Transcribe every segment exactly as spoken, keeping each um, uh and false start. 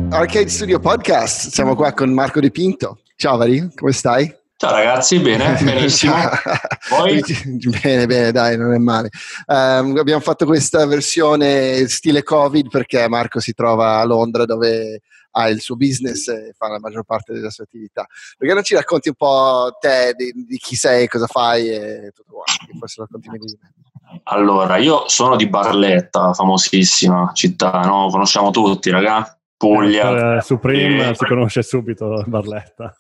Arcade Studio Podcast, siamo qua con Marco De Pinto. Ciao Vari, come stai? Ciao ragazzi, bene, benissimo. Voi? Bene, bene, dai, non è male. Um, abbiamo fatto questa versione stile Covid perché Marco si trova a Londra dove ha il suo business e fa la maggior parte della sua attività. Perché non ci racconti un po' te, di, di chi sei, cosa fai e tutto quanto, forse racconti meglio di me. Allora, io sono di Barletta, famosissima città, no? Conosciamo tutti, raga? Puglia. Eh, Supreme e... si conosce subito Barletta.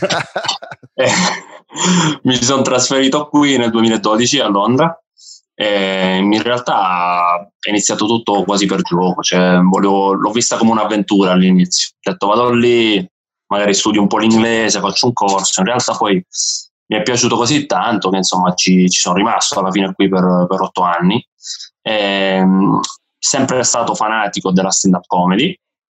eh, mi sono trasferito qui nel duemiladodici a Londra e in realtà è iniziato tutto quasi per gioco, cioè, volevo, l'ho vista come un'avventura all'inizio. Ho detto vado lì, magari studio un po' l'inglese, faccio un corso, in realtà poi mi è piaciuto così tanto che insomma ci, ci sono rimasto alla fine qui per, per otto anni. E, sempre stato fanatico della stand-up comedy,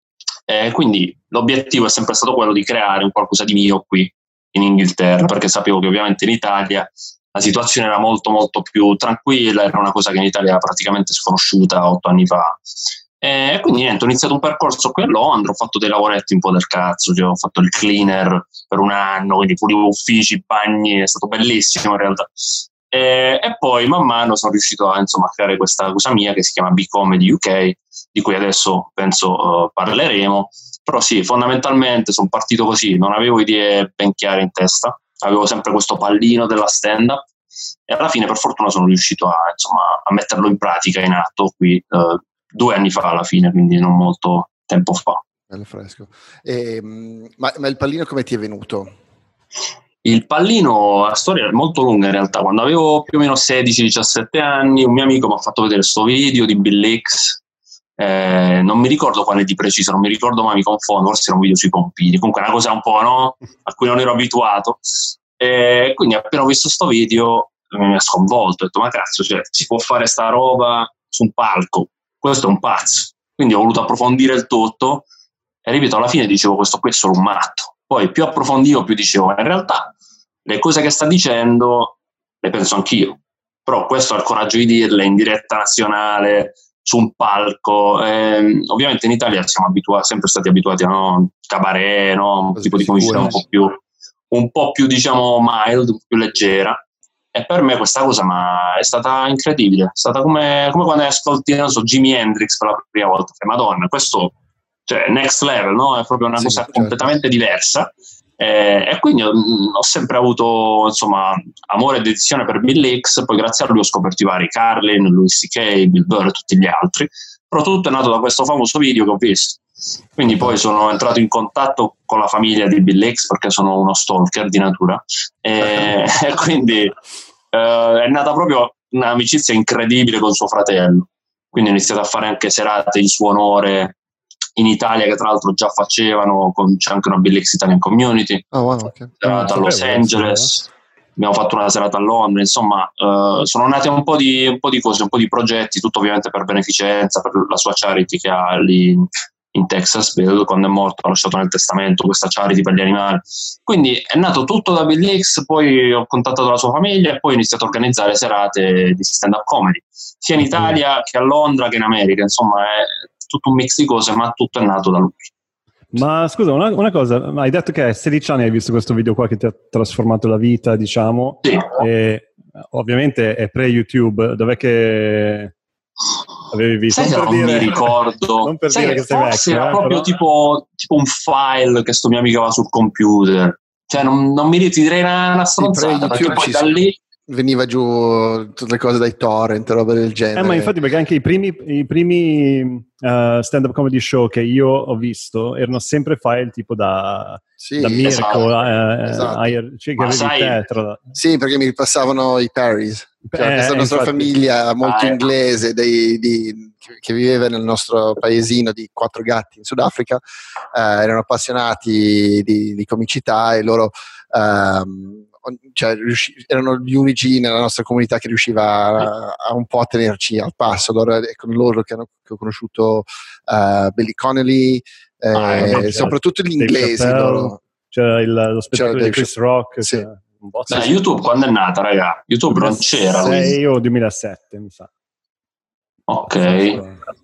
e quindi l'obiettivo è sempre stato quello di creare un qualcosa di mio qui in Inghilterra, perché sapevo che ovviamente in Italia la situazione era molto molto più tranquilla, era una cosa che in Italia era praticamente sconosciuta otto anni fa. E quindi niente, ho iniziato un percorso qui a Londra, ho fatto dei lavoretti un po' del cazzo, cioè ho fatto il cleaner per un anno, quindi pulivo uffici, bagni, è stato bellissimo in realtà. E, e poi man mano sono riuscito a, insomma, a creare questa cosa mia che si chiama B-Comedy U K, di cui adesso penso uh, parleremo. Però sì, fondamentalmente sono partito così, non avevo idee ben chiare in testa, avevo sempre questo pallino della stand-up e alla fine per fortuna sono riuscito a, insomma, a metterlo in pratica, in atto qui uh, due anni fa alla fine, quindi non molto tempo fa. Bello fresco. E, ma, ma il pallino come ti è venuto? Il pallino, la storia è molto lunga in realtà. Quando avevo più o meno sedici diciassette anni, un mio amico mi ha fatto vedere questo video di Bill Hicks, eh, non mi ricordo quale di preciso, non mi ricordo, ma mi confondo, forse era un video sui pompini, comunque è una cosa un po', no? A cui non ero abituato. E quindi appena ho visto questo video mi ha sconvolto, ho detto ma cazzo, cioè, si può fare sta roba su un palco, questo è un pazzo. Quindi ho voluto approfondire il tutto e ripeto, alla fine dicevo questo qui è solo un matto. Poi più approfondivo più dicevo in realtà le cose che sta dicendo le penso anch'io, però questo ha il coraggio di dirle in diretta nazionale, su un palco. Eh, ovviamente in Italia siamo abituati, sempre stati abituati a no? cabaret, no? un tipo di comicità un po' più un po' più diciamo mild, un po' più leggera, e per me questa cosa ma è stata incredibile, è stata come, come quando ascolti non so, Jimi Hendrix per la prima volta, che madonna, questo cioè next level, no? È proprio una sì, cosa certo. completamente diversa. Eh, e quindi ho, ho sempre avuto insomma amore e dedizione per Bill Hicks, poi grazie a lui ho scoperto i vari Carlin, Louis C K, Bill Burr e tutti gli altri, però tutto è nato da questo famoso video che ho visto. Quindi poi sono entrato in contatto con la famiglia di Bill Hicks perché sono uno stalker di natura e, e quindi eh, è nata proprio un'amicizia incredibile con suo fratello, quindi ho iniziato a fare anche serate in suo onore in Italia, che tra l'altro già facevano, con, c'è anche una Bill Hicks Italian Community, oh, wow, okay. serata a Los Angeles, abbiamo fatto una serata a Londra, insomma uh, sono nate un po' di un po' di cose, un po' di progetti, tutto ovviamente per beneficenza, per la sua charity che ha lì in Texas. Bill, quando è morto, ha lasciato nel testamento questa charity per gli animali, quindi è nato tutto da Bill Hicks. Poi ho contattato la sua famiglia e poi ho iniziato a organizzare serate di stand-up comedy sia in Italia che a Londra che in America, insomma è tutto un mix di cose, ma tutto è nato da lui. Ma scusa, una, una cosa, hai detto che a sedici anni hai visto questo video qua che ti ha trasformato la vita, diciamo, sì. E ovviamente è pre-YouTube, dov'è che avevi visto? Sai, non, non dire, mi ricordo, non per sai dire che, che sei forse vecchio, era eh, proprio però... tipo, tipo un file che sto mio amico aveva sul computer, cioè non, non mi ti direi una, una stronzata, perché poi da lì veniva giù tutte le cose dai torrent, roba del genere. Eh, ma infatti perché anche i primi, i primi uh, stand-up comedy show che io ho visto erano sempre file tipo da, sì, da Mirko, esatto, eh, esatto. Eh, cioè, che sai, tetra. Sì, perché mi ripassavano i Parrys, cioè, eh, questa nostra infatti, famiglia molto ah, inglese dei, di, che viveva nel nostro paesino di quattro gatti in Sudafrica, eh, erano appassionati di, di comicità e loro ehm, cioè, riusci- erano gli unici nella nostra comunità che riusciva a, a un po' a tenerci al passo. Allora è con loro che, hanno, che ho conosciuto uh, Billy Connolly, eh, ah, vabbè, soprattutto gli Dave inglesi Chappelle, loro. c'era il, lo spettacolo c'era di Chris Dave Rock, sì. un po', Beh, sì. YouTube quando è nata, raga? YouTube non c'era. duemilasei o duemilasette, mi sa. Ok.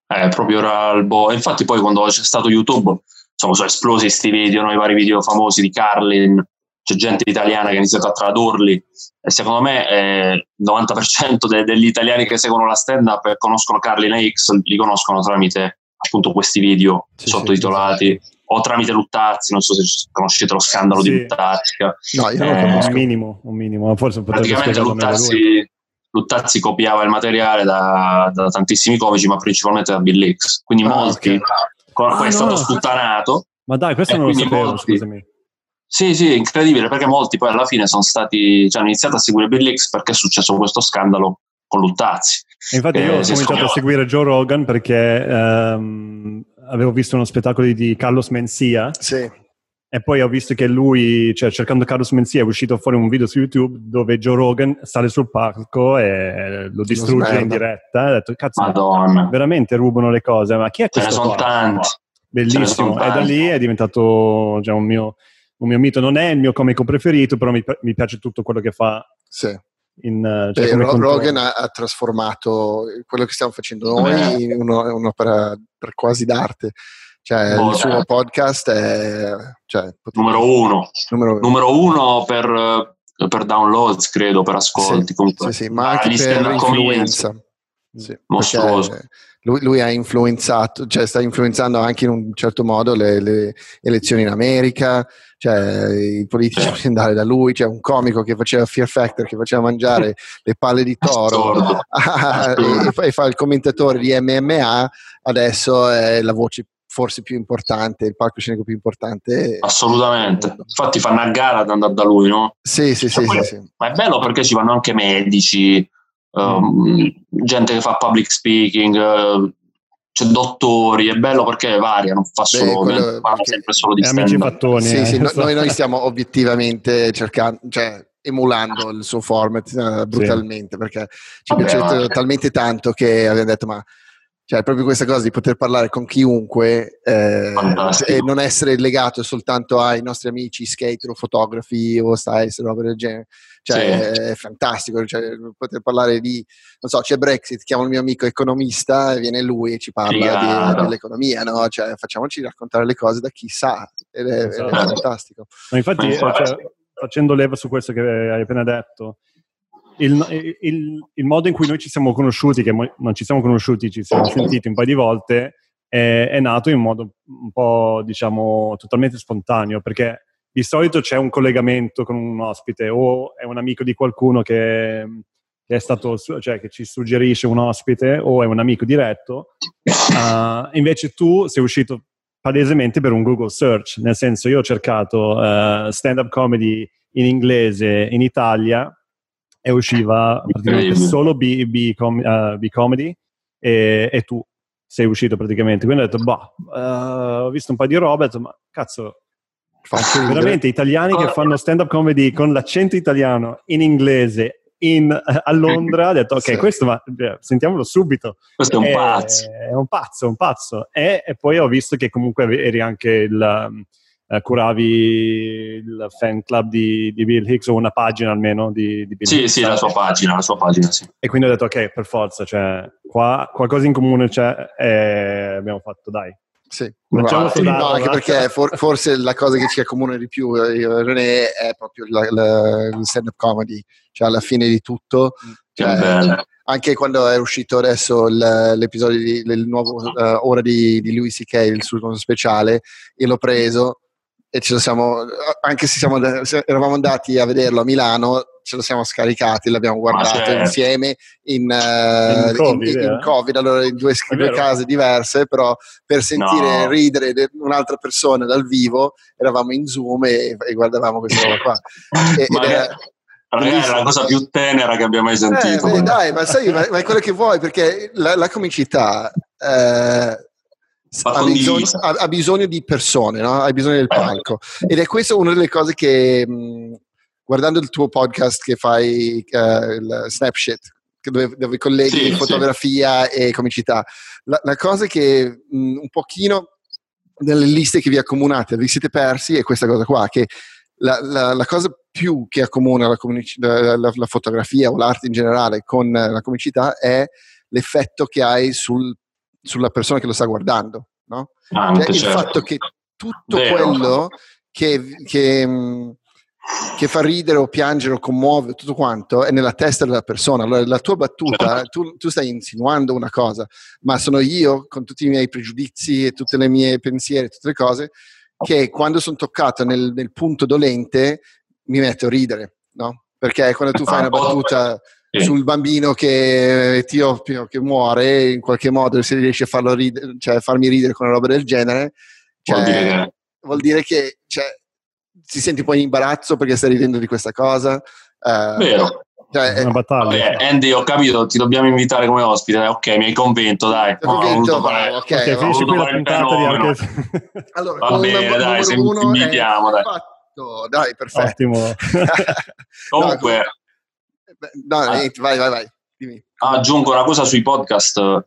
Eh, proprio era il boh. Infatti poi quando c'è stato YouTube, insomma, sono esplosi questi video, no? I vari video famosi di Carlin, c'è gente italiana che ha iniziato a tradurli, e secondo me eh, il novanta per cento de- degli italiani che seguono la stand-up e conoscono Carlin X li conoscono tramite appunto questi video sì, sottotitolati, sì, sì. o tramite Luttazzi. Non so se conoscete lo scandalo Sì. di Luttazzi. No, io non eh, conosco. Un minimo, un minimo, forse potrebbe praticamente spiegarlo meglio lui. Luttazzi, Luttazzi copiava il materiale da, da tantissimi comici, ma principalmente da Bill Hicks, quindi Ah, molti okay. con, Ah, poi è no, stato no. sputtanato. Ma dai, questo e non lo quindi sapevo, molti, scusami. sì sì, incredibile, perché molti poi alla fine sono stati, cioè, hanno iniziato a seguire Bill Hicks perché è successo questo scandalo con Luttazzi. E infatti che io ho si è cominciato a scoperto. seguire Joe Rogan perché ehm, avevo visto uno spettacolo di Carlos Mencia. Sì. E poi ho visto che lui, cioè cercando Carlos Mencia, è uscito fuori un video su YouTube dove Joe Rogan sale sul palco e lo distrugge smerda. in diretta. E ho detto, cazzo, Madonna, veramente rubano le cose, ma chi è ce ne questo sono qua? tanti. Bellissimo. Ce ne sono E da tanti. lì è diventato già un mio, un mio mito. Non è il mio comico preferito, però mi, mi piace tutto quello che fa. Sì. In, cioè Beh, come Ro- controllo. Rogan ha, ha trasformato quello che stiamo facendo noi in uno- un'opera per quasi d'arte. Cioè, Boh, il suo dai. podcast è cioè, numero uno numero uno. numero uno per, per downloads, credo, per ascolti. Sì, Comunque, sì, sì, ma anche gli per stand-up comedians, influenza. Sì, mostruoso. perché lui, lui ha influenzato, cioè sta influenzando anche in un certo modo le, le elezioni in America, cioè i politici Sì. possono andare da lui, cioè un comico che faceva Fear Factor, che faceva mangiare le palle di toro Assurdo. ah, Assurdo. e, e fa il commentatore di M M A, adesso è la voce forse più importante, il palcoscenico più importante. Assolutamente. Infatti fanno a gara ad andare da lui, no? Sì, sì, Cioè, sì, poi- sì, sì. Ma è bello perché ci vanno anche medici, um, gente che fa public speaking, uh, c'è dottori. È bello perché varia, non fa solo, Beh, quello- non parla perché- sempre solo di E amici stand-up. fattoni. Sì, eh, sì, no- so. noi, noi stiamo obiettivamente cercando, cioè emulando il suo format eh, brutalmente, perché ci Vabbè, piace vabbè. talmente tanto che abbiamo detto, ma cioè, proprio questa cosa di poter parlare con chiunque eh, Fantastico. e non essere legato soltanto ai nostri amici skater o fotografi o stylist, roba del genere, cioè Sì. è fantastico, cioè, poter parlare di, non so, c'è Brexit, chiamo il mio amico economista e viene lui e ci parla di- Figata. dell'economia, no? Cioè, facciamoci raccontare le cose da chi sa, ed è, ed è Esatto. fantastico. Ma infatti, Ma eh, infatti. cioè, facendo leva su questo che hai appena detto, il, il, il modo in cui noi ci siamo conosciuti, che mo- non ci siamo conosciuti, ci siamo sentiti un paio di volte, è, è nato in modo un po', diciamo, totalmente spontaneo, perché di solito c'è un collegamento con un ospite o è un amico di qualcuno che, che è stato, cioè che ci suggerisce un ospite o è un amico diretto. Uh, invece tu sei uscito palesemente per un Google search, nel senso io ho cercato uh, stand-up comedy in inglese in Italia e usciva praticamente solo B, B, com, uh, B comedy e, e tu sei uscito praticamente, quindi ho detto bah, uh, ho visto un paio di roba e ho detto ma cazzo, veramente italiani che fanno stand-up comedy con l'accento italiano in inglese in, a Londra, ho detto ok, Sì. questo ma sentiamolo subito, Questo è un è, pazzo. è un pazzo, un pazzo e, e poi ho visto che comunque eri anche il uh, curavi il fan club di, di Bill Hicks o una pagina almeno di, di Bill Sì, Hicks. sì, la sua pagina, la sua pagina, sì. E quindi ho detto ok, per forza, cioè qua qualcosa in comune c'è e abbiamo fatto dai. Sì, Lanciamo no, sull'arma, no, anche va? perché for, forse la cosa che ci accomuna di più io e René è proprio la, la, il stand-up comedy, cioè alla fine di tutto, cioè, Che bello. anche quando è uscito adesso il, l'episodio di, del nuovo uh, ora di, di Louis C K, il suo speciale, io l'ho preso e ce lo siamo, anche se, siamo, se eravamo andati a vederlo a Milano, ce lo siamo scaricati, l'abbiamo guardato certo. insieme in, uh, in, COVID, in, in, in COVID, allora in due, due case diverse, però per sentire No. ridere de, un'altra persona dal vivo eravamo in Zoom e, e guardavamo questa roba qua. E, ed è, ragazzi, è la cosa più tenera che abbia mai sentito. Eh, beh, dai, ma sai, ma, ma è quello che vuoi, perché la, la comicità eh, ha, bisogno, ha, ha bisogno di persone, no? Ha bisogno del palco. Ed è questa una delle cose che, mh, guardando il tuo podcast che fai, uh, il Snapchat, dove, dove colleghi sì, fotografia sì. e comicità, la, la cosa che mh, un pochino nelle liste che vi accomunate vi siete persi è questa cosa qua, che la, la, la cosa più che accomuna la, la, la, la fotografia o l'arte in generale con la comicità è l'effetto che hai sul sulla persona che lo sta guardando, no? Anche, Cioè, il certo. fatto che tutto Vero. quello che, che, che fa ridere o piangere o commuove, tutto quanto, è nella testa della persona. Allora, la tua battuta, Certo. tu, tu stai insinuando una cosa, ma sono io, con tutti i miei pregiudizi e tutte le mie pensieri, tutte le cose, che quando sono toccato nel, nel punto dolente mi metto a ridere, no? Perché quando tu fai una battuta Sì. sul bambino che etiopio che muore, in qualche modo se riesci a farlo ridere, cioè farmi ridere con una roba del genere, cioè, Vuol dire che... vuol dire che cioè, ti senti poi in imbarazzo perché stai ridendo di questa cosa. Uh, Vero. Cioè, è una battaglia. Vabbè, Andy, ho capito, ti dobbiamo invitare come ospite. Ok, mi hai convinto, dai. Ti ho convinto, ho bravo, ok. Ok, finisci qui la puntata di anche... Allora, Va bene, numero, dai, se numero uno ti invitiamo, è dai. fatto. Dai, perfetto. Ottimo. Comunque, no, no, niente, vai, vai, vai. Dimmi. Aggiungo una cosa sui podcast,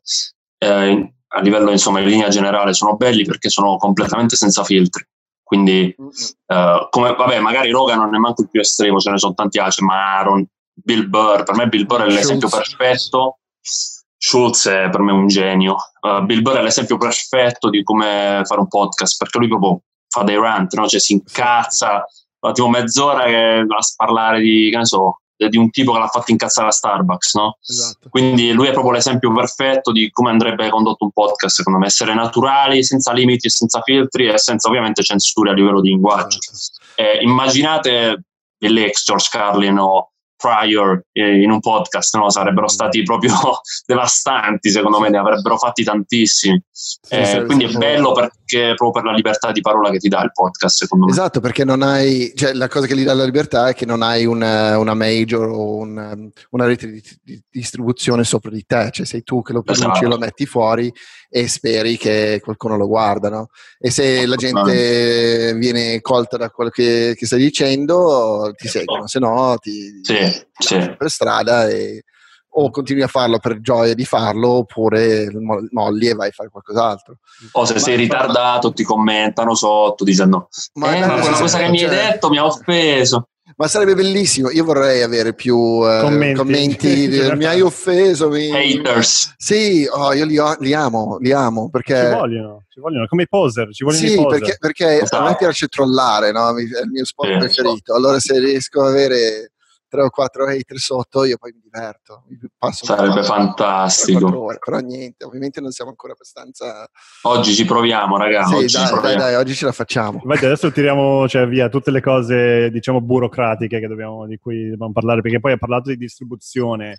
eh, a livello, insomma, in linea generale, sono belli perché sono completamente senza filtri. Quindi, eh, come, vabbè, magari Rogan non è manco il più estremo, ce ne sono tanti altri, ma Aaron, Bill Burr, per me Bill Burr è l'esempio Schultz. perfetto. Schultz è per me un genio. Uh, Bill Burr è l'esempio perfetto di come fare un podcast, perché lui proprio fa dei rant, no? Cioè si incazza, fa tipo mezz'ora che va a parlare di, che ne so, di un tipo che l'ha fatto incazzare a Starbucks, no? Esatto. Quindi lui è proprio l'esempio perfetto di come andrebbe condotto un podcast, secondo me, essere naturali, senza limiti e senza filtri e senza ovviamente censure a livello di linguaggio. Eh, immaginate Bill Hicks, George Carlin o Pryor eh, in un podcast, no? Sarebbero stati proprio devastanti, secondo me, ne avrebbero fatti tantissimi. Eh, quindi è bello perché proprio per la libertà di parola che ti dà il podcast, secondo me. Esatto, perché non hai, cioè la cosa che gli dà la libertà è che non hai una, una major o una, una rete di, di distribuzione sopra di te, cioè sei tu che lo produci Esatto. e lo metti fuori e speri che qualcuno lo guarda, no? E se la gente viene colta da quello che, che stai dicendo, ti seguono, se no ti, sì, ti sì. per strada e o continui a farlo per gioia di farlo oppure molli e vai a fare qualcos'altro. O se ma sei ritardato ma... ti commentano sotto dicendo ma, eh, ma quella cosa che mi hai detto mi ha offeso. Ma sarebbe bellissimo, io vorrei avere più uh, commenti, commenti di, mi hai offeso mi... haters. Sì, oh, io li, ho, li amo li amo perché ci vogliono, ci vogliono come i poser, ci vogliono sì, i poser. perché, perché esatto. A me piace trollare, no? È il mio sport sì, preferito, allora se riesco ad avere tre o quattro hater sotto io poi mi diverto, mi passo sarebbe fantastico ore, però niente, ovviamente non siamo ancora abbastanza. Oggi ci proviamo ragazzi, sì, oggi dai, ci proviamo. dai dai oggi ce la facciamo. Infatti adesso tiriamo cioè, via tutte le cose diciamo burocratiche che dobbiamo, di cui dobbiamo parlare, perché poi hai parlato di distribuzione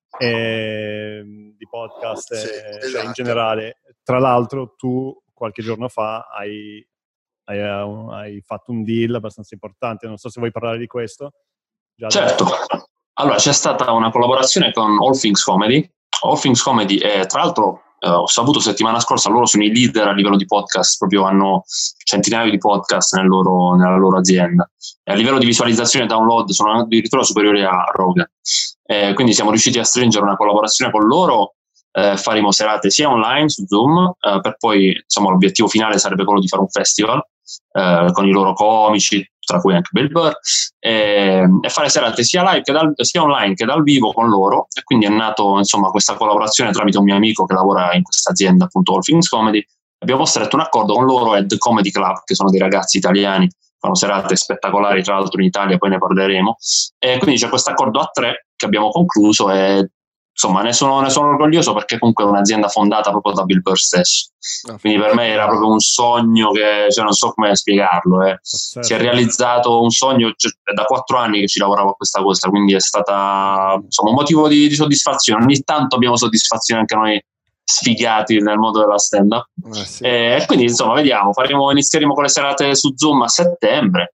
e, di podcast sì, e, esatto. cioè, in generale. Tra l'altro tu qualche giorno fa hai, hai, hai fatto un deal abbastanza importante, non so se vuoi parlare di questo. Già certo, da... allora c'è stata una collaborazione con All Things Comedy. All Things Comedy è, tra l'altro eh, ho saputo settimana scorsa, loro sono i leader a livello di podcast, proprio hanno centinaia di podcast nel loro, nella loro azienda e a livello di visualizzazione e download sono addirittura superiori a Rogan, eh, quindi siamo riusciti a stringere una collaborazione con loro. Eh, faremo serate sia online su Zoom eh, per poi insomma l'obiettivo finale sarebbe quello di fare un festival eh, con i loro comici, tra cui anche Bill Burr, e, e fare serate sia live che dal, sia online che dal vivo con loro, e quindi è nato insomma questa collaborazione tramite un mio amico che lavora in questa azienda appunto All Things Comedy. Abbiamo stretto un accordo con loro e The Comedy Club, che sono dei ragazzi italiani, fanno serate spettacolari tra l'altro in Italia, poi ne parleremo, e quindi c'è questo accordo a tre che abbiamo concluso e insomma ne sono, ne sono orgoglioso perché comunque è un'azienda fondata proprio da Bill Burr stesso, quindi per me era proprio un sogno che cioè non so come spiegarlo, eh. si è realizzato un sogno, cioè, è da quattro anni che ci lavoravo a questa cosa, quindi è stata insomma un motivo di, di soddisfazione. Ogni tanto abbiamo soddisfazione anche noi sfigati nel mondo della stand up ah, sì. e quindi insomma vediamo, faremo, inizieremo con le serate su Zoom a settembre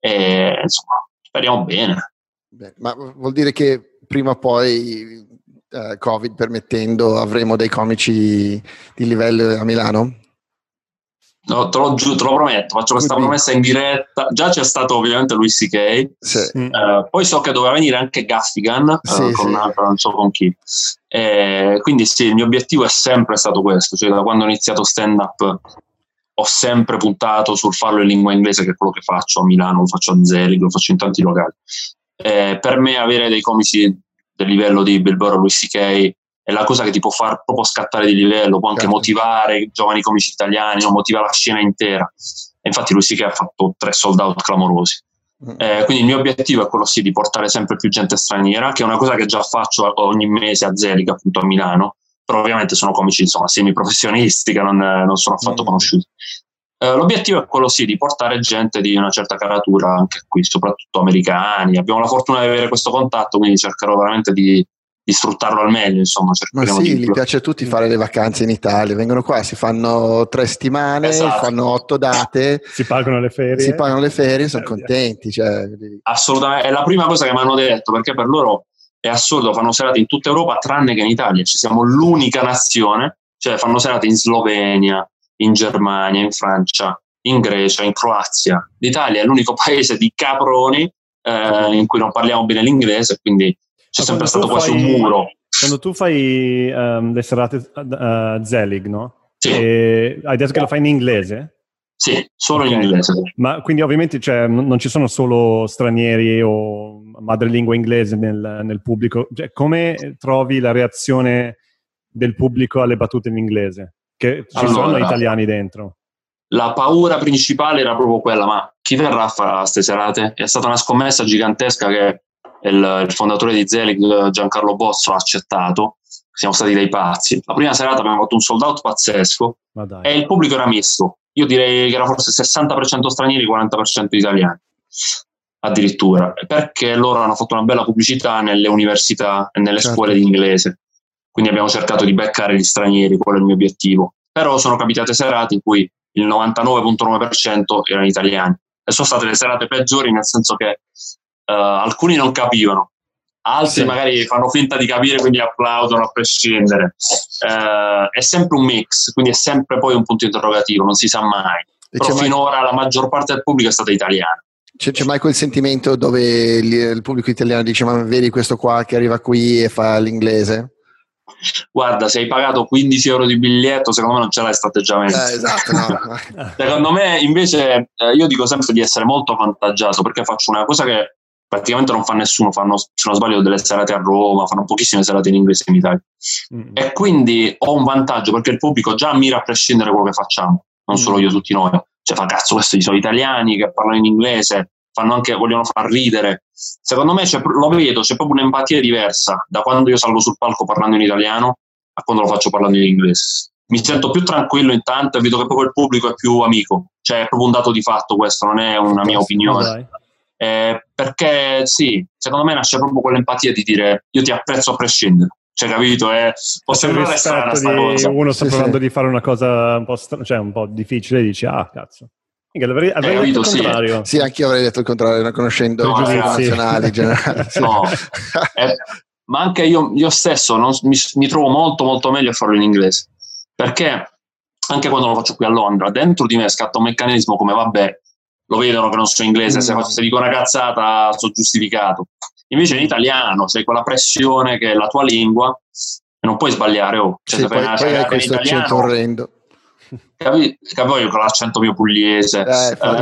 e insomma speriamo bene. Beh, ma vuol dire che prima o poi Uh, Covid permettendo avremo dei comici di livello a Milano? No, te lo, giuro, te lo prometto, faccio questa Quindi. promessa in diretta. Già c'è stato ovviamente Louis C K, sì. uh, poi so che doveva venire anche Gaffigan sì, uh, con sì. un'altra, non so con chi, eh, quindi sì, il mio obiettivo è sempre stato questo, cioè da quando ho iniziato stand up ho sempre puntato sul farlo in lingua inglese, che è quello che faccio a Milano, lo faccio a Zelig, lo faccio in tanti locali. Eh, per me avere dei comici del livello di Bill Burr o Louis C K è la cosa che ti può far proprio scattare di livello, può anche certo. motivare i giovani comici italiani, no? Motiva la scena intera. E infatti lui sì che ha fatto tre sold out clamorosi. Mm. Eh, quindi il mio obiettivo è quello sì di portare sempre più gente straniera, che è una cosa che già faccio ogni mese a Zelig, appunto a Milano, però ovviamente sono comici insomma semi-professionisti che non, non sono affatto mm. conosciuti. Eh, l'obiettivo è quello sì di portare gente di una certa caratura anche qui, soprattutto americani. Abbiamo la fortuna di avere questo contatto, quindi cercherò veramente di di sfruttarlo al meglio, insomma. Ma sì, di... gli piace a tutti fare le vacanze in Italia, vengono qua, si fanno tre settimane, esatto. fanno otto date, si pagano le ferie, si pagano le ferie, sono contenti. Cioè... Assolutamente, è la prima cosa che mi hanno detto, perché per loro è assurdo, fanno serate in tutta Europa tranne che in Italia, ci siamo l'unica nazione, cioè fanno serate in Slovenia, in Germania, in Francia, in Grecia, in Croazia. L'Italia è l'unico paese di caproni eh, in cui non parliamo bene l'inglese, quindi c'è sempre stato quasi fai, un muro. Quando tu fai um, le serate a uh, Zelig, no? Sì. E hai detto che lo fai in inglese? Sì, solo okay. in inglese. Ma quindi ovviamente cioè, non ci sono solo stranieri o madrelingua inglese nel, nel pubblico. Cioè, come trovi la reazione del pubblico alle battute in inglese? Che ci allora, sono italiani dentro? La paura principale era proprio quella, ma chi verrà a fare queste serate? È stata una scommessa gigantesca che il, il fondatore di Zelig, Giancarlo Bozzo, ha accettato. Siamo stati dei pazzi. La prima serata abbiamo fatto un sold out pazzesco e il pubblico era misto. Io direi che era forse sessanta per cento stranieri, quaranta per cento italiani addirittura, perché loro hanno fatto una bella pubblicità nelle università e nelle certo. scuole di inglese, quindi abbiamo cercato di beccare gli stranieri, quello è il mio obiettivo. Però sono capitate serate in cui il novantanove virgola nove per cento erano italiani e sono state le serate peggiori, nel senso che uh, alcuni non capivano, altri sì. magari fanno finta di capire, quindi applaudono a prescindere. Uh, è sempre un mix, quindi è sempre poi un punto interrogativo, non si sa mai. E però finora mai... la maggior parte del pubblico è stata italiana. C'è, c'è mai quel sentimento dove il, il pubblico italiano dice: ma vedi questo qua che arriva qui e fa l'inglese? Guarda, se hai pagato quindici euro di biglietto, secondo me non ce l'hai questo atteggiamento. Eh, esatto, no. Secondo me invece eh, io dico sempre di essere molto avvantaggiato, perché faccio una cosa che praticamente non fa nessuno. Fanno, se non sbaglio, delle serate a Roma, fanno pochissime serate in inglese in Italia, mm. e quindi ho un vantaggio perché il pubblico già mira a prescindere quello che facciamo, non mm. solo io, tutti noi. Cioè fa cazzo, questi sono italiani che parlano in inglese, fanno anche, vogliono far ridere. Secondo me c'è, lo vedo, c'è proprio un'empatia diversa da quando io salgo sul palco parlando in italiano a quando lo faccio parlando in inglese. Mi sento più tranquillo intanto e vedo che proprio il pubblico è più amico, cioè è proprio un dato di fatto questo, non è una mia opinione. Eh, perché sì, secondo me nasce proprio quell'empatia di dire io ti apprezzo a prescindere. Cioè, capito? Eh, può sembrare strana sta cosa. Uno sta sì, provando sì. di fare una cosa un po', stra- cioè un po' difficile e dici, ah, cazzo. Avrei, avrei eh, detto capito, il contrario. Sì. sì, anche io avrei detto il contrario, non conoscendo no, i giudizi nazionali generali. Sì. No. eh, ma anche io, io stesso non, mi, mi trovo molto molto meglio a farlo in inglese, perché anche quando lo faccio qui a Londra, dentro di me scatta un meccanismo come vabbè, lo vedono che non so inglese, mm. se, se dico una cazzata sono giustificato. Invece in italiano c'è quella pressione che è la tua lingua e non puoi sbagliare. Oh. Cioè, sì, se poi, fai poi hai questo italiano, accento orrendo. Capi, capi con l'accento mio pugliese. Eh, eh.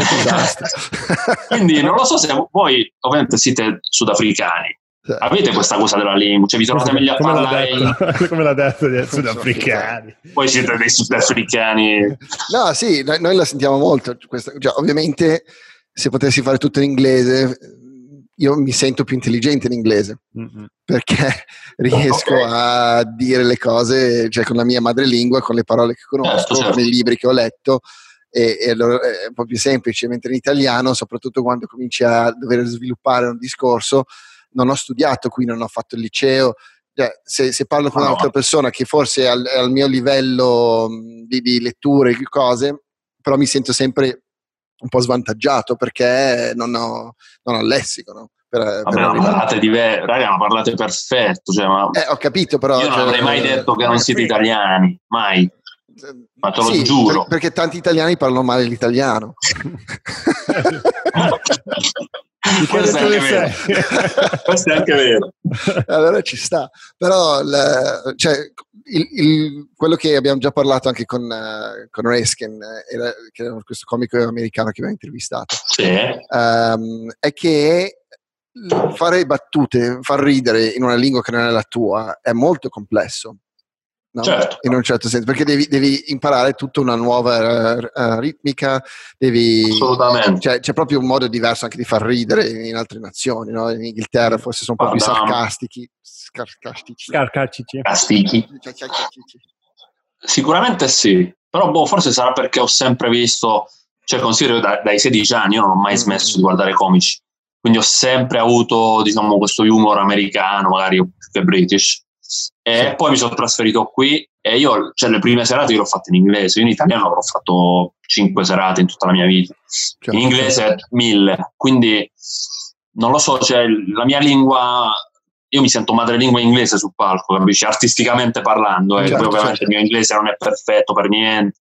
Quindi non lo so se voi ovviamente siete sudafricani. Avete questa cosa della lingua, cioè vi trovate meglio a come parlare l'ha detto, come l'ha detto dei sudafricani. Voi siete dei sudafricani. No, sì, noi, noi la sentiamo molto questa, cioè, ovviamente se potessi fare tutto in inglese io mi sento più intelligente in inglese, mm-hmm. perché riesco okay. a dire le cose, cioè con la mia madrelingua, con le parole che conosco, certo, certo. con i libri che ho letto, e, e allora è un po' più semplice, mentre in italiano, soprattutto quando cominci a dover sviluppare un discorso, non ho studiato qui, non ho fatto il liceo, cioè, se, se parlo con un'altra persona che forse è al, è al mio livello di, di letture e cose, però mi sento sempre un po' svantaggiato perché non ho, non ho il lessico, no? Per, Vabbè, per ma parlate di ve- raga, ma parlate perfetto, cioè, ma eh, ho capito, però io non cioè, avrei mai detto che non siete italiani, mai, ma te lo sì, giuro, per, perché tanti italiani parlano male l'italiano. Questo è anche vero. Questo è anche vero. Allora ci sta, però la, cioè, il, il, quello che abbiamo già parlato anche con, uh, con Raskin, era, che era questo comico americano che abbiamo intervistato, sì. um, è che fare battute, far ridere in una lingua che non è la tua è molto complesso, no? Certo. In un certo senso, perché devi, devi imparare tutta una nuova uh, uh, ritmica, devi, assolutamente. Cioè, c'è proprio un modo diverso anche di far ridere in altre nazioni, no? In Inghilterra forse sono un po' più sarcastici. Sarcastici. Sarcastici. Castichi. Sicuramente sì, però boh, forse sarà perché ho sempre visto, cioè considero da, dai sedici anni io non ho mai smesso mm-hmm. di guardare comici, quindi ho sempre avuto, diciamo, questo humor americano, magari più che British, e sì. Poi mi sono trasferito qui e io, cioè le prime serate io l'ho fatte in inglese, io in italiano avrò fatto cinque serate in tutta la mia vita, certo, in inglese certo. mille, quindi non lo so, cioè la mia lingua, io mi sento madrelingua inglese sul palco, capisci? Artisticamente parlando, eh, certo, poi ovviamente certo. il mio inglese non è perfetto per niente,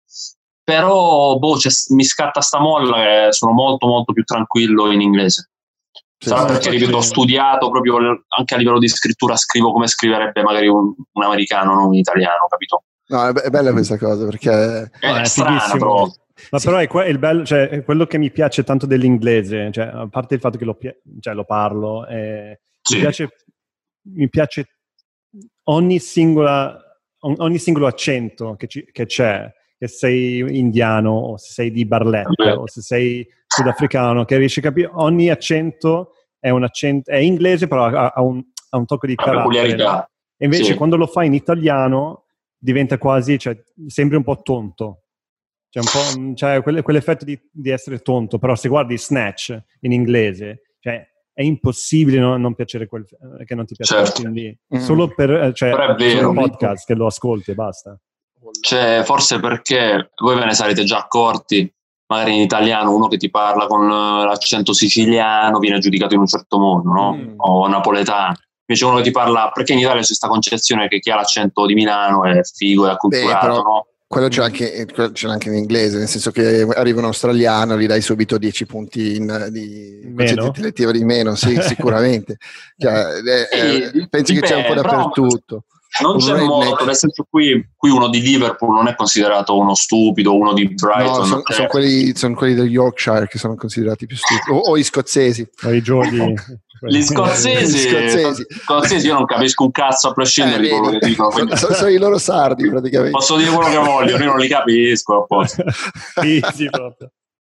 però boh, mi scatta sta molla che sono molto molto più tranquillo in inglese. Sì, sarà sì, perché, ripeto, ho studiato proprio anche a livello di scrittura, scrivo come scriverebbe magari un, un americano, non un italiano, capito? No, è, be- è bella questa cosa perché è, no, è strana, però. Ma sì. però è, que- il bello, cioè, è quello che mi piace tanto dell'inglese, cioè, a parte il fatto che lo, pi- cioè, lo parlo, eh, sì. mi piace, mi piace ogni singola, ogni singolo accento che, ci- che c'è, che sei indiano o se sei di Barletta Beh. o se sei sudafricano, che riesci a capire ogni accento è un accento, è inglese però ha, ha, un, ha un tocco di una carattere. peculiarità. E invece sì. quando lo fai in italiano diventa quasi, cioè, sembri un po' tonto. C'è un po', cioè, quell'effetto di, di essere tonto, però se guardi Snatch in inglese, cioè, è impossibile non, non piacere quel, che non ti piace, certo. quindi mm. solo per cioè, però è vero, solo podcast che lo ascolti e basta. Cioè, forse perché voi ve ne sarete già accorti, magari in italiano uno che ti parla con l'accento siciliano viene giudicato in un certo modo, no? Mm. O napoletano. Invece uno che ti parla, perché in Italia c'è questa concezione che chi ha l'accento di Milano è figo, è acculturato, Beh, però, no? Quello c'è anche, c'è anche in inglese, nel senso che arriva un australiano, gli dai subito dieci punti in, di quoziente intellettivo di meno, sì, sicuramente. Cioè, eh, sì, penso dipende, che c'è un po' dappertutto. Non c'è modo, nel senso qui, qui uno di Liverpool non è considerato uno stupido, uno di Brighton. No, sono son quelli, son quelli del Yorkshire che sono considerati più stupidi, o, o gli scozzesi. O i giorni. Gli scozzesi, Gli scozzesi. scozzesi io non capisco un cazzo a prescindere eh, di quello che dicono. Sono, sono, sono i loro sardi praticamente. Posso dire quello che voglio, io non li capisco. A posto. Sì, sì, proprio.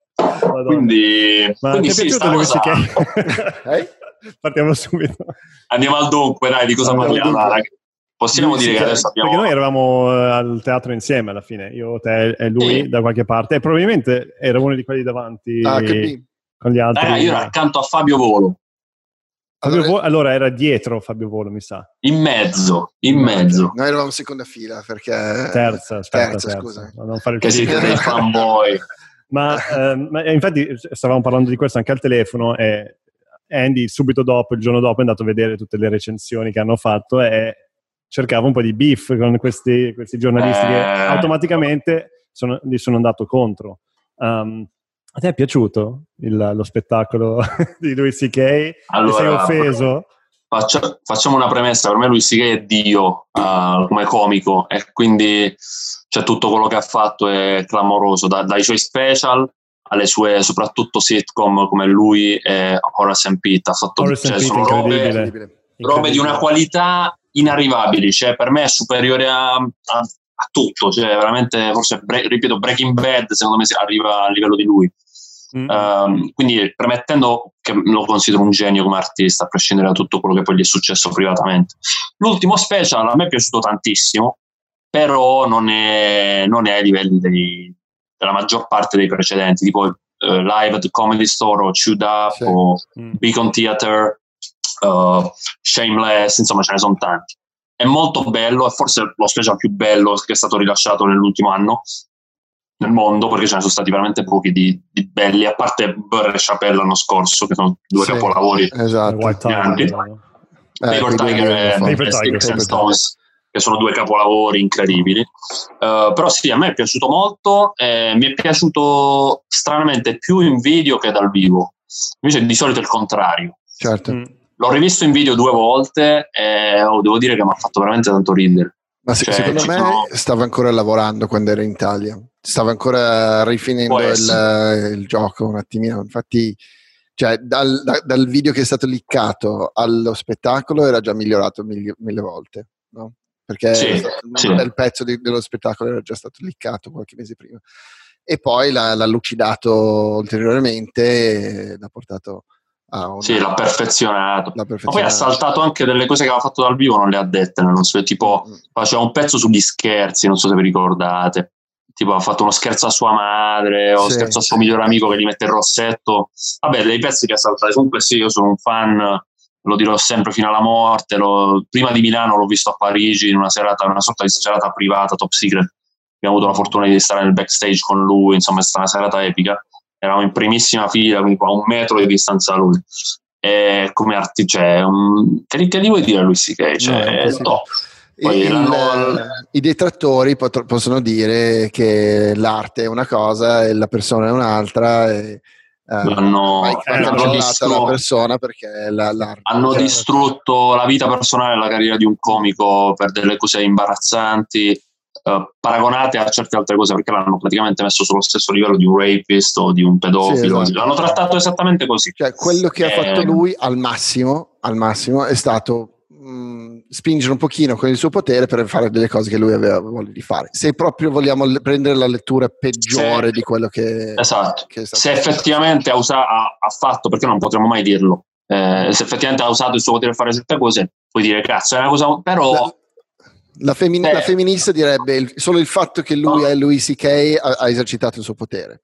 Quindi, Ma quindi ti è sì, piaciuto Louis C K? eh? Partiamo subito. Andiamo al dunque, dai, di cosa Andiamo parliamo? Possiamo Louis dire C K, che adesso abbiamo... Perché noi eravamo al teatro insieme alla fine, io, te e lui sì. da qualche parte, e probabilmente era uno di quelli davanti ah, che con gli altri. Raga, io ero accanto a Fabio Volo. Fabio allora, Volo. Allora era dietro Fabio Volo, mi sa. In mezzo, in mezzo. Noi eravamo in seconda fila perché... Terza, aspetta, terza, terza. scusa. Non fare il che siete dei fanboy. ma, eh, ma infatti stavamo parlando di questo anche al telefono e Andy subito dopo, il giorno dopo, è andato a vedere tutte le recensioni che hanno fatto e cercava un po' di beef con questi, questi giornalisti eh... che automaticamente sono, gli sono andato contro. Um, a te è piaciuto il, lo spettacolo di Louis C K? Allora, ti sei offeso? Faccia, facciamo una premessa, per me Louis C K è Dio uh, come comico e quindi cioè, tutto quello che ha fatto è clamoroso, da, dai suoi special alle sue soprattutto sitcom come lui e Horace and Pete. Ha fatto Horace cioè, and Pete, sono incredibile. robe, Incredibile. robe di una qualità inarrivabili, cioè per me è superiore a, a, a tutto, cioè veramente forse bre- ripeto Breaking Bad secondo me arriva a livello di lui. Mm. Um, quindi premettendo che lo considero un genio come artista a prescindere da tutto quello che poi gli è successo privatamente. L'ultimo special a me è piaciuto tantissimo, però non è, non è ai livelli dei, della maggior parte dei precedenti, tipo uh, Live at the Comedy Store o Chewed Up sì. o mm. Beacon Theatre, uh, Shameless, insomma ce ne sono tanti. È molto bello, è forse lo special più bello che è stato rilasciato nell'ultimo anno nel mondo, perché ce ne sono stati veramente pochi di, di belli, a parte Burr e Chappelle l'anno scorso, che sono due sì, capolavori esatto. giganti. Eh, Paper Tiger e Sticks and Stones, che sono due capolavori incredibili. Uh, però sì, a me è piaciuto molto, eh, mi è piaciuto stranamente più in video che dal vivo, invece di solito è il contrario. Certo. Mm. L'ho rivisto in video due volte e oh, devo dire che mi ha fatto veramente tanto ridere. Ma se, cioè, secondo me sono... stava ancora lavorando quando era in Italia, stava ancora rifinendo il, il gioco un attimino, infatti cioè dal, da, dal video che è stato liccato allo spettacolo era già migliorato mille, mille volte, no? Perché sì, stato, sì. il pezzo di, dello spettacolo era già stato liccato qualche mese prima e poi l'ha, l'ha lucidato ulteriormente e l'ha portato a una, sì, l'ha perfezionato. l'ha Ma poi ha perfezionato. saltato anche delle cose che aveva fatto dal vivo, non le ha dette, non so, tipo Mm-hmm. faceva un pezzo sugli scherzi, non so se vi ricordate, tipo ha fatto uno scherzo a sua madre o Sì, scherzo a suo sì. migliore amico che gli mette il rossetto, vabbè, dei pezzi che ha saltato. Comunque sì, io sono un fan, lo dirò sempre fino alla morte. Lo, prima di Milano l'ho visto a Parigi in una serata, una sorta di serata privata top secret, abbiamo avuto la fortuna di stare nel backstage con lui, insomma è stata una serata epica, eravamo in primissima fila, quindi a un metro di distanza da lui. E come arti, cioè, un, che, che gli vuoi dire a lui sì che cioè, No, è è top. Poi il, l'hanno, I detrattori pot- possono dire che l'arte è una cosa e la persona è un'altra e uh, l'hanno, vai, vai eh, cancellata distru- la persona perché la, l'arte hanno cioè, distrutto la vita personale e la carriera di un comico per delle cose imbarazzanti, Uh, paragonate a certe altre cose, perché l'hanno praticamente messo sullo stesso livello di un rapist o di un pedofilo. sì, esatto. L'hanno trattato esattamente così. Cioè, quello che eh, ha fatto lui al massimo, al massimo è stato mh, spingere un pochino con il suo potere per fare delle cose che lui aveva voglia di fare. Se proprio vogliamo le- prendere la lettura peggiore se, di quello che, esatto. che è stato se effettivamente ha, usa- ha, ha fatto, perché non potremmo mai dirlo, eh, se effettivamente ha usato il suo potere a fare certe cose, puoi dire cazzo, è una cosa, però La, la, femmin- eh, la femminista direbbe il, solo il fatto che lui no. è Louis C K ha, ha esercitato il suo potere.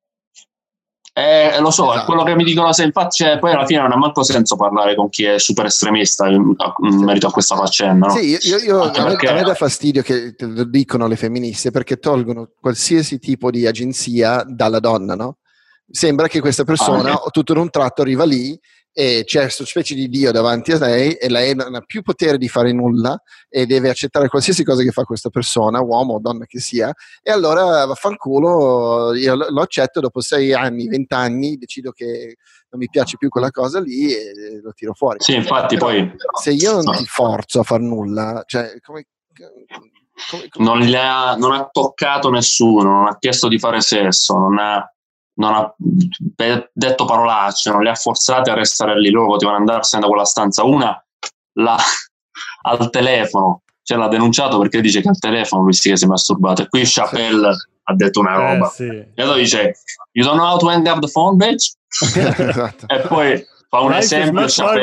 Eh, lo so, Esatto. è quello che mi dicono, se infatti cioè, poi alla fine non ha manco senso parlare con chi è super estremista in, in merito a questa faccenda, no? Sì, io, io, Anche a, me, perché, a me dà fastidio che te lo dicono le femministe perché tolgono qualsiasi tipo di agenzia dalla donna, no? Sembra che questa persona ah, sì. tutto in un tratto arriva lì e c'è questa specie di dio davanti a lei e lei non ha più potere di fare nulla e deve accettare qualsiasi cosa che fa questa persona, uomo o donna che sia, e allora vaffanculo, io lo accetto, dopo sei anni, vent'anni decido che non mi piace più quella cosa lì e lo tiro fuori. Sì, infatti Però, poi se io non ti forzo a far nulla, cioè come, come, come... Non, le ha, non ha toccato nessuno, non ha chiesto di fare sesso, non ha, non ha detto parolacce, non le ha forzate a restare lì. Loro potevano andarsene da quella stanza. Una la, al telefono, cioè l'ha denunciato perché dice che al telefono lui si è masturbato, e qui Chappelle sì. ha detto una roba, eh, sì. e allora dice you don't know how to hang up the phone, bitch. Esatto. E poi fa un Life esempio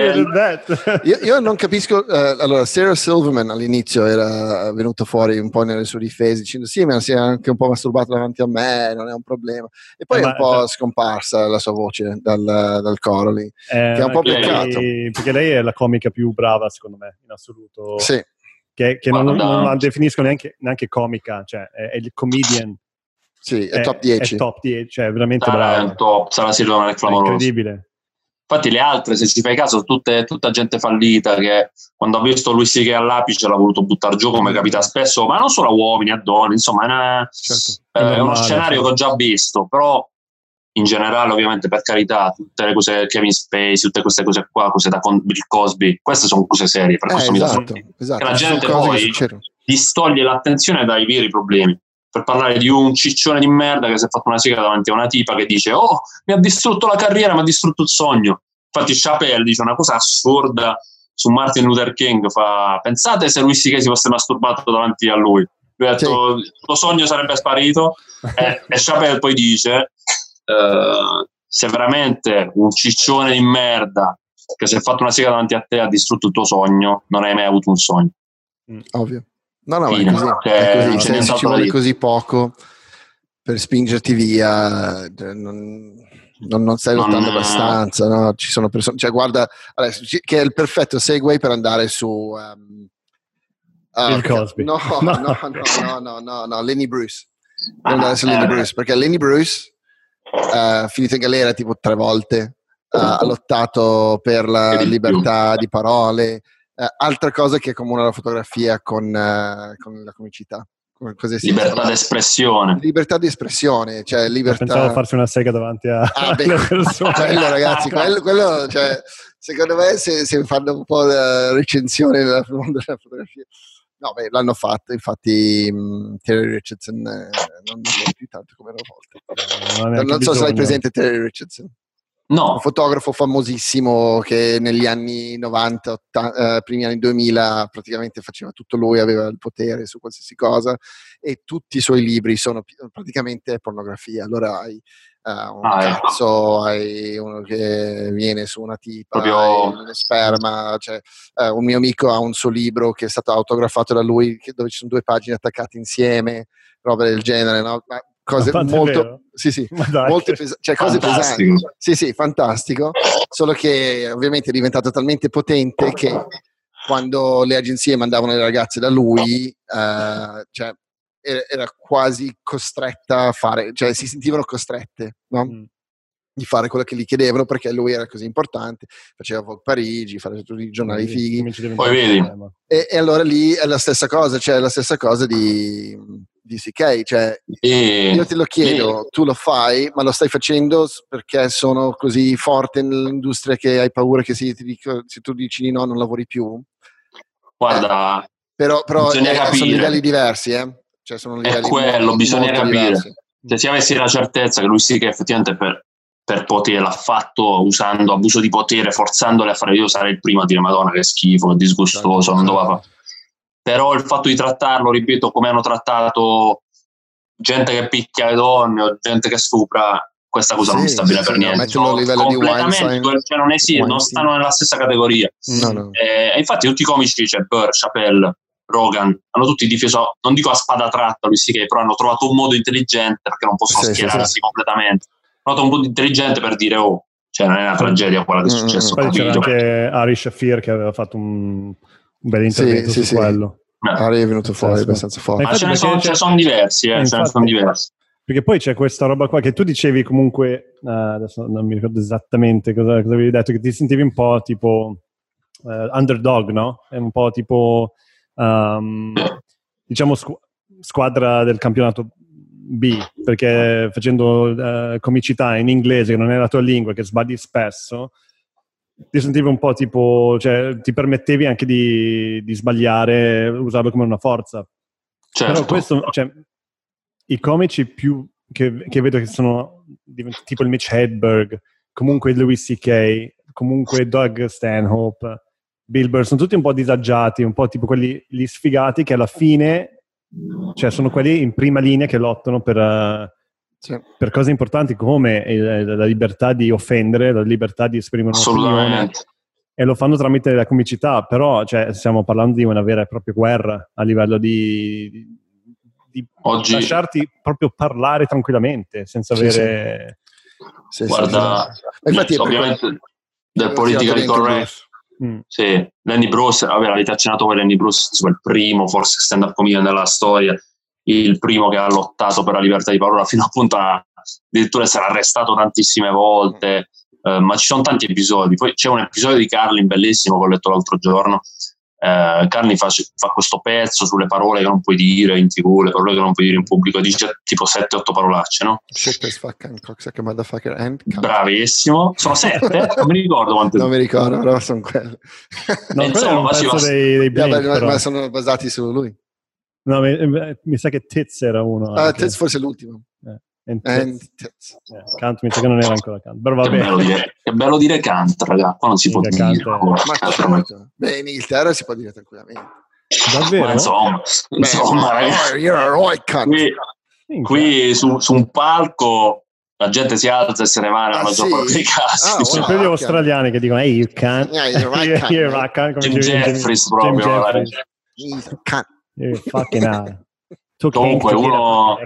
io, io non capisco eh, allora Sarah Silverman all'inizio era venuto fuori un po' nelle sue difese dicendo sì ma si è anche un po' masturbato davanti a me, non è un problema, e poi eh, è un po' da... scomparsa la sua voce dal, dal coro lì, eh, che è un po' peccato lei, perché lei è la comica più brava secondo me in assoluto, sì. che, che non, non la definisco neanche, neanche comica, cioè è, è il comedian. Sì, è, è top dieci, è top dieci, cioè veramente sarà brava, top, sarà Silverman, è clamoroso, incredibile. Infatti le altre, se ci fai caso, tutte, tutta gente fallita che quando ha visto lui sì che all'apice l'ha voluto buttare giù, come capita spesso, ma non solo a uomini, a donne, insomma è, una, certo. è, è, normale, uno scenario sì. che ho già visto, però in generale ovviamente, per carità, tutte le cose Kevin Spacey, tutte queste cose qua, cose da Bill Cosby, queste sono cose serie, per eh, questo esatto, mi dà esatto. che la Ci gente sono cose poi che succedono. distoglie l'attenzione dai veri problemi, per parlare di un ciccione di merda che si è fatto una sega davanti a una tipa che dice oh, mi ha distrutto la carriera, mi ha distrutto il sogno. Infatti Chappelle dice una cosa assurda su Martin Luther King, fa pensate se lui sì che si fosse masturbato davanti a lui, lui ha detto sì. Il tuo sogno sarebbe sparito. e, e Chappelle poi dice uh, se veramente un ciccione di merda che si è fatto una sega davanti a te ha distrutto il tuo sogno, non hai mai avuto un sogno. Ovvio. No, no, Fine. è così, Cioè, è così. Se, se ci vuole dire. così poco per spingerti via, non, non, non stai lottando non, abbastanza, no? Ci sono persone, cioè guarda, adesso, che è il perfetto segue per andare su um, uh, Bill Cosby. No, no, no, no, no, no, no, Lenny Bruce. Per andare su Lenny Bruce, perché Lenny Bruce ha uh, finito in galera tipo tre volte, uh, ha lottato per la libertà di parole. Uh, altra cosa che accomuna la fotografia con, uh, con la comicità. Cos'è libertà d'espressione. Libertà di espressione, cioè libertà. Ma pensavo farsi una sega davanti a ah, beh, quello ragazzi, quello, quello cioè, secondo me se, se fanno un po' di recensione nella mondo della fotografia. No, beh, l'hanno fatto, infatti mh, Terry Richardson eh, non, non più tanto come una volta. Non, non so se l'hai presente Terry Richardson. No. Un fotografo famosissimo che negli anni novanta, ottanta, eh, primi anni duemila praticamente faceva tutto lui, aveva il potere su qualsiasi cosa, e tutti i suoi libri sono praticamente pornografia. Allora hai uh, un ah, cazzo, ecco. hai uno che viene su una tipa, Proprio... hai uno sperma, cioè, uh, un mio amico ha un suo libro che è stato autografato da lui, che, dove ci sono due pagine attaccate insieme, robe del genere, no? Ma cose molto, sì, sì, molto pes- cioè cose fantastico. pesanti. Sì, sì, fantastico. Solo che ovviamente è diventato talmente potente che quando le agenzie mandavano le ragazze da lui, eh, cioè, era, era quasi costretta a fare, cioè si sentivano costrette, no? Mm. Di fare quello che gli chiedevano perché lui era così importante, faceva Vogue Parigi, faceva tutti i giornali fighi. Poi vedi. E, e allora lì è la stessa cosa, cioè è la stessa cosa di, di C K, cioè e, io te lo chiedo, e, tu lo fai, ma lo stai facendo perché sono così forte nell'industria che hai paura che se, ti dico, se tu dici di no non lavori più? Guarda, eh, però, però bisogna eh, capire. sono livelli diversi, eh? Cioè sono livelli è quello, molto, bisogna molto capire. diversi. Se si avessi la certezza che lui sì che effettivamente per per potere l'ha fatto usando abuso di potere, forzandole a fare, io sarei il primo a dire Madonna che schifo, che disgustoso, certo, non doveva fare. Però il fatto di trattarlo, ripeto, come hanno trattato gente che picchia le donne o gente che stupra, questa cosa sì, non mi sta bene sì, per niente. Metterlo a livello di Weinstein, cioè non esiste, non stanno nella stessa categoria. No, no. Eh, e infatti tutti i comici, cioè Burr, Chappelle, Rogan, hanno tutti difeso, non dico a spada tratta, lui sì che però hanno trovato un modo intelligente, perché non possono sì, schierarsi sì, completamente. Noto un po' intelligente per dire oh, cioè non è una tragedia quella che è successo. Poi c'era anche Ari Shafir che aveva fatto un, un bel intervento sì, su sì, quello. Sì. Ari è venuto fuori abbastanza forte. Ma ce ne sono, ce ne sono diversi, eh, ce ne sono diversi. Perché poi c'è questa roba qua che tu dicevi comunque, uh, adesso non mi ricordo esattamente cosa, cosa avevi detto, che ti sentivi un po' tipo uh, underdog, no? È un po' tipo, um, diciamo, squ- squadra del campionato B, perché facendo uh, comicità in inglese che non è la tua lingua, che sbagli spesso, ti sentivi un po' tipo, cioè ti permettevi anche di, di sbagliare, usarlo come una forza. Certo. Però questo, cioè, i comici più che, che vedo che sono tipo il Mitch Hedberg, comunque Louis C K, comunque Doug Stanhope, Bill Burr, sono tutti un po' disagiati, un po' tipo quelli gli sfigati che alla fine, cioè sono quelli in prima linea che lottano per, uh, sì. per cose importanti come il, la libertà di offendere, la libertà di esprimere un'opinione, e lo fanno tramite la comicità. Però cioè, stiamo parlando di una vera e propria guerra a livello di, di, di Oggi... lasciarti proprio parlare tranquillamente senza sì, avere sì. Sì, guarda sì, sì. Infatti sì, ovviamente del politically correct. Mm. Sì, Lenny Bruce, vabbè, avete accennato poi Lenny Bruce, il primo forse stand-up comedian della storia, il primo che ha lottato per la libertà di parola fino appunto a addirittura essere arrestato tantissime volte, eh, ma ci sono tanti episodi. Poi c'è un episodio di Carlin bellissimo che ho letto l'altro giorno. eh, Carlin fa, fa questo pezzo sulle parole che non puoi dire in tv, le parole che non puoi dire in pubblico, dice tipo sette otto parolacce, no? Shit as fucking cocksucker motherfucker and bravissimo, sono sette? Non mi ricordo quante. Non mi ricordo, però sono quelli. No, insomma, è un pezzo dei, dei Blink, yeah, ma, ma sono basati su lui. No, mi, mi sa che Tits era uno. Ah, Tits forse è l'ultimo. Eh. And and tits. Yeah, Kant mi sa che non era ancora Kant, però vabbè. Che bello dire, che bello dire Kant, raga, qua non si può dire. Kant è... Ma certo. Beh, in Inghilterra si può dire tranquillamente. Davvero? Ma insomma, Beh, insomma, ragazzi, you're a right cunt. Qui, qui su, su un palco la gente si alza e se ne va nella ah, maggior sì? parte dei casi. Ah, sono quelli australiani che dicono hey you can't. Yeah, you're right cunt. You're right cunt. Jim Jeffries proprio. He's a cunt. You're fucking out. Comunque uno,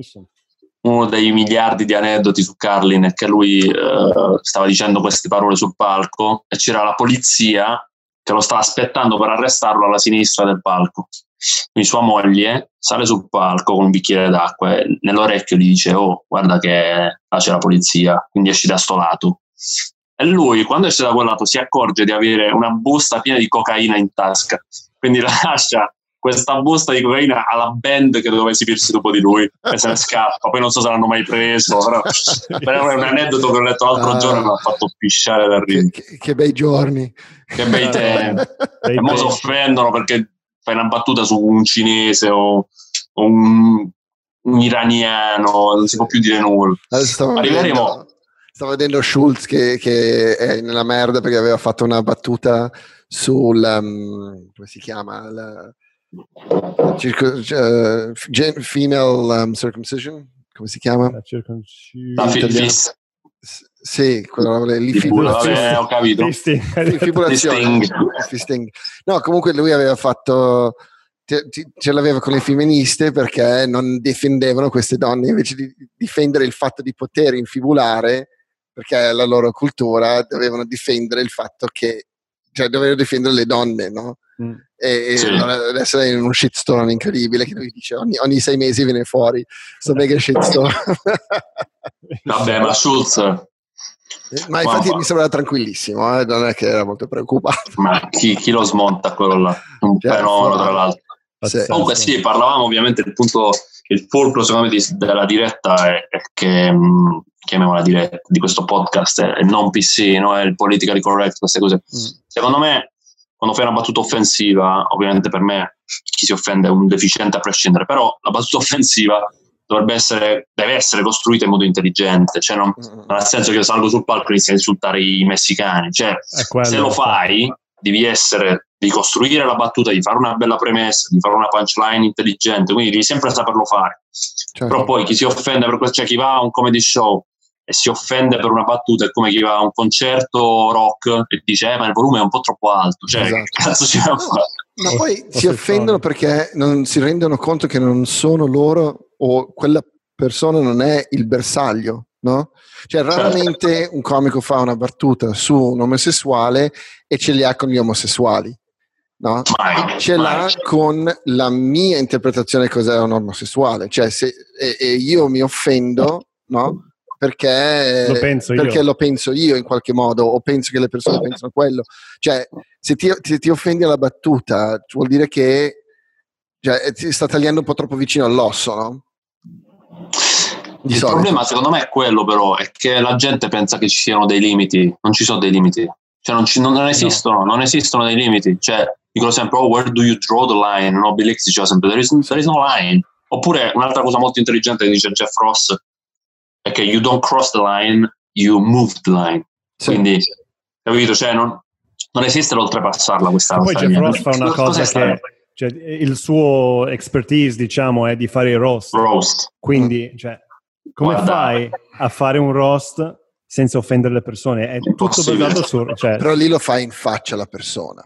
uno dei miliardi di aneddoti su Carlin è che lui eh, stava dicendo queste parole sul palco e c'era la polizia che lo stava aspettando per arrestarlo alla sinistra del palco. Quindi sua moglie sale sul palco con un bicchiere d'acqua e nell'orecchio gli dice oh guarda che là c'è la polizia, quindi esci da sto lato. E lui quando esce da quel lato si accorge di avere una busta piena di cocaina in tasca, quindi lascia questa busta di cocaina alla band che doveva esibirsi dopo di lui e se ne scappa. Poi non so se l'hanno mai preso, però, però è un aneddoto che ho letto l'altro ah, giorno e mi ha fatto pisciare da ridere. Che, che, che bei giorni, che bei tempi. E mo si offendono perché fai una battuta su un cinese o, o un, un iraniano, non si può più dire nulla. Arriveremo vedendo, Stavo vedendo Schulz che, che è nella merda perché aveva fatto una battuta sul um, come si chiama la, circo, uh, gen, female um, circumcision, come si chiama? La circoncisione. La fi- fis- sì, quello lì, fibulazione, ho capito. Fisting. Fibulazione. Fisting. No, comunque lui aveva fatto, ce l'aveva con le femministe perché non difendevano queste donne, invece di difendere il fatto di poter infibulare, perché la loro cultura, dovevano difendere il fatto che, cioè dovevano difendere le donne, no? Mm. E, sì. e adesso è in un shitstorm incredibile che lui dice ogni, ogni sei mesi viene fuori sto mega shitstorm. Vabbè, ma Schulz, ma infatti mi sembrava tranquillissimo, eh? Non è che era molto preoccupato. Ma chi, chi lo smonta quello là? Un cioè, fenomeno, tra l'altro. Sì. Comunque sì, parlavamo ovviamente del punto, il fulcro secondo me di, della diretta è, è che mh, chiamiamola diretta di questo podcast è, è non P C, no? È il politically correct, queste cose. Mm. Secondo me quando fai una battuta offensiva, ovviamente per me chi si offende è un deficiente a prescindere, però la battuta offensiva dovrebbe essere, deve essere costruita in modo intelligente, cioè non, non ha senso che io salgo sul palco e inizio a insultare i messicani, cioè se lo fai devi essere, devi costruire la battuta, di fare una bella premessa, di fare una punchline intelligente, quindi devi sempre saperlo fare. Certo. Però poi chi si offende per questo, cioè chi va a un comedy show e si offende per una battuta è come chi va a un concerto rock e dice eh, ma il volume è un po' troppo alto, cioè esatto. Che cazzo ci va a fare? Ma poi si offendono perché non si rendono conto che non sono loro o quella persona non è il bersaglio, no? Cioè raramente certo. Un comico fa una battuta su un omosessuale e ce li ha con gli omosessuali, no? Mai, ce mai. l'ha con la mia interpretazione di cos'è un omosessuale, cioè se e, e io mi offendo, no? Perché lo penso perché io. lo penso io in qualche modo o penso che le persone pensano quello, cioè se ti, se ti offendi alla battuta vuol dire che cioè, ti sta tagliando un po' troppo vicino all'osso, no? Di il solito. Problema secondo me è quello però, è che la gente pensa che ci siano dei limiti, non ci sono dei limiti, cioè non, ci, non, non esistono, no. non esistono dei limiti, cioè dicono sempre oh where do you draw the line, no? Bill Hicks diceva sempre there is, there is no line, oppure un'altra cosa molto intelligente che dice Jeff Ross è che you don't cross the line, you move the line, sì. Quindi capito, cioè non, non esiste l'oltrepassarla questa cosa. Poi Jeff Ross fa una cosa, cosa che cioè, il suo expertise diciamo è di fare il roast, roast. Quindi cioè come Guarda. fai a fare un roast senza offendere le persone? È tutto basato su... Cioè, però lì lo fai in faccia alla persona.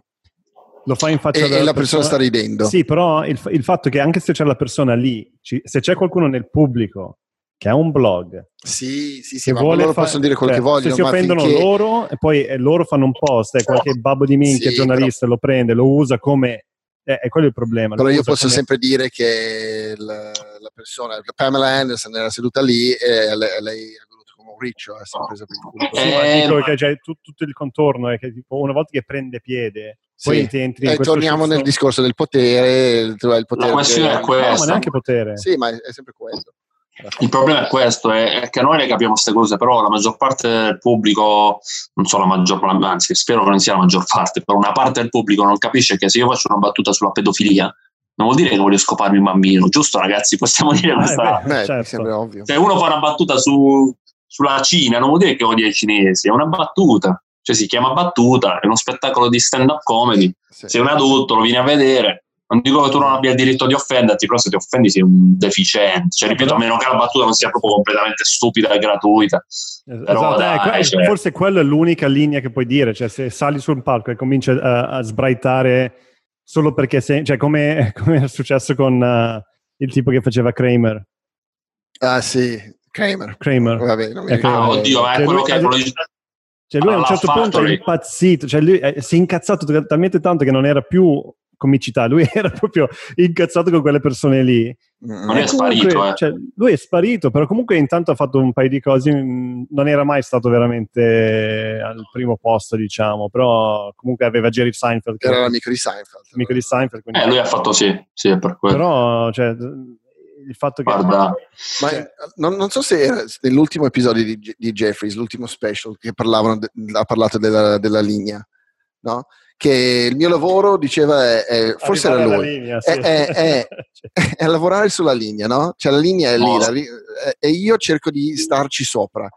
Lo fai in faccia e, alla e la persona. persona sta ridendo. Sì, però il, il fatto che anche se c'è la persona lì, ci, se c'è qualcuno nel pubblico che ha un blog... Sì, sì, sì, ma loro fa... possono dire quel cioè, che vogliono. Se si offendono finché... loro e poi eh, loro fanno un post e qualche babbo di minchia sì, giornalista però... lo prende, lo usa come... Eh, è quello il problema. Però io posso come... sempre dire che la, la persona, Pamela Anderson era seduta lì e lei, lei ha voluto come un riccio, è sempre presa per il culo. Sì, ma dico che c'è tutto, tutto il contorno è che tipo una volta che prende piede, sì. Poi ti entri in e torniamo nel discorso del potere, il potere. La questione è questa. No, ma neanche potere. Sì, ma è sempre quello. Il problema è questo, è, è che noi ne capiamo queste cose, però la maggior parte del pubblico, non so la maggior parte, anzi spero che non sia la maggior parte, però una parte del pubblico non capisce che se io faccio una battuta sulla pedofilia non vuol dire che voglio scoparmi un bambino, giusto ragazzi? Possiamo dire questa? Eh, beh, certo. Sembra ovvio. Se uno fa una battuta su, sulla Cina non vuol dire che odia i cinesi, è una battuta, cioè si chiama battuta, è uno spettacolo di stand-up comedy, sì. Sei un adulto, lo vieni a vedere. Non dico che tu non abbia il diritto di offenderti, però se ti offendi sei un deficiente. Cioè, ripeto, a meno che la battuta non sia proprio completamente stupida e gratuita. Esatto, però, dai, eh, cioè... forse quella è l'unica linea che puoi dire. Cioè, se sali sul palco e cominci a, a sbraitare solo perché sei... Cioè, come è successo con uh, il tipo che faceva Kramer. Ah, sì, Kramer. Kramer. Vabbè, non mi ah, oddio, ma è cioè, quello lui, che è quello di... Cioè, lui a un certo Factory. punto è impazzito. Cioè, lui è, si è incazzato talmente tanto che non era più... comicità, lui era proprio incazzato con quelle persone lì. Non è sparito, eh. Cioè, lui è sparito, però comunque intanto ha fatto un paio di cose, non era mai stato veramente al primo posto, diciamo, però comunque aveva Jerry Seinfeld. Era l'amico di Seinfeld. Amico di Seinfeld. Eh, lui ha fatto sì, sì, è per quello. Però, cioè, il fatto che... Guarda. Ma non, non so se era nell'ultimo episodio di, di Jeffries, l'ultimo special, che parlavano de, ha parlato della, della linea, no? Che il mio lavoro, diceva, è, è forse era lui, linea, sì. è, è, è, è lavorare sulla linea, no? Cioè la linea è lì, oh. la, e io cerco di starci sopra,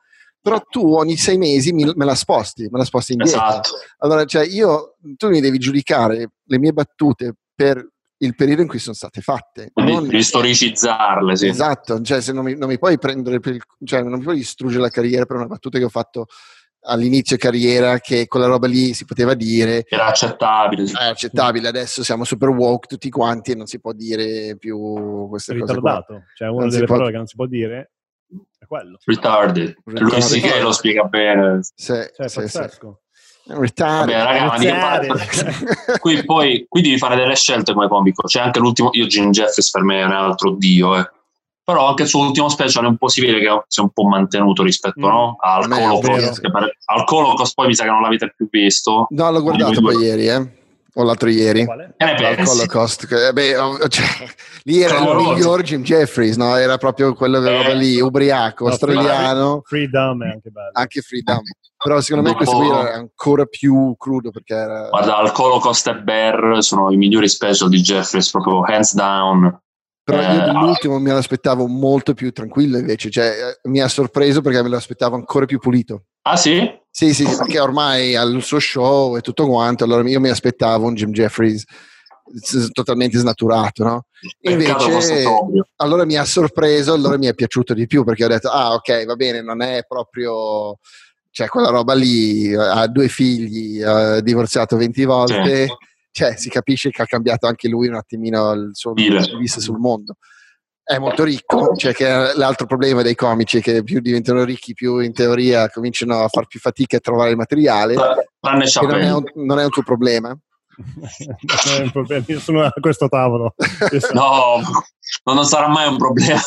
però tu ogni sei mesi mi, me la sposti, me la sposti indietro. Esatto. Allora, cioè io, tu mi devi giudicare le mie battute per il periodo in cui sono state fatte. Non... Devi storicizzarle, sì. Esatto, cioè se non mi, non mi puoi prendere per il, cioè non mi puoi distruggere la carriera per una battuta che ho fatto all'inizio carriera, che quella roba lì si poteva dire. Era accettabile. Sì. È accettabile, adesso siamo super woke tutti quanti e non si può dire più queste ritardato. cose qua. Cioè una non delle parole può... che non si può dire è quello. Retarded. Lui sì che lo spiega bene. Sì, cioè, è sì, pazzesco. Sì. Vabbè, raga, ma qui poi qui devi fare delle scelte come comico. C'è anche l'ultimo, io Jim Jeffries per me è un altro dio, eh. Però anche il suo ultimo special un po' si vede che si è un po' mantenuto rispetto mm. no? al Holocaust. Al Holocaust poi mi sa che non l'avete più visto. No, l'ho guardato poi ieri, eh. O l'altro ieri. Quale? Al Holocaust. Che, beh, cioè, lì era il miglior Jim Jeffries, no? Era proprio quello che roba lì, ubriaco, no, australiano. Freedom è anche bello. Anche Freedom. Però secondo me questo qui era ancora più crudo perché era... Guarda, al Holocaust e Bear sono i migliori special di Jeffries, proprio hands down. Però io dell'ultimo me l'aspettavo molto più tranquillo invece, cioè mi ha sorpreso perché me l'aspettavo ancora più pulito. Ah sì? Sì, sì, perché ormai al suo show e tutto quanto, allora io mi aspettavo un Jim Jeffries totalmente snaturato, no? Invece allora mi ha sorpreso, allora mi è piaciuto di più perché ho detto, ah ok, va bene, non è proprio... Cioè quella roba lì, ha due figli, ha divorziato venti volte... Sì. Cioè, si capisce che ha cambiato anche lui un attimino il suo punto di vista sul mondo. È molto ricco, cioè che è l'altro problema dei comici, che più diventano ricchi, più in teoria cominciano a far più fatica a trovare il materiale, che non è un, non è un tuo problema. Non è un problema, io sono a questo tavolo. No, non sarà mai un problema.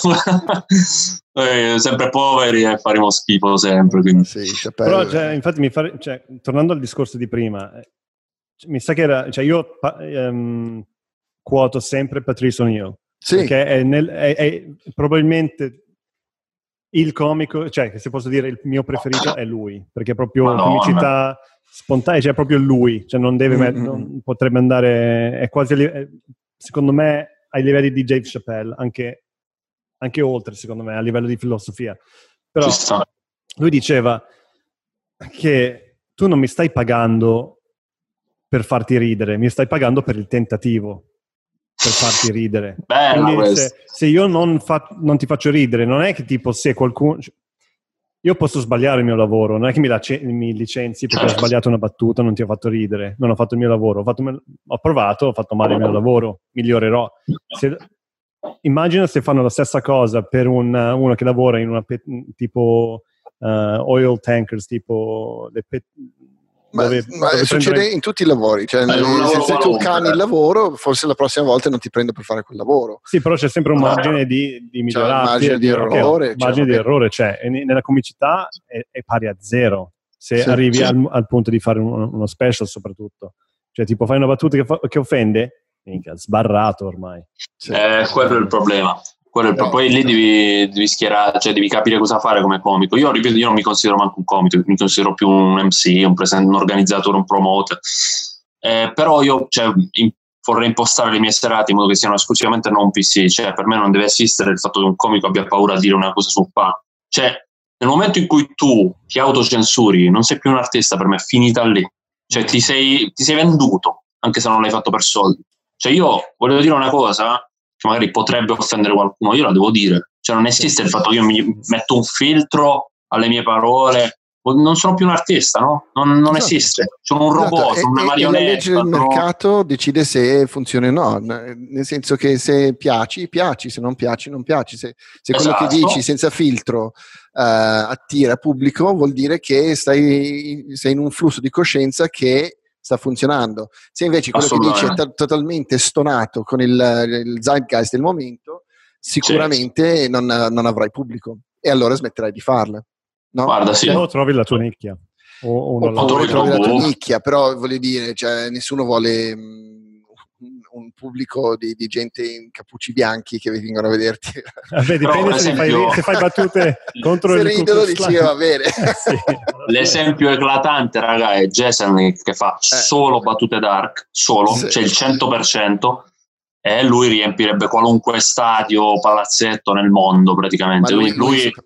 Noi sempre poveri e faremo schifo sempre. Quindi. Sì, però, cioè, infatti, mi fa, cioè, tornando al discorso di prima, mi sa che era, cioè io um, quoto sempre Patrice O'Neill, sì. Perché è, nel, è, è probabilmente il comico, cioè che se posso dire il mio preferito è lui, perché è proprio Madonna. Comicità spontanea, cioè è proprio lui, cioè non deve, mm-hmm. non, potrebbe andare, è quasi, è, secondo me, ai livelli di Dave Chappelle, anche, anche oltre, secondo me, a livello di filosofia. Però lui diceva che tu non mi stai pagando per farti ridere, mi stai pagando per il tentativo per farti ridere. Quindi se, se io non, fa, non ti faccio ridere, non è che tipo se qualcuno... Io posso sbagliare il mio lavoro, non è che mi, lace, mi licenzi perché ho sbagliato una battuta, non ti ho fatto ridere, non ho fatto il mio lavoro, ho, fatto, ho provato, ho fatto male il mio lavoro, migliorerò. Se, immagina se fanno la stessa cosa per un, uno che lavora in una pet, tipo uh, oil tankers, tipo le pet, Ma, dove, ma dove succede prendere... in tutti i lavori, cioè, eh, se, se tu cani il lavoro, forse la prossima volta non ti prendo per fare quel lavoro. Sì, però c'è sempre un margine di, di migliorarti. C'è un margine di errore. Okay, margine di errore c'è, e nella comicità è, è pari a zero, se sì, arrivi sì. Al, al punto di fare uno, uno special soprattutto. Cioè tipo fai una battuta che, fa, che offende, mica, sbarrato ormai. Sì. Eh, quello è il problema. Quello è il no, poi lì devi, devi schierare, cioè devi capire cosa fare come comico. Io ripeto, io non mi considero manco un comico, mi considero più un M C, un, present, un organizzatore, un promoter. Eh, però io cioè, in, vorrei impostare le mie serate in modo che siano esclusivamente non P C. Cioè, per me non deve esistere il fatto che un comico abbia paura a dire una cosa sul palco. Cioè, nel momento in cui tu ti autocensuri, non sei più un artista, per me è finita lì. Cioè, ti sei, ti sei venduto, anche se non l'hai fatto per soldi. Cioè, io voglio dire una cosa che magari potrebbe offendere qualcuno, io la devo dire. Cioè non esiste il fatto che io mi metto un filtro alle mie parole, non sono più un artista, no? Non, non esatto. esiste. Sono un robot, esatto. sono una marionetta. E la legge del no? mercato decide se funziona o no, nel senso che se piaci, piaci, se non piaci, non piaci. Se, se quello esatto. che dici senza filtro uh, attira pubblico, vuol dire che stai, sei in un flusso di coscienza che sta funzionando. Se invece quello che dice è t- totalmente stonato con il, il zeitgeist del momento, sicuramente sì. non, non avrai pubblico e allora smetterai di farle. No? Guarda, sì. O trovi la tua nicchia. O, o, o trovi, trovi la tua nicchia, però voglio dire, cioè, nessuno vuole mh, un pubblico di, di gente in cappucci bianchi che vengono a vederti. Vabbè, dipende se, esempio... fai, se fai battute contro se il ridono dici va bene. Sì. L'esempio eclatante, raga, è Jason che fa eh. solo battute dark, solo, sì. Cioè il cento per cento, e lui riempirebbe qualunque stadio, palazzetto nel mondo praticamente. Lui, lui, lui,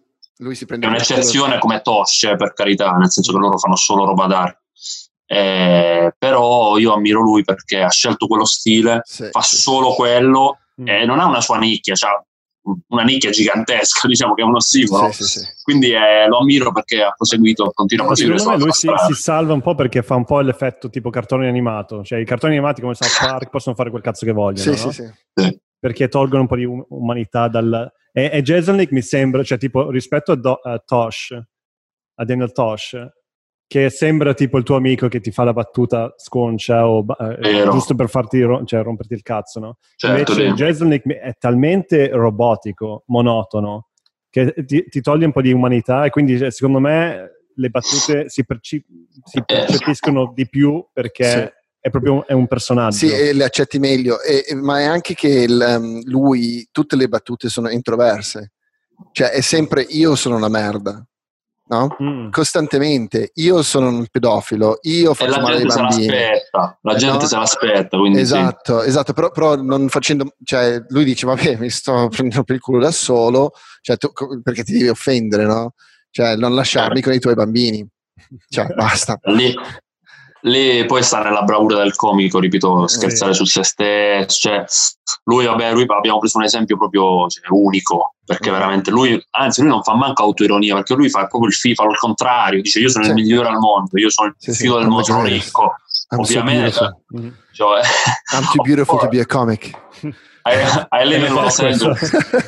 lui si prende è un'eccezione come Tosh, eh, per carità, nel senso che loro fanno solo roba dark. Eh, però io ammiro lui perché ha scelto quello stile, sì, fa sì, solo sì. quello e non ha una sua nicchia, c'ha una nicchia gigantesca, diciamo che è uno ossimoro, sì, sì, sì. quindi eh, lo ammiro perché ha proseguito, continua a Ma proseguire secondo me sulla lui sua si, strada. si salva un po' perché fa un po' l'effetto tipo cartone animato, cioè i cartoni animati come South Park possono fare quel cazzo che vogliono, Sì, no? sì, sì. Sì. Perché tolgono un po' di um- umanità dal... E, e Jason Leigh mi sembra, cioè tipo rispetto a, Do- a Tosh, a Daniel Tosh, che sembra tipo il tuo amico che ti fa la battuta sconcia o eh, giusto per farti ro- cioè, romperti il cazzo, no? Certo, Invece sì. Jason Leigh è talmente robotico, monotono, che ti, ti toglie un po' di umanità e quindi cioè, secondo me le battute si, perci- si percepiscono di più perché Sì. è proprio è un personaggio. Sì, e le accetti meglio, e, e, ma è anche che il, um, lui, tutte le battute sono introverse, cioè è sempre io sono una merda, no? Mm. Costantemente, io sono un pedofilo, io faccio male ai bambini. La gente se l'aspetta, la eh, gente no? se l'aspetta, quindi esatto, sì. esatto, però, però non facendo, cioè lui dice vabbè mi sto prendendo per il culo da solo, cioè, tu, perché ti devi offendere, no? Cioè non lasciarmi con i tuoi bambini, cioè basta. Lì, lì poi sta nella bravura del comico, ripeto, scherzare sì. su se stesso, cioè lui, vabbè, lui abbiamo preso un esempio proprio cioè, unico, perché mm. veramente lui, anzi lui non fa manco autoironia, perché lui fa proprio il FIFA, al contrario, dice io sono sì. il migliore al mondo, io sono il sì, figlio sì. del mondo, sono ricco, I'm ovviamente. So mm. cioè, I'm too beautiful to be a comic. I, I live in Los Angeles.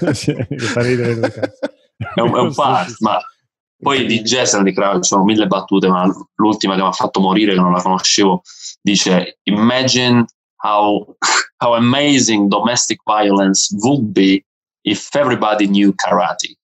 È un, è un pass, ma poi di Jason di Crowd ci sono mille battute, ma l'ultima che mi ha fatto morire, che non la conoscevo, dice imagine how, how amazing domestic violence would be if everybody knew karate.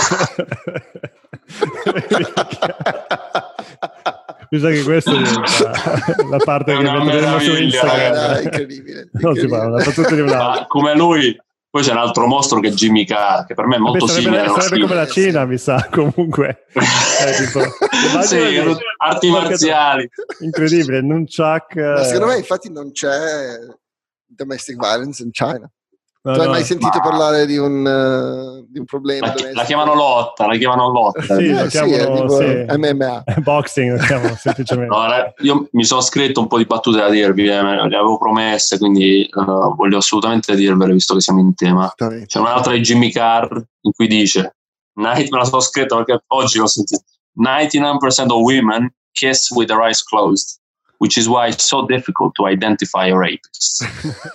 Mi sa che questa è la parte che vedremo su Instagram. No, è incredibile, non si fa, una battuta di un altro. Come lui. Poi c'è un altro mostro che è Jimmy Carr, che per me è molto Beh, sarebbe, simile. Sarebbe come la Cina, mi sa, comunque. eh, tipo, sì, che, arti marziali. Incredibile, nunchuck. Ma secondo me infatti non c'è domestic violence in China. No, tu hai no. mai sentito Ma... parlare di un, uh, di un problema la, domestico? La chiamano lotta, la chiamano lotta. Sì, eh, la chiamano sì, sì. M M A. Boxing, lo chiamano semplicemente. No, io mi sono scritto un po' di battute da dirvi, eh, le avevo promesse, quindi uh, voglio assolutamente dirvele, visto che siamo in tema. C'è un'altra di Jimmy Carr in cui dice, me la sono scritta perché oggi l'ho sentito, ninety-nine percent of women kiss with their eyes closed, which is why it's so difficult to identify a rapist.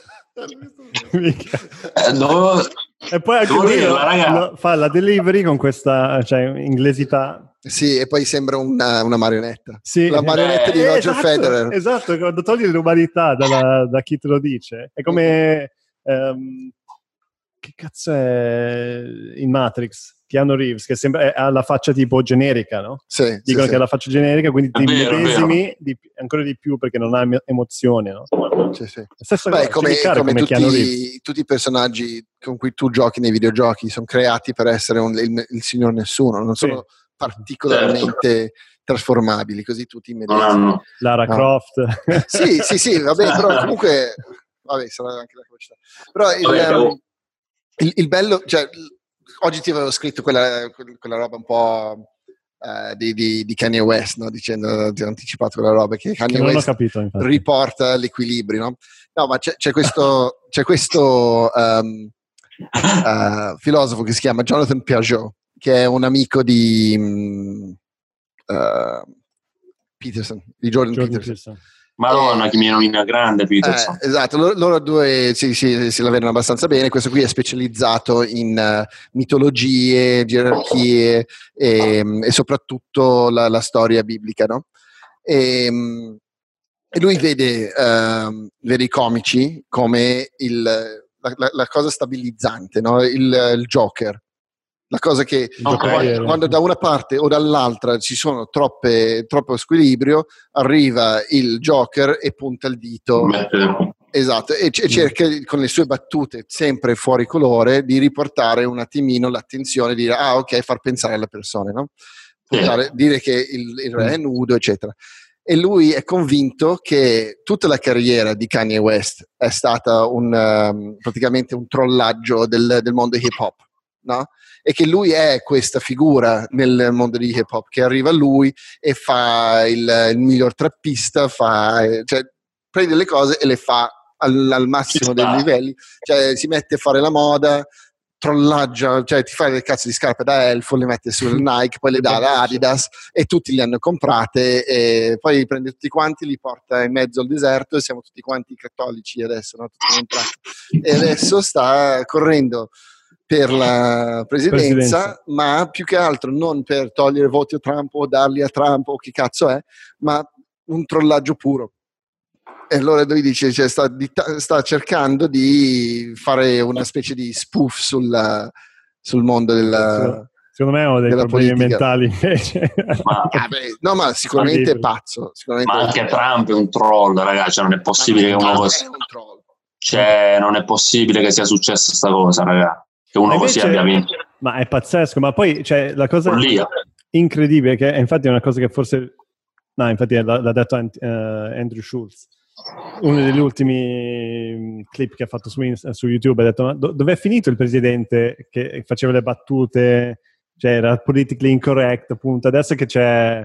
eh, no, e poi anche lui dirla, lo, fa la delivery con questa cioè, inglesità. Sì, e poi sembra una, una marionetta. Sì, la marionetta eh, di Roger esatto, Federer. Esatto, quando togli l'umanità dalla, da chi te lo dice. È come um, che cazzo è in Matrix? Keanu Reeves, che sembra ha la faccia tipo generica, no? Sì, dicono sì, che ha la faccia generica, quindi ti vero, medesimi di, ancora di più perché non ha emozione, no? Sì, sì. Stesso Beh, come, come, come tutti, tutti i personaggi con cui tu giochi nei videogiochi sono creati per essere un, il, il signor nessuno, non sono sì. particolarmente certo. trasformabili, così tutti medesimi. Lara no? Croft. Sì, sì, sì, vabbè, però comunque vabbè, sarà anche la capacità. Però il, vabbè, um, il, il bello, cioè oggi ti avevo scritto quella, quella roba un po' uh, di, di, di Kanye West, no? Dicendo, ti ho anticipato quella roba che Kanye che non West ho capito, riporta l'equilibrio, no? No, ma c'è, c'è questo, c'è questo um, uh, filosofo che si chiama Jonathan Piaget, che è un amico di um, uh, Peterson, di Jordan, Jordan Peterson. Peterson. Madonna, eh, che mi nomina grande Peterson. Eh, esatto, loro, loro due si, si, si la vedono abbastanza bene. Questo qui è specializzato in uh, mitologie, gerarchie e, e soprattutto la, la storia biblica, no? E, e lui vede, uh, vede i comici come il, la, la, la cosa stabilizzante, no? il, il Joker. La cosa che okay. quando, quando da una parte o dall'altra ci sono troppe, troppo squilibrio, arriva il Joker e punta il dito. Mette. Esatto, e, e cerca con le sue battute sempre fuori colore di riportare un attimino l'attenzione, dire ah ok, far pensare alle persone, no? Puntare, yeah. Dire che il, il re è nudo, eccetera. E lui è convinto che tutta la carriera di Kanye West è stata un, um, praticamente un trollaggio del, del mondo hip hop. no? E che lui è questa figura nel mondo di hip hop, che arriva lui e fa il, il miglior trappista, fa, cioè, prende le cose e le fa al, al massimo dei livelli, cioè si mette a fare la moda, trollaggia, cioè ti fai le cazzo di scarpe da elfo, le mette sul Nike, poi le dà da Adidas e tutti le hanno comprate e poi li prende tutti quanti, li porta in mezzo al deserto e siamo tutti quanti cattolici adesso, no? Tutti e adesso sta correndo per la presidenza, presidenza, ma più che altro non per togliere voti a Trump o darli a Trump o chi cazzo è, ma un trollaggio puro. E allora lui dice, cioè, sta, sta cercando di fare una specie di spoof sul, sul mondo della secondo me è uno dei problemi politica. mentali invece. Ma, ah, beh, no, ma sicuramente è pazzo. Sicuramente ma anche Trump è un troll, ragazzi, non è possibile ma che uno così... Un troll. Cioè, non è possibile che sia successa sta cosa, ragazzi. Che uno invece, così abbia vinto. Ma è pazzesco, ma poi cioè, la cosa Follia. incredibile, che è, infatti è una cosa che forse... No, infatti l'ha, l'ha detto uh, Andrew Schulz. Uno degli ultimi clip che ha fatto su, su YouTube ha detto ma do, dov'è finito il presidente che faceva le battute, cioè era politically incorrect, appunto. Adesso che c'è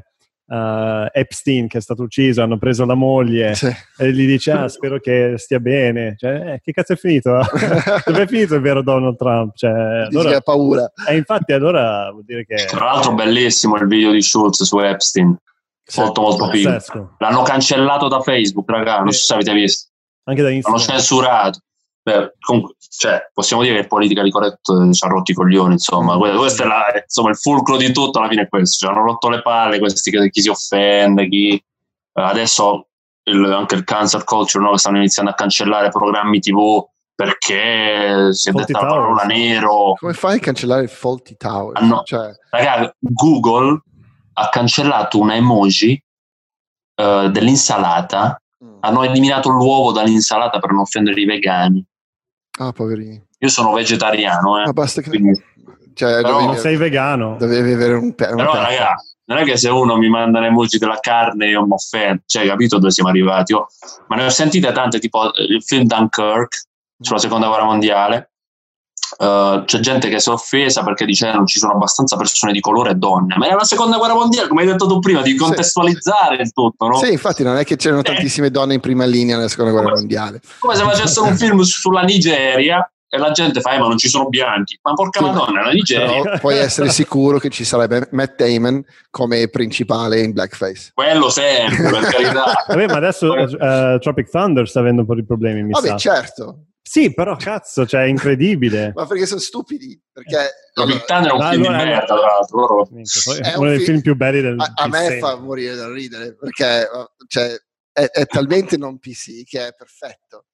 uh, Epstein che è stato ucciso, hanno preso la moglie sì. e gli dice ah spero che stia bene, cioè, eh, che cazzo è finito? Dov'è finito il vero Donald Trump? Cioè, allora, ha paura e infatti allora vuol dire che tra l'altro bellissimo il video di Schulz su Epstein. Molto molto piccolo. L'hanno cancellato da Facebook, raga, non so se avete visto. Anche da Instagram. L'hanno censurato. Beh, comunque, cioè, possiamo dire che politica di corretto ci ha rotti i coglioni, insomma. Questo è la, insomma, il fulcro di tutto, alla fine è questo. Ci hanno rotto le palle, questi che chi si offende, chi... Adesso il, anche il cancel culture, no? Stanno iniziando a cancellare programmi tivù perché si è detta la parola nero. Come fai a cancellare il Fawlty Towers? Ah, no. Cioè... Raga, Google ha cancellato una emoji uh, dell'insalata, mm. hanno eliminato l'uovo dall'insalata per non offendere i vegani. Ah, poverini. Io sono vegetariano, eh. Ma basta che... Quindi... Cioè, però non sei vegano. Dovevi avere un pe- Però, ragazzi, non è che se uno mi manda le emoji della carne io mi offendo. Cioè, capito dove siamo arrivati? Io... Ma ne ho sentite tante, tipo il film Dunkirk, sulla seconda guerra mondiale. Uh, c'è gente che si è offesa perché dice non ci sono abbastanza persone di colore e donne, ma è la seconda guerra mondiale, come hai detto tu prima, di contestualizzare sì. il tutto, no? Sì, infatti non è che c'erano tantissime eh. donne in prima linea nella seconda guerra come, mondiale, come se facessero un film sulla Nigeria e la gente fa eh, ma non ci sono bianchi, ma porca sì, madonna, la Nigeria. Però puoi essere sicuro che ci sarebbe Matt Damon come principale in blackface, quello sempre, per carità. Vabbè, ma adesso uh, Tropic Thunder sta avendo un po' di problemi, mi vabbè sa. certo. Sì, però cazzo, cioè è incredibile. Ma perché sono stupidi? Perché Tropic Thunder è un film allora, di merda, tra l'altro. È uno dei film più belli del A, a me fa morire da ridere perché cioè, è, è talmente non P C che è perfetto.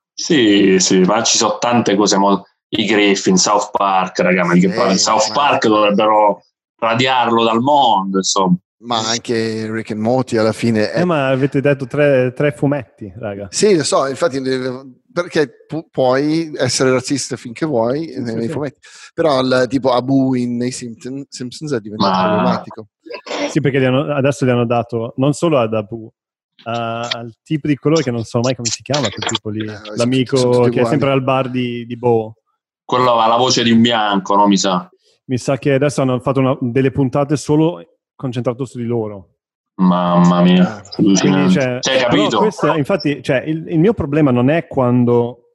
Sì, sì, ma ci sono tante cose. Mo- I Griffin, South Park, raga, ma sì, che South Park ma... dovrebbero radiarlo dal mondo, insomma. Ma anche Rick and Morty alla fine è... eh ma avete detto tre, tre fumetti, raga. Sì, lo so, infatti perché pu- puoi essere razzista finché vuoi sì, nei sì. fumetti, però il, tipo Abu in nei Simpson, Simpsons è diventato ma... problematico. Sì, perché gli hanno, adesso gli hanno dato non solo ad Abu, uh, al tipo di colore che non so mai come si chiama quel tipo lì, eh, l'amico sono, sono che è sempre al bar di, di Bo. Quello ha la voce di un bianco, no? Mi sa. Mi sa che adesso hanno fatto una, delle puntate solo concentrato su di loro. Mamma mia. Quindi, cioè, cioè, capito? Questo, infatti, cioè, il, il mio problema non è quando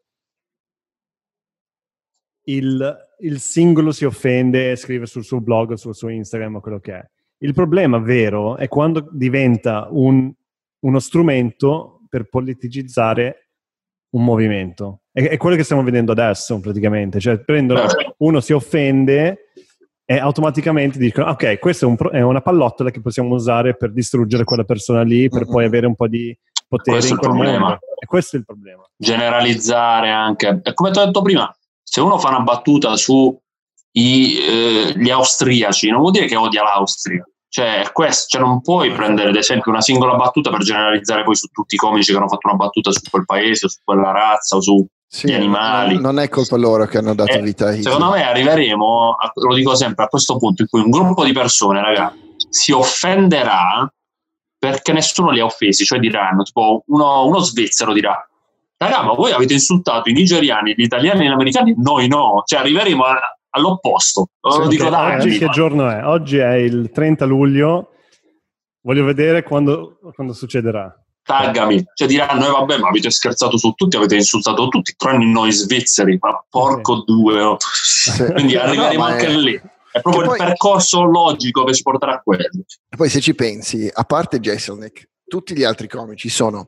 il, il singolo si offende e scrive sul suo blog, sul suo Instagram o quello che è. Il problema vero è quando diventa un, uno strumento per politicizzare un movimento. È, è quello che stiamo vedendo adesso, praticamente. Cioè, prendono, uno si offende e automaticamente dicono ok, questa è, un pro- è una pallottola che possiamo usare per distruggere quella persona lì, per mm-hmm. poi avere un po' di potere questo in quel mondo. E questo è il problema. Generalizzare anche. E come ti ho detto prima, se uno fa una battuta su i, eh, gli austriaci, non vuol dire che odia l'Austria. Cioè, questo, cioè non puoi prendere ad esempio una singola battuta per generalizzare poi su tutti i comici che hanno fatto una battuta su quel paese o su quella razza o su sì, gli animali. Non è colpa loro che hanno dato eh, vita a Hitler. Secondo me arriveremo, a, lo dico sempre, a questo punto in cui un gruppo di persone, ragazzi, si offenderà perché nessuno li ha offesi, cioè diranno, tipo uno, uno svizzero dirà raga, ma voi avete insultato i nigeriani, gli italiani e gli americani? Noi no. Cioè arriveremo a, all'opposto. Lo Sì, dico da anni. oggi che giorno è? Oggi è il trenta luglio. Voglio vedere quando, quando succederà. Taggami, cioè diranno, eh, vabbè, ma avete scherzato su tutti, avete insultato tutti, tranne noi svizzeri, ma porco okay. due. Oh. Sì. Quindi arriveremo no, anche è... lì. È proprio poi... il percorso logico che ci porterà a quello. E poi se ci pensi, a parte Jeselnik, tutti gli altri comici sono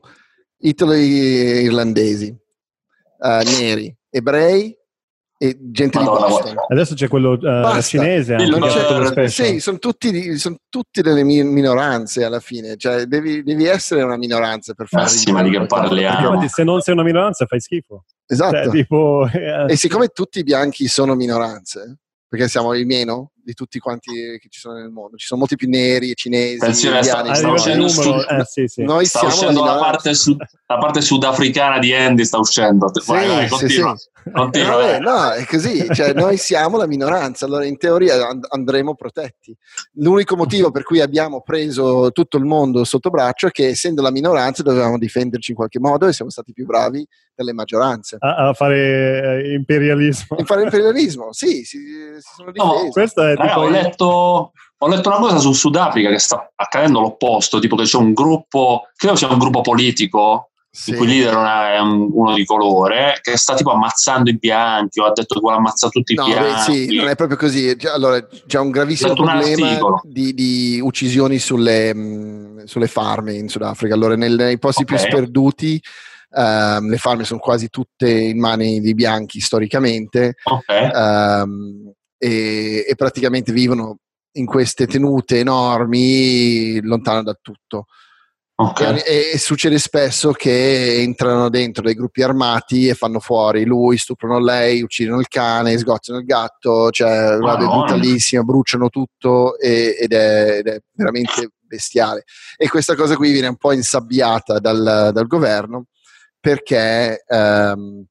italo-irlandesi, uh, neri, ebrei e gente Madonna, di Boston. Adesso c'è quello uh, cinese anche, non c'è, sì, sono tutti, sono tutti delle minoranze alla fine, cioè devi, devi essere una minoranza per fare sì, ma di che parliamo? Se non sei una minoranza fai schifo. Esatto. Cioè, tipo, eh, e siccome tutti i bianchi sono minoranze, perché siamo i meno di tutti quanti che ci sono nel mondo, ci sono molti più neri, cinesi, Pensione, indiani, sta, sta uscendo, sud, eh, sì, sì. Noi sta uscendo la, la, parte sud, la parte sudafricana di Andy, sta uscendo. Sì, vai, vai, continua. Sì, sì. Continua, eh, vabbè, no, è così, cioè noi siamo la minoranza, allora in teoria and- andremo protetti. L'unico motivo per cui abbiamo preso tutto il mondo sotto braccio è che essendo la minoranza dovevamo difenderci in qualche modo e siamo stati più bravi delle maggioranze. A, a fare eh, imperialismo. A fare imperialismo, sì, si, si sono difesi. No, questo è raga, tipo ho, letto, ho letto una cosa su Sudafrica che sta accadendo l'opposto, tipo che c'è un gruppo, credo sia un gruppo politico, sì. in cui il leader è un, uno di colore, che sta tipo ammazzando i bianchi, o ha detto che vuole ammazzare tutti i no, bianchi. Beh, sì, non è proprio così. Allora, c'è un gravissimo un problema di, di uccisioni sulle, mh, sulle farme in Sudafrica. Allora, nel, nei posti okay. più sperduti, um, le farme sono quasi tutte in mani di bianchi storicamente, okay. um, e, e praticamente vivono in queste tenute enormi, lontano da tutto. Okay. E, e succede spesso che entrano dentro dei gruppi armati e fanno fuori lui, stuprano lei, uccidono il cane, sgozzano il gatto, cioè robe brutalissime, bruciano tutto e, ed, è, ed è veramente bestiale. E questa cosa qui viene un po' insabbiata dal, dal governo perché ehm,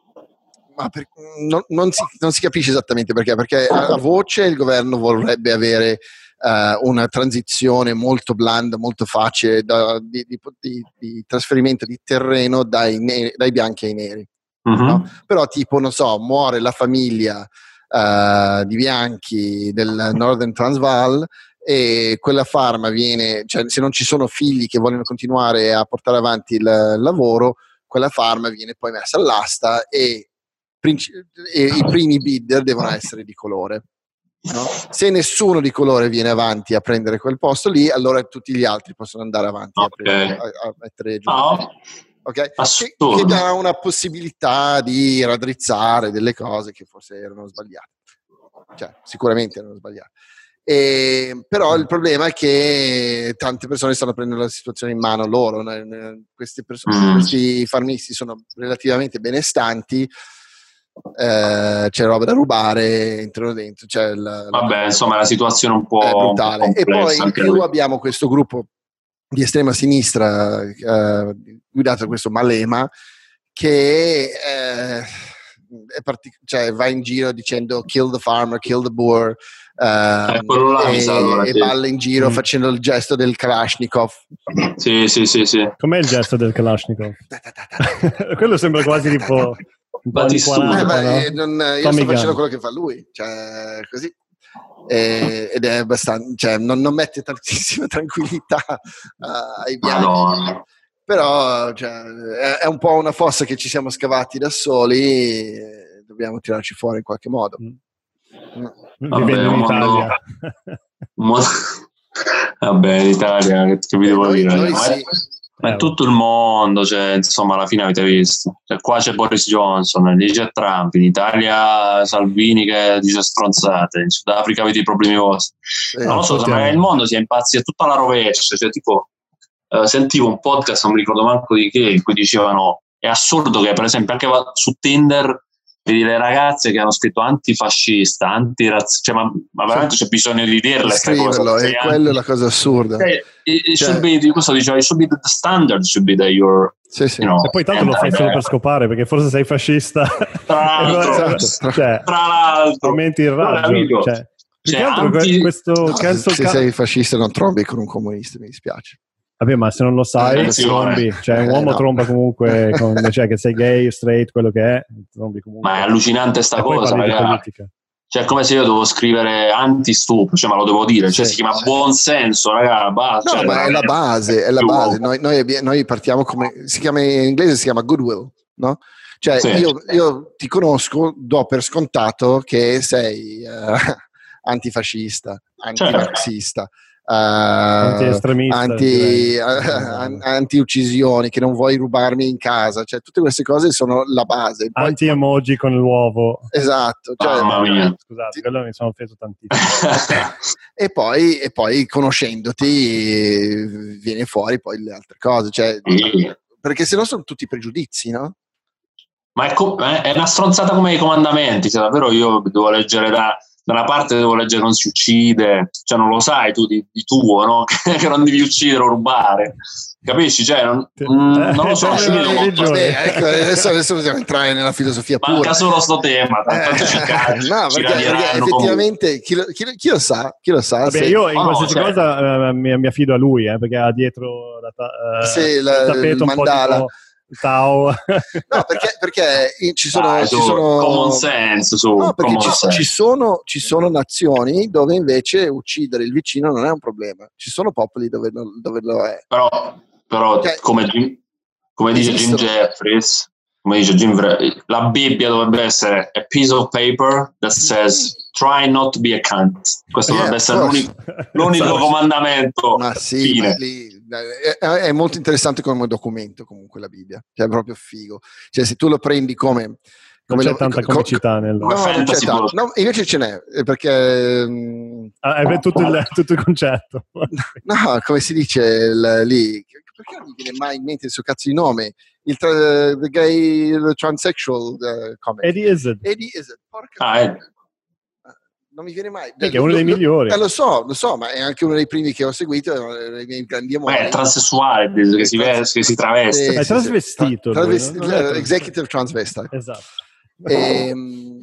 ma per, non, non, si, non si capisce esattamente perché, perché a, a voce il governo vorrebbe avere Uh, una transizione molto blanda, molto facile da, di, di, di, di trasferimento di terreno dai, ne- dai bianchi ai neri. Uh-huh. No? Però tipo, non so, muore la famiglia uh, di bianchi del Northern Transvaal e quella farma viene, cioè se non ci sono figli che vogliono continuare a portare avanti il, il lavoro, quella farma viene poi messa all'asta e, princi- e i primi bidder devono essere di colore. No? Se nessuno di colore viene avanti a prendere quel posto lì, allora tutti gli altri possono andare avanti okay. a, prendere, a, a mettere giù. Oh. Okay? Che, che dà una possibilità di raddrizzare delle cose che forse erano sbagliate, cioè sicuramente erano sbagliate. E, però il problema è che tante persone stanno prendendo la situazione in mano loro. Queste persone, mm. questi farmisti sono relativamente benestanti. Eh, c'è roba da rubare, entrano dentro, c'è la, vabbè la, insomma la situazione un po' è brutale un po' e poi in più lui. abbiamo questo gruppo di estrema sinistra eh, guidato da questo Malema che eh, è partic- cioè va in giro dicendo kill the farmer, kill the boer eh, eh, là, e, sa, allora, e sì. balla in giro mm. facendo il gesto del Kalashnikov. Sì, sì, sì, sì. Com'è il gesto del Kalashnikov? Quello sembra quasi tipo un po' di quaranta, eh, beh, no? non, io Tommy sto facendo Gun. quello che fa lui, cioè così, e, ed è abbastanza, cioè non, non mette tantissima tranquillità uh, ai bianchi, no. Però cioè, è, è un po' una fossa che ci siamo scavati da soli e dobbiamo tirarci fuori in qualche modo. Mm. Vivendo in Italia. Mondo... Vabbè, in Italia, che, che vi devo noi, dire? Noi ma sì. è, ma è tutto il mondo, cioè, insomma, alla fine avete visto. Cioè, qua c'è Boris Johnson, lì c'è Trump, in Italia Salvini che dice stronzate, in Sudafrica avete i problemi vostri. Sì, non lo so, sembra che il mondo sia impazzito, è tutta la rovescia, cioè tipo eh, sentivo un podcast, non mi ricordo manco di che, in cui dicevano è assurdo che per esempio anche su Tinder vedi le ragazze che hanno scritto antifascista, antirazzista, cioè, ma, ma veramente c'è bisogno di dirle queste cose. E quello è la cosa assurda. Cioè, it cioè, be, questo diceva, it should be the standard should be that you're, sì, sì. you know, e poi tanto lo fai solo per scopare, perché forse sei fascista. Tra l'altro, esatto. cioè, tra l'altro aumenti il raggio. Cioè, più che altro anti... questo no, cancel se ca- sei fascista non trombi con un comunista, mi dispiace. Vabbè, ma se non lo sai, trombi, cioè un uomo eh, no. tromba comunque, con, cioè che sei gay, straight, quello che è, trombi comunque. Ma è allucinante sta e cosa, poi parli di politica. Cioè, è come se io devo scrivere anti-stupro, cioè, ma lo devo dire, cioè, sì, si chiama sì. buon senso, raga, basta. No, cioè, ma è la base, è la base. Noi, noi, noi partiamo come, si chiama in inglese, si chiama goodwill, no? Cioè, sì. io, io ti conosco, do per scontato che sei uh, antifascista, antimarxista, uh, anti-estremista, anti, uh, anti-uccisioni, che non vuoi rubarmi in casa, cioè tutte queste cose sono la base. Poi, anti-emoji con l'uovo. Esatto. Cioè, mamma mia. Scusate, ti... quello mi sono offeso tantissimo. e, poi, e poi conoscendoti viene fuori poi le altre cose, cioè, sì. Perché sennò sono tutti pregiudizi, no? Ma è, co- è una stronzata come i comandamenti, cioè davvero io devo leggere da, da una parte, devo leggere non si uccide, cioè non lo sai tu di, di tuo, no? che non devi uccidere o rubare, capisci? Cioè non, mm, non lo so, eh, vedo molto... Beh, ecco, adesso, adesso possiamo entrare nella filosofia pura. Manca solo sto tema, tanto eh, ci cacci, no, ci perché, perché effettivamente chi lo, chi, lo, chi lo sa, chi lo sa. Vabbè, se... io in oh, qualsiasi cioè... cosa uh, mi, mi affido a lui, eh, perché ha dietro la ta- uh, sì, la, il tappeto un mandala. po' tipo Tao. No, perché, perché ci sono, Dai, ci su, sono common sense, su, no, perché common ci, sense. ci, sono, ci sono nazioni dove invece uccidere il vicino non è un problema, ci sono popoli dove, dove lo è. Però, però cioè, come, Jim, come dice Jim Jeffries, come dice Jim, la Bibbia dovrebbe essere a piece of paper that says try not to be a cunt. Questo yeah, dovrebbe essere l'unico, l'unico esatto. comandamento. Ma sì, fine. ma lì, è, è molto interessante come documento comunque la Bibbia, cioè è proprio figo. Cioè se tu lo prendi come... come non c'è lo, tanta co, comicità nel... No, non c'è tanto. No, invece ce n'è, perché... Ah, è tutto il, tutto il concetto. No, come si dice il, lì... Perché non mi viene mai in mente il suo cazzo di nome? Il tra, the gay, the transsexual uh, comic. Eddie Izzard. Eddie Izzard, porca... Ah, è... Non mi viene mai. È, che è uno dei lo, migliori. Eh, lo so, lo so, ma è anche uno dei primi che ho seguito, i miei grandi amori. Ma è transessuale, che si, trans- che si traveste. Sì, è sì, trasvestito. Sì. Lui, Travesti- no? È executive transvestite. Esatto. E,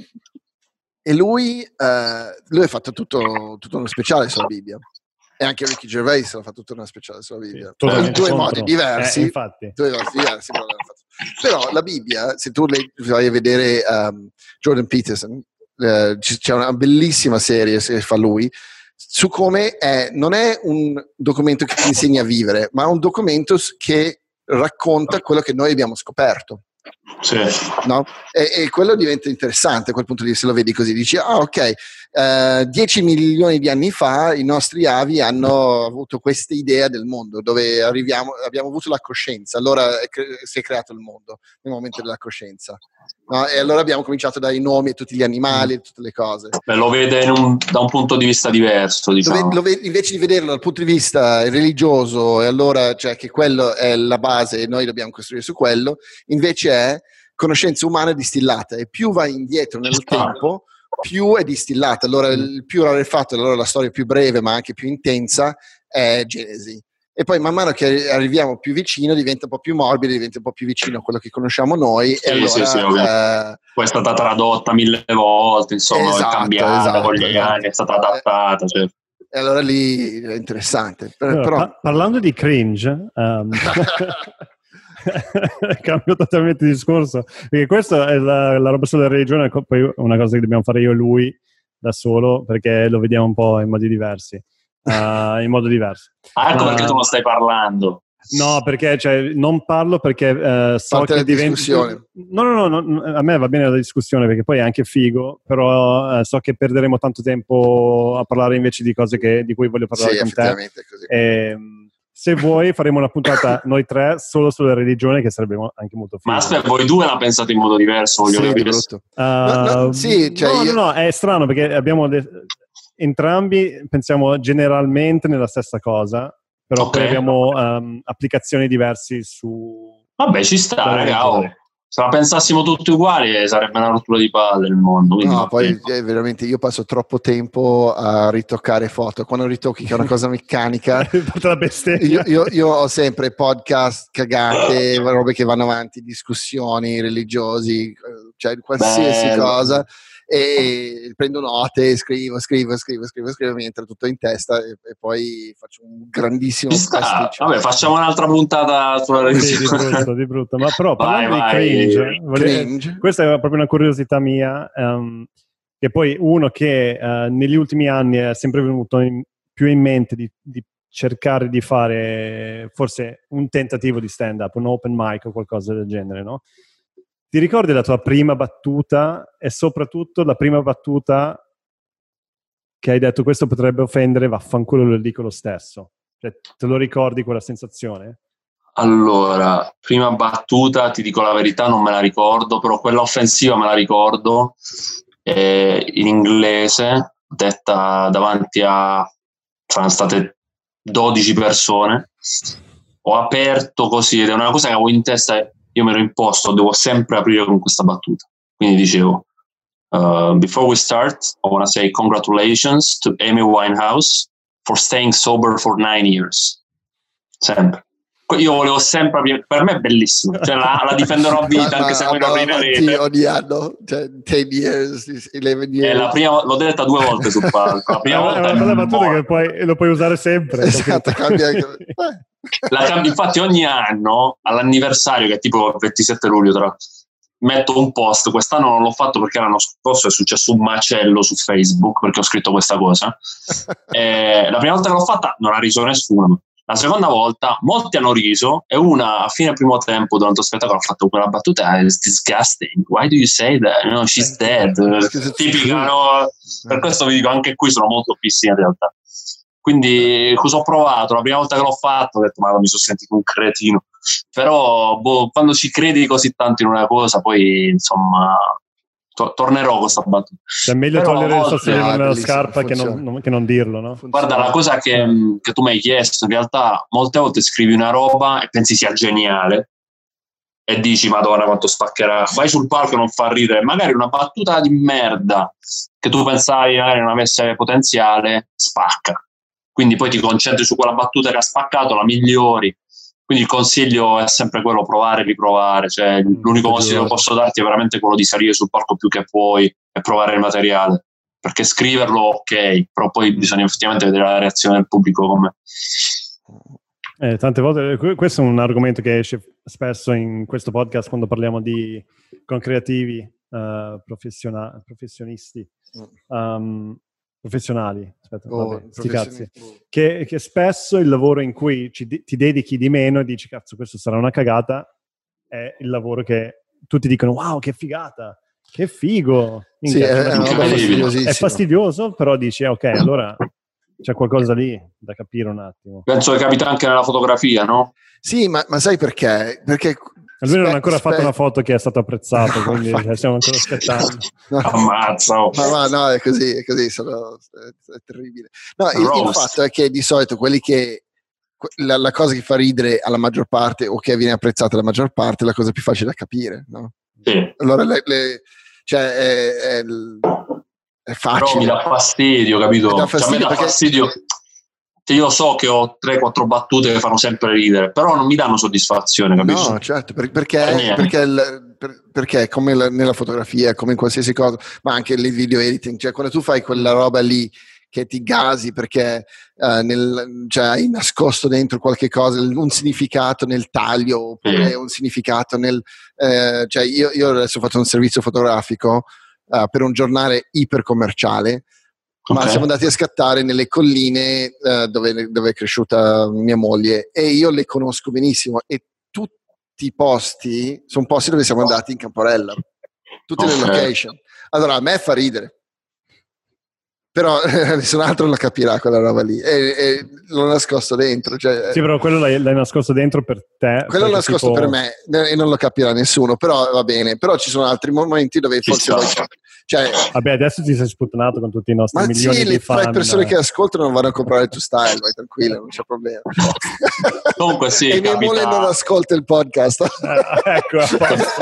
e lui, eh, lui ha fatto tutto, tutto uno speciale sulla Bibbia. E anche Ricky Gervais ha fatto tutto uno speciale sulla Bibbia. Sì, in due contro. modi diversi. Eh, infatti. Due modi diversi però, però la Bibbia, se tu le, vai a vedere um, Jordan Peterson, eh, c'è una bellissima serie che fa lui su come è, non è un documento che ti insegna a vivere, ma un documento che racconta quello che noi abbiamo scoperto. Sì. No? E, e quello diventa interessante a quel punto di vista, se lo vedi così, dici ah ok, eh, dieci milioni di anni fa i nostri avi hanno avuto questa idea del mondo dove arriviamo, abbiamo avuto la coscienza, allora è cre- si è creato il mondo nel momento della coscienza, no? E allora abbiamo cominciato dai nomi e tutti gli animali e tutte le cose. Beh, lo vede in un, da un punto di vista diverso, diciamo. Lo vede, lo vede, invece di vederlo dal punto di vista religioso e allora cioè che quello è la base e noi dobbiamo costruire su quello, invece è conoscenza umana distillata, e più vai indietro nel tempo più è distillata, allora il più rarefatto, allora la storia più breve ma anche più intensa è Genesi, e poi man mano che arriviamo più vicino diventa un po' più morbido, diventa un po' più vicino a quello che conosciamo noi, sì, e allora sì, sì, eh, poi è stata tradotta mille volte, insomma, esatto, è cambiata esatto, con gli esatto. anni, è stata adattata, cioè. E allora lì è interessante. Per, allora, però... pa- parlando di cringe, um, cambio totalmente discorso, perché questa è la, la roba sulla religione, poi una cosa che dobbiamo fare io e lui da solo, perché lo vediamo un po' in modi diversi, uh, in modo diverso. Ah, ecco uh, perché tu non stai parlando. No, perché cioè, non parlo perché uh, so Fate che diventi... No, no, no, no, a me va bene la discussione perché poi è anche figo, però uh, so che perderemo tanto tempo a parlare invece di cose che, di cui voglio parlare sì, con te. È così. E, se vuoi faremo una puntata noi tre solo sulla religione, che sarebbe anche molto figo. Ma aspetta, voi due la pensate in modo diverso? Voglio sì, capire. Uh, no, no, sì, cioè no, io... no, no, è strano perché abbiamo de- entrambi pensiamo generalmente nella stessa cosa, però okay. Poi abbiamo um, applicazioni diverse su... Vabbè, ci sta, raga, oh. Se la pensassimo tutti uguali sarebbe una rottura di palle il mondo. No, poi eh, veramente io passo troppo tempo a ritoccare foto. Quando ritocchi, che è una cosa meccanica, la bestemmia. Io, io, io ho sempre podcast cagate, robe che vanno avanti, discussioni religiosi, cioè qualsiasi Bello. cosa, e prendo note, scrivo, scrivo, scrivo, scrivo, scrivo, mi entra tutto in testa e, e poi faccio un grandissimo pasticcio. Vabbè, facciamo un'altra puntata sulla religione. Sì, di brutto, di brutto. Ma però parlando vai, di cringe, cringe. questa è proprio una curiosità mia. Um, che poi uno che uh, negli ultimi anni è sempre venuto in, più in mente di, di cercare di fare forse un tentativo di stand-up, un open mic o qualcosa del genere, no? Ti ricordi la tua prima battuta e soprattutto la prima battuta che hai detto questo potrebbe offendere, vaffanculo, lo dico lo stesso? Cioè, te lo ricordi quella sensazione? Allora, prima battuta, ti dico la verità, non me la ricordo, però quella offensiva me la ricordo, eh, in inglese, detta davanti a, saranno state dodici persone. Ho aperto così, ed è una cosa che avevo in testa, io mi ero imposto, devo sempre aprire con questa battuta. Quindi dicevo, uh, before we start, I want to say congratulations to Amy Winehouse for staying sober for nine years. Sempre. Io volevo sempre, per me è bellissimo, cioè la, la difenderò a vita, ma, anche se voi non riderete. Ogni anno, cioè, ten years, eleven years. È la prima, l'ho detta due volte sul palco. La prima volta è una bella battuta che poi lo puoi usare sempre. Esatto, cambia. La cambio, infatti ogni anno, all'anniversario, che è tipo il ventisette luglio, tra, metto un post. Quest'anno non l'ho fatto perché l'anno scorso è successo un macello su Facebook, perché ho scritto questa cosa. E la prima volta che l'ho fatta non ha riso nessuno. La seconda volta molti hanno riso e una a fine primo tempo durante lo spettacolo ha fatto quella battuta: it's disgusting, why do you say that? No, she's dead. Tipica, no? Per questo vi dico, anche qui sono molto fissi in realtà. Quindi cosa ho provato? La prima volta che l'ho fatto ho detto ma mi sono sentito un cretino, però boh, quando ci credi così tanto in una cosa poi insomma to- tornerò con questa battuta. È meglio però togliere il volte, sassolino nella scarpa che non, non, che non dirlo, no? Guarda, la cosa che, che tu mi hai chiesto, in realtà molte volte scrivi una roba e pensi sia geniale e dici madonna quanto spaccherà, vai sul palco e non fa ridere, magari una battuta di merda che tu pensavi magari non avesse potenziale spacca, quindi poi ti concentri su quella battuta che ha spaccato, la migliori. Quindi il consiglio è sempre quello, provare e riprovare, cioè l'unico consiglio che posso darti è veramente quello di salire sul palco più che puoi e provare il materiale, perché scriverlo ok, però poi bisogna effettivamente vedere la reazione del pubblico come. Eh, tante volte, questo è un argomento che esce spesso in questo podcast quando parliamo di con creativi uh, professiona- professionisti um, professionali aspetta, oh, vabbè, sti cazzi. Che, che spesso il lavoro in cui ci, ti dedichi di meno e dici cazzo questo sarà una cagata è il lavoro che tutti dicono wow che figata, che figo. Sì, è, è, è fastidioso, però dici ok, allora c'è qualcosa lì da capire un attimo. Penso che capita anche nella fotografia, no? Sì, ma, ma sai perché? Perché lui non ha ancora spe- fatto una foto che è stata apprezzata, no, quindi infatti, stiamo ancora aspettando. No, ammazza oh. no, no, no, è così, è così, sono, è, è terribile. No, il, il fatto è che di solito quelli che la, la cosa che fa ridere alla maggior parte o che viene apprezzata alla maggior parte è la cosa più facile da capire, no? Sì. Allora le, le, cioè è, è, è facile. Però mi dà fastidio, capito? Mi dà fastidio, cioè, mi dà perché... fastidio. Io so che ho tre quattro battute che fanno sempre ridere, però non mi danno soddisfazione, capisci? No, certo, per, perché, perché, il, per, perché come la, nella fotografia, come in qualsiasi cosa, ma anche nel video editing, cioè quando tu fai quella roba lì che ti gasi perché uh, nel, cioè, hai nascosto dentro qualche cosa, un significato nel taglio, oppure mm. un significato nel... Eh, cioè io, io adesso ho fatto un servizio fotografico uh, per un giornale ipercommerciale, ma okay. siamo andati a scattare nelle colline uh, dove, dove è cresciuta mia moglie e io le conosco benissimo e tutti i posti sono posti dove siamo andati in Camporella, tutte okay. le location. Allora a me fa ridere, però nessun altro lo capirà quella roba lì e, e l'ho nascosto dentro, cioè, sì, però quello l'hai, l'hai nascosto dentro per te, quello l'ho nascosto tipo... per me e non lo capirà nessuno, però va bene. Però ci sono altri momenti dove ci forse vuoi, cioè, vabbè, adesso ti sei sputtanato con tutti i nostri ma milioni sì, di le fan. tre persone che ascoltano non vanno a comprare il tuo style, vai tranquillo, non c'è problema. Comunque sì, e capita... mia moglie non ascolta il podcast. Eh, ecco, a posto.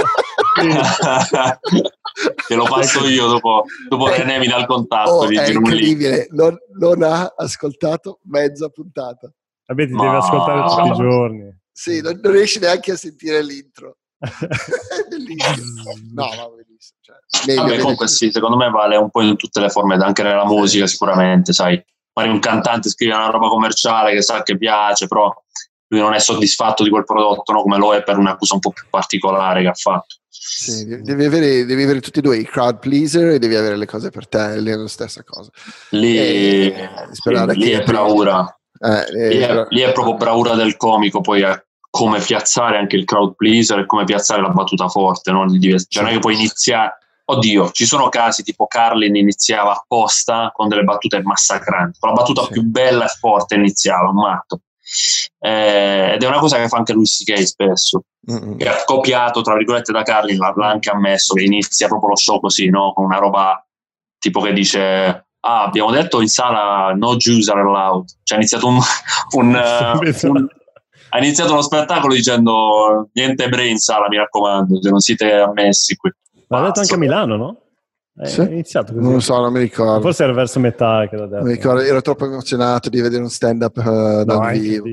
Te lo passo io dopo, dopo René mi dà il contatto. Oh, è incredibile, non, non ha ascoltato mezza puntata. Vabbè, ti Ma... devi ascoltare tutti i giorni. Sì, non, non riesci neanche a sentire l'intro. È bellissimo. No, ma bellissimo. Cioè, meglio, Vabbè, meglio comunque di... sì, secondo me vale un po' in tutte le forme, anche nella musica sicuramente, sai. Magari un cantante scrive una roba commerciale che sa che piace, però lui non è soddisfatto di quel prodotto, no? Come lo è per un'accusa un po' più particolare che ha fatto. Sì, devi avere, devi avere tutti e due, i crowd pleaser e devi avere le cose per te, lì è la stessa cosa. Lì, e sperare sì, lì che è bravura. eh, lì, è, bra- lì è proprio bravura del comico, poi è come piazzare anche il crowd pleaser e come piazzare la battuta forte, no? Cioè, non è che puoi iniziare. Oddio, ci sono casi tipo Carlin iniziava apposta con delle battute massacranti, con la battuta sì. più bella e forte iniziava, un matto. Eh, ed è una cosa che fa anche Louis C K spesso, mm-hmm. che ha copiato tra virgolette da Carlin, l'ha anche ammesso, che inizia proprio lo show così, no? Con una roba tipo che dice ah, abbiamo detto in sala no Jews are allowed, cioè ha iniziato un, un, uh, un ha iniziato uno spettacolo dicendo niente ebrei in sala, mi raccomando, se non siete ammessi qui. L'ha detto anche a Milano, no? È sì? iniziato così. Non lo so, non mi ricordo. Forse era verso metà che l'ha detto. Non mi ricordo, ero troppo emozionato di vedere un stand-up uh, dal no, vivo.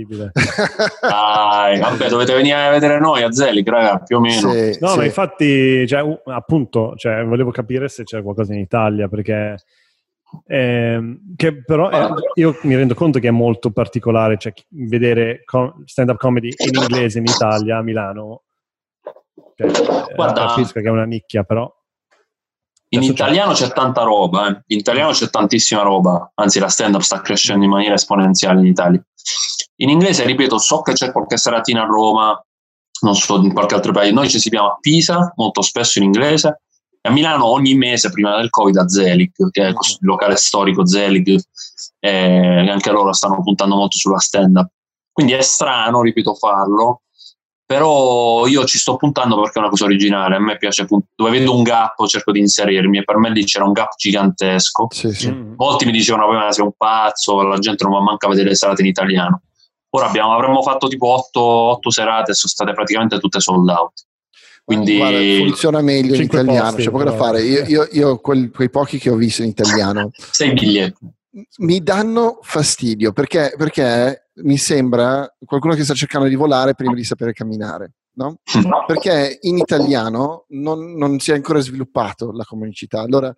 Dai, vabbè, dovete venire a vedere noi a Zelig, raga, più o meno. Sì, no, sì. Ma infatti, cioè, uh, appunto, cioè, volevo capire se c'era qualcosa in Italia, perché eh, che però eh, io mi rendo conto che è molto particolare, cioè vedere com- stand-up comedy in inglese in Italia, a Milano. Cioè, guarda, capisco che è una nicchia, però in italiano c'è tanta roba, eh. in italiano c'è tantissima roba, anzi la stand-up sta crescendo in maniera esponenziale in Italia. In inglese, ripeto, so che c'è qualche seratina a Roma, non so, in qualche altro paese. Noi ci si chiama a Pisa, molto spesso in inglese, e a Milano ogni mese, prima del Covid, a Zelig, che è il locale storico Zelig, eh, anche loro stanno puntando molto sulla stand-up. Quindi è strano, ripeto, farlo, però io ci sto puntando perché è una cosa originale. A me piace, dove vedo un gap cerco di inserirmi, e per me lì c'era un gap gigantesco. Sì, sì. Molti mi dicevano ma sei un pazzo, la gente non va manca a vedere le serate in italiano. Ora abbiamo, avremmo fatto tipo otto serate e sono state praticamente tutte sold out. Quindi guarda, funziona meglio in italiano, posti, c'è poco da fare. Io, io, io quel, quei pochi che ho visto in italiano sei biglietti mi danno fastidio perché, perché mi sembra qualcuno che sta cercando di volare prima di sapere camminare, no? no. Perché in italiano non, non si è ancora sviluppato la comicità. Allora,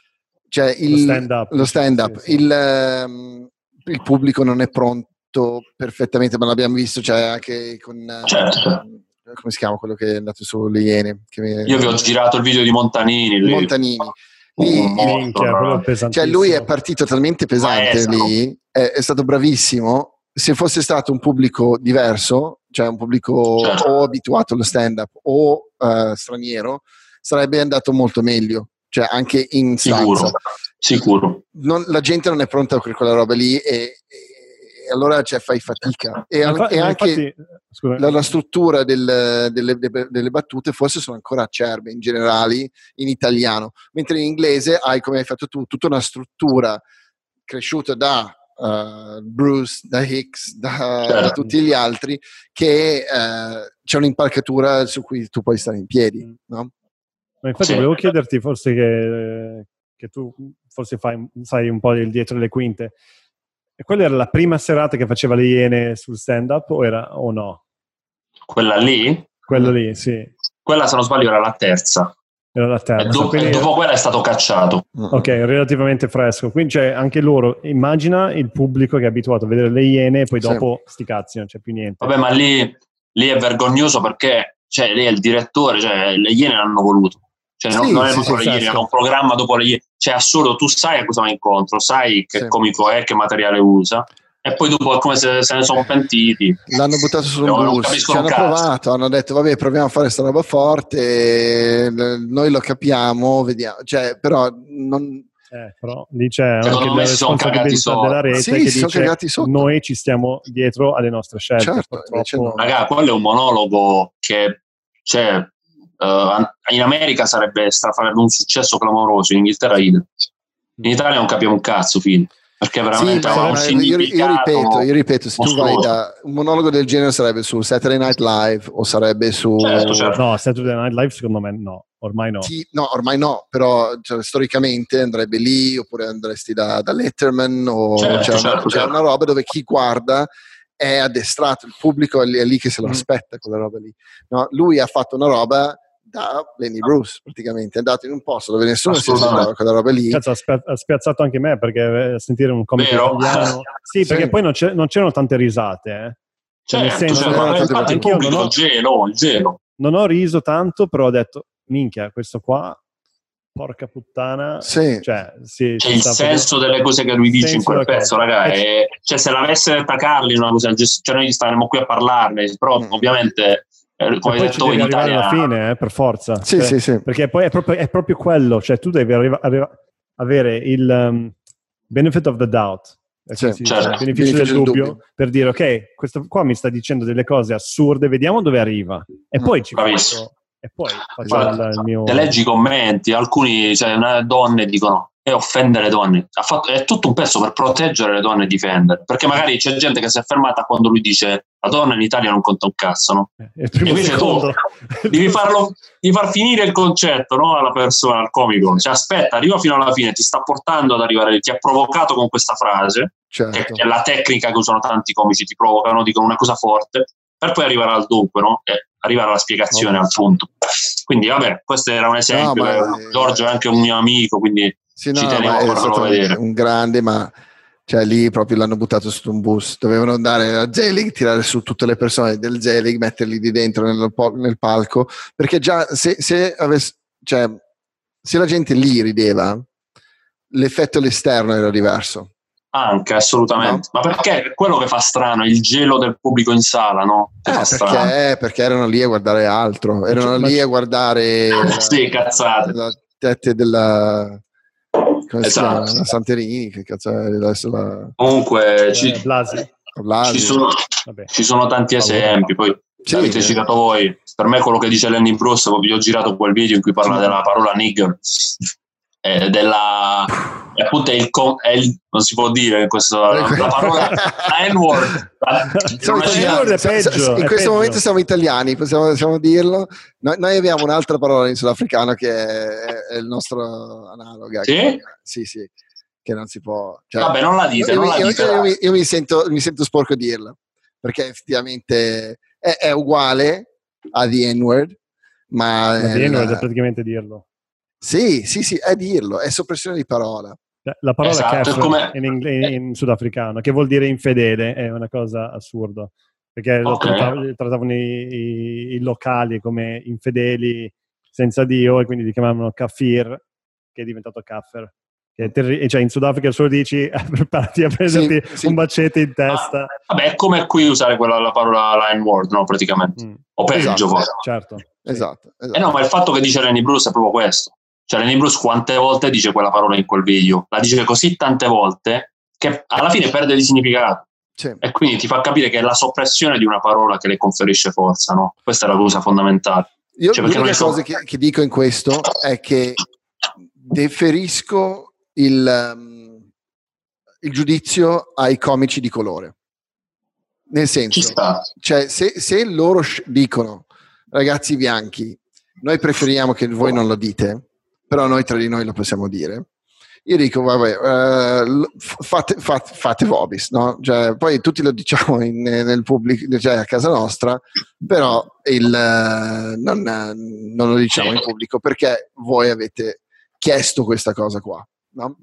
cioè il, lo stand-up, lo stand-up sì, sì. Il, um, il pubblico non è pronto perfettamente, ma l'abbiamo visto, cioè anche con certo. uh, come si chiama quello che è andato sulle Iene? Che mi... Io vi ho girato il video di Montanini. Lì. Montanini. Lì, minchia, cioè lui è partito talmente pesante Maestro. lì, è, è stato bravissimo. Se fosse stato un pubblico diverso, cioè un pubblico certo. o abituato allo stand-up o uh, straniero, sarebbe andato molto meglio. Cioè anche in sicuro, stanza. Sicuro. Non, la gente non è pronta per quella roba lì e, e allora cioè, fai fatica. E, Infa- e anche infatti, la, la struttura del, delle, delle battute forse sono ancora acerbe in generali in italiano, mentre in inglese hai, come hai fatto tu, tutta una struttura cresciuta da uh, Bruce, da Hicks, da, certo. da tutti gli altri, che uh, c'è un'impalcatura su cui tu puoi stare in piedi, no? Ma infatti sì. volevo chiederti forse che, che tu forse fai, sai un po' il dietro le quinte. E quella era la prima serata che faceva le Iene sul stand-up o, era, o no? Quella lì? Quello lì, sì. Quella, se non sbaglio, era la terza. Era la terza. E dopo, quindi, e dopo quella è stato cacciato. Ok, relativamente fresco. Quindi c'è anche loro, immagina il pubblico che è abituato a vedere le Iene e poi dopo sì. sti cazzi, non c'è più niente. Vabbè, ma lì, lì è vergognoso perché cioè, lì è il direttore, cioè, le Iene l'hanno voluto. Cioè, sì, non è sì, sì, le Iene, hanno un programma dopo le Iene. Cioè, assurdo, tu sai a cosa va incontro, sai che sì. comico è, che materiale usa, e poi dopo è come se se ne sono pentiti. L'hanno buttato su un bus, ci hanno cazzo. provato, hanno detto vabbè, proviamo a fare sta roba forte, noi lo capiamo, vediamo. Cioè, però non... Eh, però lì c'è anche la responsabilità della rete sì, che dice noi ci stiamo dietro alle nostre scelte. Certo, no. Raga, quello è un monologo che c'è. Uh, in America sarebbe farebbe un successo clamoroso, in Inghilterra idem. In Italia non capiamo un cazzo, fine, perché veramente sì, ha un significato. Io, io ripeto, io ripeto, se tu vai da un monologo del genere sarebbe su Saturday Night Live o sarebbe su certo, certo. no, Saturday Night Live secondo me no, ormai no. Sì, no, ormai no, però cioè, storicamente andrebbe lì oppure andresti da, da Letterman o certo, c'è, certo, una, c'è certo. una roba dove chi guarda è addestrato, il pubblico è lì, è lì che se lo aspetta quella roba lì. No, lui ha fatto una roba da Lenny Bruce praticamente, è andato in un posto dove nessuno si aspettava quella roba lì. Cazzo, ha, spia- ha spiazzato anche me perché sentire un comico Vero? italiano sì, perché sì. poi non, c'è, non c'erano tante risate eh. Cioè, certo, nel senso, certo, infatti il pubblico, il gelo, il gelo non ho riso tanto, però ho detto minchia, questo qua, porca puttana, sì. cioè, sì, c'è il senso proprio... delle cose che lui dice in quel pezzo, raga, e, cioè se l'avesse detta Carli una cosa, cioè noi staremmo qui a parlarne, però mm. ovviamente eh, come poi detto ci devi in arrivare Italia... alla fine, eh, per forza, sì, cioè, sì, sì. perché poi è proprio, è proprio quello, cioè tu devi arriva, arriva, avere il um, benefit of the doubt, sì, si certo. dice, il beneficio, beneficio del, del dubbio, dubbio, per dire ok, questo qua mi sta dicendo delle cose assurde, vediamo dove arriva, e mm. poi ci faccio... E poi faccio Guarda, il mio... Se leggi i commenti, alcuni, cioè, donne dicono e offendere le donne. Ha fatto, è tutto un pezzo per proteggere le donne e difendere. Perché magari c'è gente che si è fermata quando lui dice la donna in Italia non conta un cazzo, no? Eh, invece secondo. tu devi farlo, devi far finire il concetto, no? Alla persona, al comico. Cioè, aspetta, arriva fino alla fine, ti sta portando ad arrivare, ti ha provocato con questa frase, certo. che è la tecnica che usano tanti comici, ti provocano, dicono una cosa forte, per poi arrivare al dunque, no? E arrivare alla spiegazione, oh. al punto. Quindi, vabbè, questo era un esempio. No, ma, Giorgio è anche un mio amico, quindi sì, ci no, tenevo a farlo vedere. Un grande, ma cioè lì proprio l'hanno buttato su un bus. Dovevano andare a Zelig, tirare su tutte le persone del Zelig, metterli di dentro nel, nel palco, perché già se, se, avesse, cioè, se la gente lì rideva, l'effetto all'esterno era diverso. Anche, assolutamente. No? Ma perché è quello che fa strano, il gelo del pubblico in sala, no? Eh, perché, perché erano lì a guardare altro, erano ma lì c- a guardare la, sì, cazzate. La tette della come esatto. si chiama? Santerini, che cazzo è adesso la... Comunque eh, ci, Blasi. Blasi. Ci, sono, ci sono tanti esempi, poi sì, avete sì. citato voi. Per me quello che dice Lenny Bruce, vi ho girato quel video in cui parla sì. della parola nigger. Eh, della e appunto è il, è il non si può dire questo, la, la parola N-word è peggio, in è questo peggio. momento siamo italiani, possiamo, possiamo dirlo. Noi, noi abbiamo un'altra parola in sudafricano che è, è il nostro analoga. Sì? Che, sì, sì, che non si può. Cioè, vabbè, non la dite, io, non la io, dite. Io, io, io, io mi sento mi sento sporco a dirla perché effettivamente è, è uguale a the N-word, ma, ma the N-word è praticamente dirlo. Sì, sì, sì, è dirlo, è soppressione di parola. La parola esatto, come... in, ingle- in sudafricano, che vuol dire infedele, è una cosa assurda, perché okay. lo trattavano, trattavano i, i, i locali come infedeli senza Dio e quindi li chiamavano kafir, che è diventato kafir. Che è terri- cioè in Sudafrica solo dici preparati a prenderti sì, sì. un bacete in testa. Ah, vabbè, è come qui usare quella, la parola N-word, no, praticamente. Mm. O peggio, esatto, forse. Certo. Esatto, esatto. Eh no, ma il fatto che dice Lenny Bruce è proprio questo. Cioè Lenny Bruce quante volte dice quella parola in quel video? La dice così tante volte che alla fine perde di significato. Sì. E quindi ti fa capire che è la soppressione di una parola che le conferisce forza, no? Questa è la cosa fondamentale. Io cioè, l'unica cosa so... che, che dico in questo è che deferisco il, um, il giudizio ai comici di colore. Nel senso, cioè se, se loro dicono ragazzi bianchi, noi preferiamo che voi non lo dite, però noi tra di noi lo possiamo dire. Io dico, vabbè, uh, fate, fate, fate vobis, no? Cioè, poi tutti lo diciamo in, nel pubblico, cioè a casa nostra, però il, uh, non, non lo diciamo in pubblico perché voi avete chiesto questa cosa qua, no?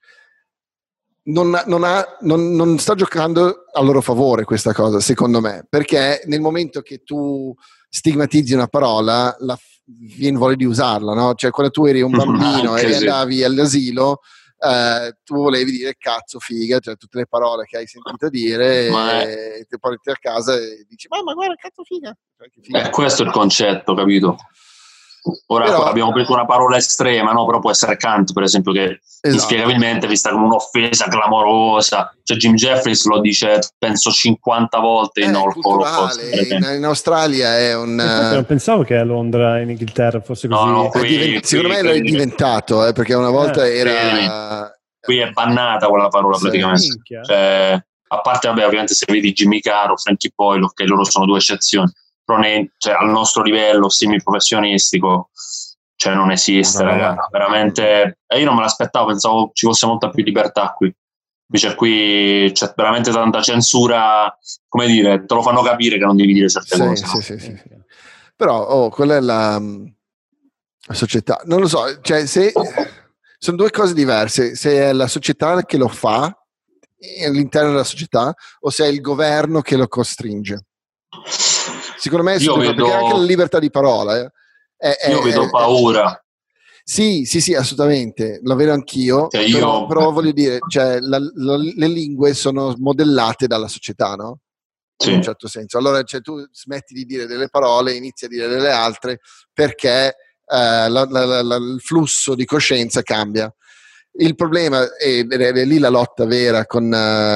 Non, non, ha, non, non sta giocando a loro favore questa cosa, secondo me, perché nel momento che tu stigmatizzi una parola, la viene voglia di usarla, no? Cioè quando tu eri un bambino e andavi all'asilo, eh, tu volevi dire cazzo, figa, cioè tutte le parole che hai sentito dire e è... ti porti a casa e dici mamma guarda cazzo, figa, figa. Eh, questo è il concetto, capito? Ora però, abbiamo preso una parola estrema, no? Però può essere Kant, per esempio, che esatto. inspiegabilmente vista come un'offesa clamorosa. Cioè Jim Jeffries lo dice penso cinquanta volte in Holocaust. In, in Australia è un Infatti non pensavo che a Londra in Inghilterra fosse così. No, no, qui, divent- qui, secondo qui, me è diventato eh, perché una volta eh, era qui è bannata quella parola, sì, praticamente. Cioè, a parte vabbè ovviamente se vedi Jimmy Carr, Frankie Boyle, che loro sono due eccezioni, però ne, cioè, al nostro livello semi-professionistico cioè non esiste, no, ragazzi, no. Veramente e io non me l'aspettavo, pensavo ci fosse molta più libertà qui, invece qui c'è veramente tanta censura, come dire, te lo fanno capire che non devi dire certe sì, cose, sì, no? sì, sì, sì. Però oh, quella è la, la società, non lo so, cioè se sono due cose diverse, se è la società che lo fa all'interno della società o se è il governo che lo costringe. Secondo me è Io vedo... perché anche la libertà di parola eh, è, io è, vedo è, paura. Sì, sì, sì, assolutamente, lo vedo anch'io, cioè io... però, però voglio dire, cioè, la, la, le lingue sono modellate dalla società, no? Sì. In un certo senso. Allora, cioè, tu smetti di dire delle parole e inizi a dire delle altre perché eh, la, la, la, il flusso di coscienza cambia. Il problema, ed è lì la lotta vera con, uh,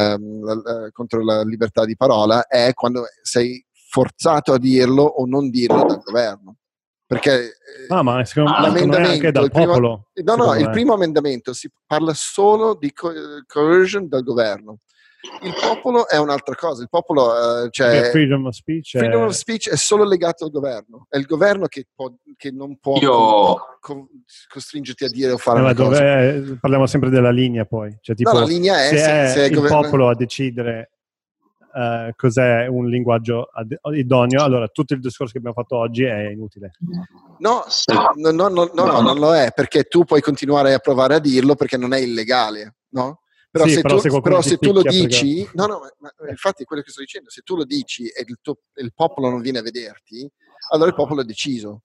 la, contro la libertà di parola, è quando sei forzato a dirlo o non dirlo dal governo. Perché ah, ma secondo, ah, secondo me anche dal il primo, popolo. no, no, il me. primo emendamento si parla solo di co- coercion dal governo. Il popolo è un'altra cosa. Il popolo, uh, cioè, Beh, freedom of speech, freedom è... of speech è solo legato al governo. È il governo che, può, che non può io... co- co- costringerti a dire o fare no, una dove cosa. è, parliamo sempre della linea, poi. Cioè, tipo, no, la linea è se, se, è se è il governo... popolo a decidere uh, cos'è un linguaggio ad- idoneo, allora tutto il discorso che abbiamo fatto oggi è inutile. No, no, no, no, no, no, non lo è, perché tu puoi continuare a provare a dirlo perché non è illegale, no? Però sì, se però tu, se, però se tu lo perché... dici, no, no, ma, ma infatti è quello che sto dicendo, se tu lo dici e il, tuo, il popolo non viene a vederti, allora il popolo è deciso,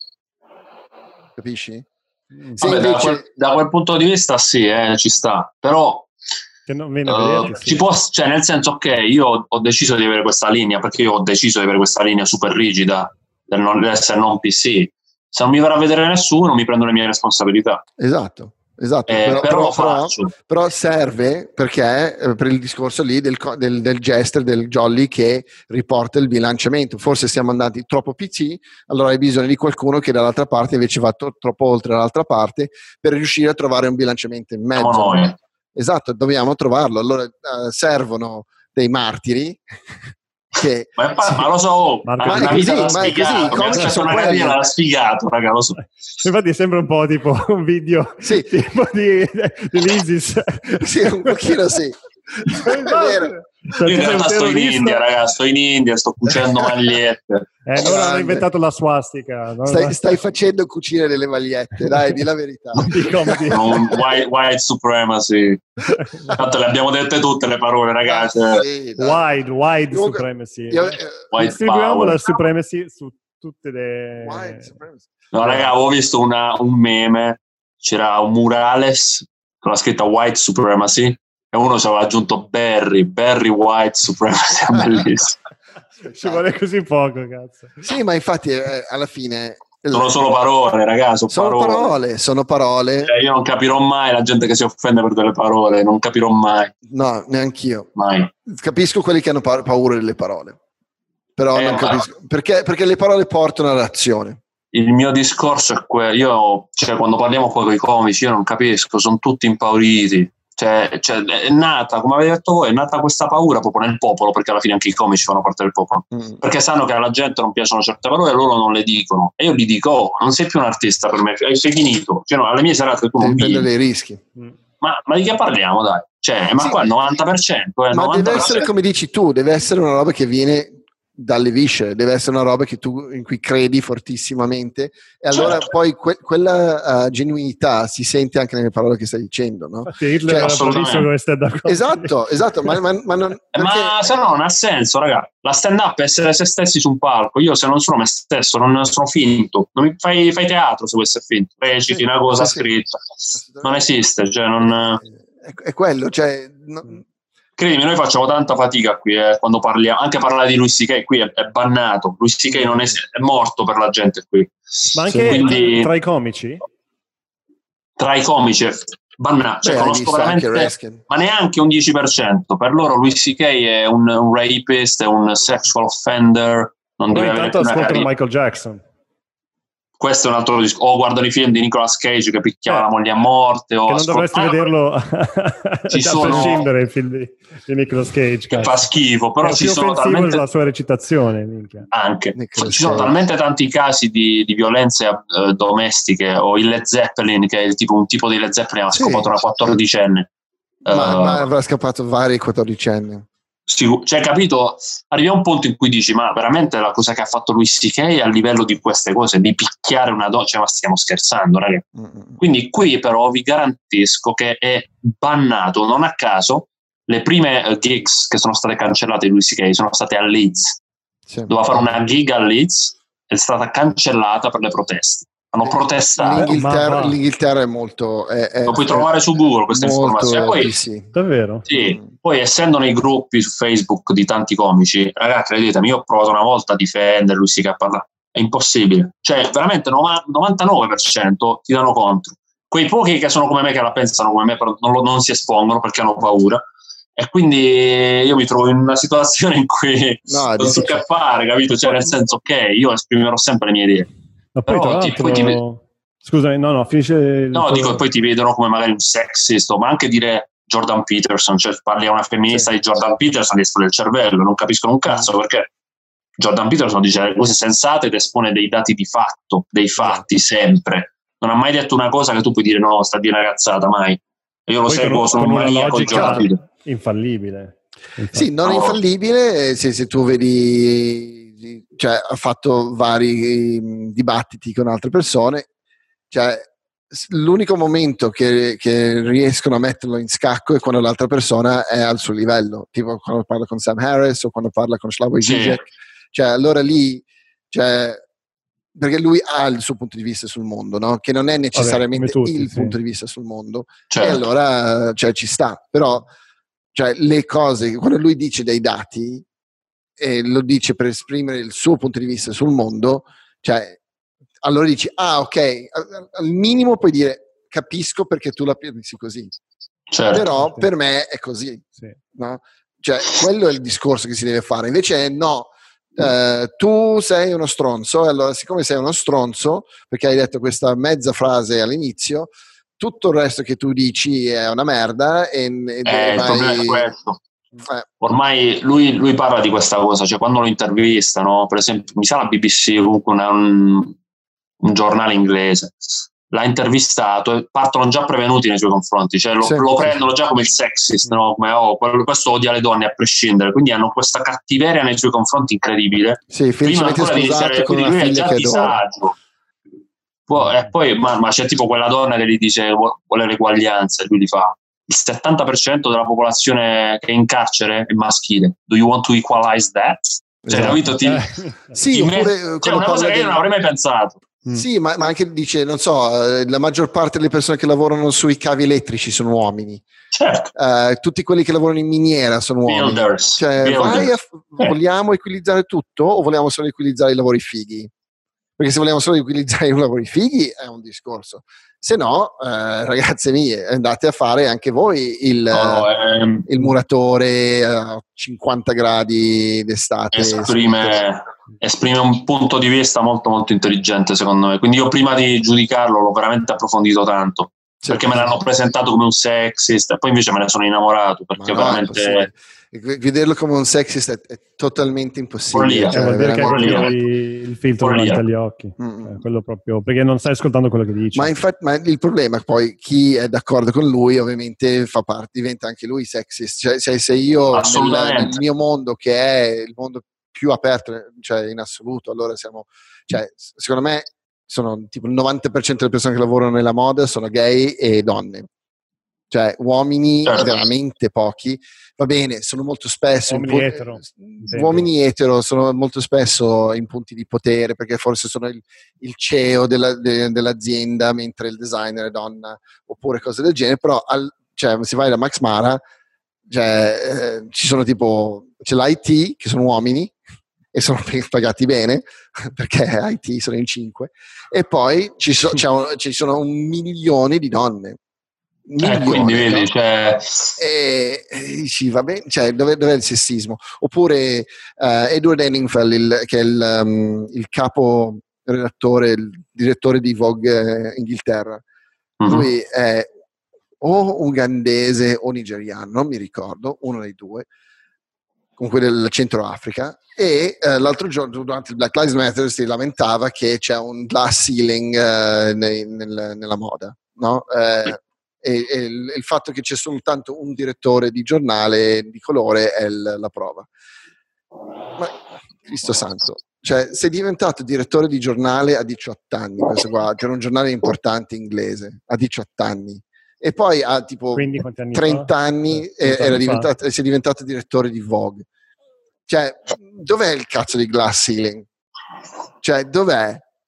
capisci? Se Vabbè, invece... da, quel, da quel punto di vista sì, eh, ci sta, però che non viene uh, a vederti, sì. ci può, cioè nel senso, ok, io ho deciso di avere questa linea perché io ho deciso di avere questa linea super rigida del non essere non P C. Se non mi verrà a vedere nessuno, mi prendo le mie responsabilità. Esatto. Esatto, eh, però, però, però, però, però serve perché eh, per il discorso lì del, del, del Jester, del Jolly che riporta il bilanciamento. Forse siamo andati troppo P C, allora hai bisogno di qualcuno che dall'altra parte invece va to- troppo oltre dall'altra parte per riuscire a trovare un bilanciamento in mezzo. Siamo noi. Esatto, dobbiamo trovarlo. Allora eh, servono dei martiri. Che, ma, è pa- sì. ma lo so, ma, ma, ma una è vita così, da ma è così, i comici sono una quelli. carriera da sfigato, raga, lo so. Infatti sembra un po' tipo un video sì. tipo di, di l'ISIS. Sì, un pochino sì. È vero. Cioè, io in realtà sto in India, raga, sto in India, sto cucendo magliette. Eh, loro hanno inventato la swastika. No? Stai, stai facendo cucire delle magliette, dai, di la verità. No, white, white supremacy. Tanto le abbiamo dette tutte le parole, ragazzi. Ah, sì, wide, wide Comunque, supremacy. Io, eh, white distribuiamo power. La supremacy su tutte le... White supremacy. No, raga, avevo visto una, un meme, c'era un murales con la scritta white supremacy e uno ci aveva aggiunto Barry, Barry white supremacy, bellissimo. Ci vuole così poco, cazzo. Sì, ma infatti eh, alla fine sono solo parole, ragazzi, sono, sono parole. parole, sono parole. Cioè, io non capirò mai la gente che si offende per delle parole, non capirò mai. No, neanch'io. Mai. Capisco quelli che hanno pa- paura delle parole, però eh, non capisco perché, perché le parole portano all'azione. Il mio discorso è quello, io, cioè, quando parliamo poi con i comici, io non capisco, sono tutti impauriti. Cioè, cioè, è nata, come avete detto voi, è nata questa paura proprio nel popolo, perché alla fine anche i comici fanno parte del popolo, mm. perché sanno che alla gente non piacciono certe parole e loro non le dicono, e io gli dico, oh, non sei più un artista per me, sei finito, cioè, no, alle mie serate tu non prendere dei rischi. ma, ma di che parliamo, dai? Cioè, ma sì, qua il novanta per cento eh, ma novanta per cento. Deve essere come dici tu, deve essere una roba che viene dalle viscere, deve essere una roba che tu, in cui credi fortissimamente, e allora certo. poi que- quella uh, genuinità si sente anche nelle parole che stai dicendo, no? Infatti Hitler era bravissimo come stand-up. Esatto, esatto, ma, ma, ma, non, ma perché... se no non ha senso, raga. La stand-up è essere se stessi su un palco. Io se non sono me stesso, non sono finto. Non mi fai, fai teatro se vuoi essere finto. Reciti sì, una cosa sì, scritta. Sì. Non esiste, cioè non... È, è quello, cioè... No... Credimi, noi facciamo tanta fatica qui eh, quando parliamo, anche parlare di Louis C K qui è, è bannato. Louis C K non è, è morto per la gente qui. Ma anche quindi, tra i comici? Tra i comici è bannato, cioè, conosco veramente, ma neanche un dieci per cento. Per loro Louis C K è un, un rapist, è un sexual offender. Non Poi deve intanto avere ascoltano Michael Jackson. Questo è un altro discorso. O guardano i film di Nicolas Cage che picchiava eh, la moglie a morte. O che non dovresti ah, vederlo ci a sono... prescindere il film di, di Nicolas Cage. Che cazzo. Fa schifo, però è ci più sono talmente... la sua recitazione. Minchia. Anche. Nicolas ci sono Cage. Talmente tanti casi di, di violenze uh, domestiche, o il Led Zeppelin, che è il tipo, un tipo di Led Zeppelin ha sì. scopato una quattordicenne. Ma, uh, ma avrà scappato vari quattordicenni. Cioè, capito? Arriva un punto in cui dici, ma veramente la cosa che ha fatto Louis C K a livello di queste cose, di picchiare una donna, cioè, ma stiamo scherzando, ragazzi. Mm-hmm. Quindi qui però vi garantisco che è bannato, non a caso, le prime uh, gigs che sono state cancellate di Louis C K sono state a Leeds. Sì. Doveva fare una gig a Leeds, è stata cancellata per le proteste. hanno protestato. L'Inghilterra, l'Inghilterra è molto... È, è, lo puoi trovare su Google questa informazione. Poi, sì. Davvero? Sì, poi essendo nei gruppi su Facebook di tanti comici, ragazzi, credetemi, io ho provato una volta a difendere lui, sì che parla, è impossibile. Cioè, veramente novantanove per cento ti danno contro. Quei pochi che sono come me, che la pensano come me, però non, lo, non si espongono perché hanno paura. E quindi io mi trovo in una situazione in cui no, non so che fare, capito? Cioè, nel senso, ok, io esprimerò sempre le mie idee. Ma poi, però tra ti, l'altro, poi ti, scusami, no, no, finisce. Il no, tuo... dico, poi ti vedono come magari un sexist, ma anche dire Jordan Peterson, cioè parli a una femminista sì. di Jordan Peterson, gli esplode il cervello, non capiscono un cazzo, perché Jordan Peterson dice cose sensate ed espone dei dati di fatto, dei fatti, sempre. Non ha mai detto una cosa che tu puoi dire no, sta di una cazzata, mai. Io lo poi seguo, con, sono con una logica con Jordan Peterson. Infallibile. Infatti. Sì, non è infallibile, se, se tu vedi, cioè ha fatto vari um, dibattiti con altre persone, cioè l'unico momento che, che riescono a metterlo in scacco è quando l'altra persona è al suo livello, tipo quando parla con Sam Harris o quando parla con Slavoj Žižek, sì. Cioè allora lì, cioè, perché lui ha il suo punto di vista sul mondo, no? Che non è necessariamente Vabbè, tutti, il sì. punto di vista sul mondo, certo. E allora cioè, ci sta, però cioè, le cose, quando lui dice dei dati e lo dice per esprimere il suo punto di vista sul mondo, cioè allora dici, ah ok, al minimo puoi dire capisco perché tu la pensi così, certo. Però sì. Per me è così, sì. No? Cioè quello è il discorso che si deve fare, invece no, eh, tu sei uno stronzo e allora siccome sei uno stronzo perché hai detto questa mezza frase all'inizio, tutto il resto che tu dici è una merda e, e eh, vai... il problema è questo. Eh. Ormai lui, lui parla di questa cosa, cioè quando lo intervistano, per esempio, mi sa la B B C, comunque una, un, un giornale inglese, l'ha intervistato e partono già prevenuti nei suoi confronti, cioè lo, sì, lo prendono sì. già come il sexist, no? Come oh, questo odia le donne a prescindere, quindi hanno questa cattiveria nei suoi confronti incredibile. Sì, prima ancora di iniziare, con una figlia che disagio. Poi, e poi ma, ma c'è tipo quella donna che gli dice vuole l'eguaglianza e lui gli fa il settanta per cento della popolazione che è in carcere è maschile, do you want to equalize that? Cioè, esatto. Capito? Ti, sì, ti oppure met... cioè, una cosa che io non avrei mai pensato. Sì, ma, ma anche dice, non so, la maggior parte delle persone che lavorano sui cavi elettrici sono uomini. Certo. Uh, tutti quelli che lavorano in miniera sono uomini. Builders. Cioè, Builders. Vai a, vogliamo equilibrare tutto o vogliamo solo equilibrare i lavori fighi? Perché se vogliamo solo utilizzare i lavori fighi è un discorso, se no eh, ragazze mie andate a fare anche voi il, no, no, ehm, il muratore a cinquanta gradi d'estate. Esprime, esprime un punto di vista molto molto intelligente secondo me, quindi io prima di giudicarlo l'ho veramente approfondito tanto, sì, perché me l'hanno presentato come un sexist e poi invece me ne sono innamorato perché no, veramente vederlo come un sexist è, è totalmente impossibile. Cioè, eh, vuol dire che hai il filtro Follia. davanti agli occhi, mm. cioè, quello proprio, perché non stai ascoltando quello che dici. Ma infatti, ma il problema poi chi è d'accordo con lui ovviamente fa parte, diventa anche lui sexist. Cioè, cioè se io nel, nel mio mondo che è il mondo più aperto, cioè in assoluto, allora siamo, cioè secondo me sono tipo il novanta per cento delle persone che lavorano nella moda sono gay e donne. Cioè uomini certo. veramente pochi, va bene, sono molto spesso uomini, in pu- etero, uomini etero sono molto spesso in punti di potere perché forse sono il, il C E O della, de, dell'azienda mentre il designer è donna oppure cose del genere, però al, cioè, se vai da Max Mara cioè, eh, ci sono tipo c'è l'I T che sono uomini e sono pagati bene perché I T sono in cinque e poi ci, so, c'è un, ci sono un milione di donne. Milione, eh, quindi vedi, no? Cioè... e, e dici va bene, cioè dov'è, dov'è il sessismo? Oppure uh, Edward Henningfeld il, che è il, um, il capo redattore, il direttore di Vogue eh, Inghilterra, uh-huh. Lui è o ugandese o nigeriano, non mi ricordo, uno dei due, comunque del Centro Africa, e uh, l'altro giorno durante il Black Lives Matter si lamentava che c'è un glass ceiling uh, nei, nel, nella moda, no? Uh, E, e il, il fatto che c'è soltanto un direttore di giornale di colore è il, la prova. Ma Cristo santo, cioè sei diventato direttore di giornale a diciotto anni, questo qua, che era un giornale importante inglese, a diciotto anni, e poi a tipo anni trenta fa? Anni eh, era diventato, sei diventato direttore di Vogue. Cioè, dov'è il cazzo di glass ceiling? Cioè, dov'è?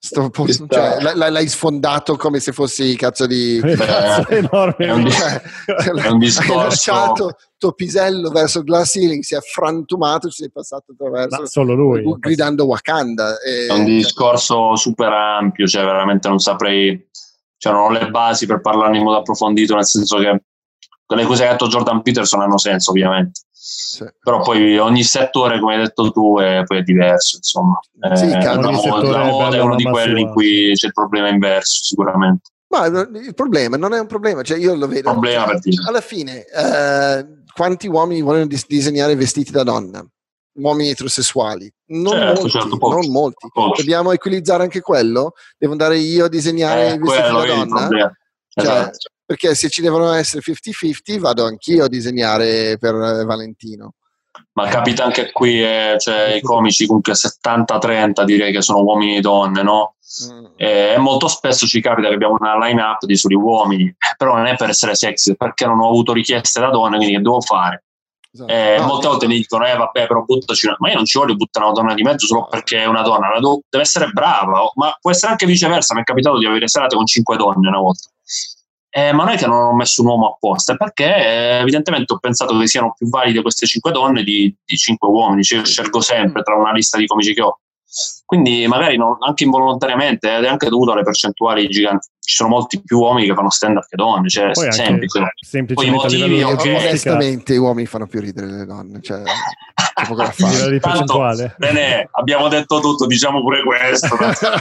Sto, cioè, l- l'hai sfondato come se fossi cazzo di Beh, è enorme, è un, dis- cioè, è un discorso. Hai lanciato tuo pisello verso il glass ceiling, si è frantumato, ci sei passato attraverso, ma solo lui gridando Wakanda. E, è un discorso super ampio, cioè veramente non saprei, cioè non ho le basi per parlarne in modo approfondito, nel senso che le cose che ha detto Jordan Peterson hanno senso ovviamente. Sì. Però poi ogni settore, come hai detto tu, è, poi è diverso, insomma. Sì, eh, la, mod- la moda è uno di quelli sua. in cui c'è il problema inverso, sicuramente. Ma il problema non è un problema, cioè io lo vedo. Problema Cioè, per dire. alla fine, eh, quanti uomini vogliono dis- disegnare vestiti da donna? Uomini eterosessuali? Non certo, molti, certo, pochi, non molti. pochi. Dobbiamo equilibrare anche quello? Devo andare io a disegnare eh, i vestiti da è il donna? problema. Cioè, Esatto. perché se ci devono essere cinquanta cinquanta, vado anch'io a disegnare per Valentino. Ma capita anche qui, eh, cioè i comici comunque settanta trenta direi che sono uomini e donne, no? Mm. E molto spesso ci capita che abbiamo una line-up di soli uomini, però non è per essere sexy, perché non ho avuto richieste da donne, quindi che devo fare? Esatto. Eh, no, molte volte mi dicono, eh vabbè, però buttaci una... Ma io non ci voglio buttare una donna di mezzo solo perché è una donna, deve essere brava, ma può essere anche viceversa. Mi è capitato di avere serate con cinque donne una volta. Eh, ma non è che non ho messo un uomo apposta, perché eh, evidentemente ho pensato che siano più valide queste cinque donne di, di cinque uomini, cioè io scelgo sempre tra una lista di comici che ho. Quindi magari non, anche involontariamente, ed è anche dovuto alle percentuali giganti. Ci sono molti più uomini che fanno stand up che donne, cioè poi semplice. Poi i motivi, okay. Onestamente i uomini fanno più ridere delle donne, cioè c'è poco da fare. Tanto, bene, abbiamo detto tutto, diciamo pure questo.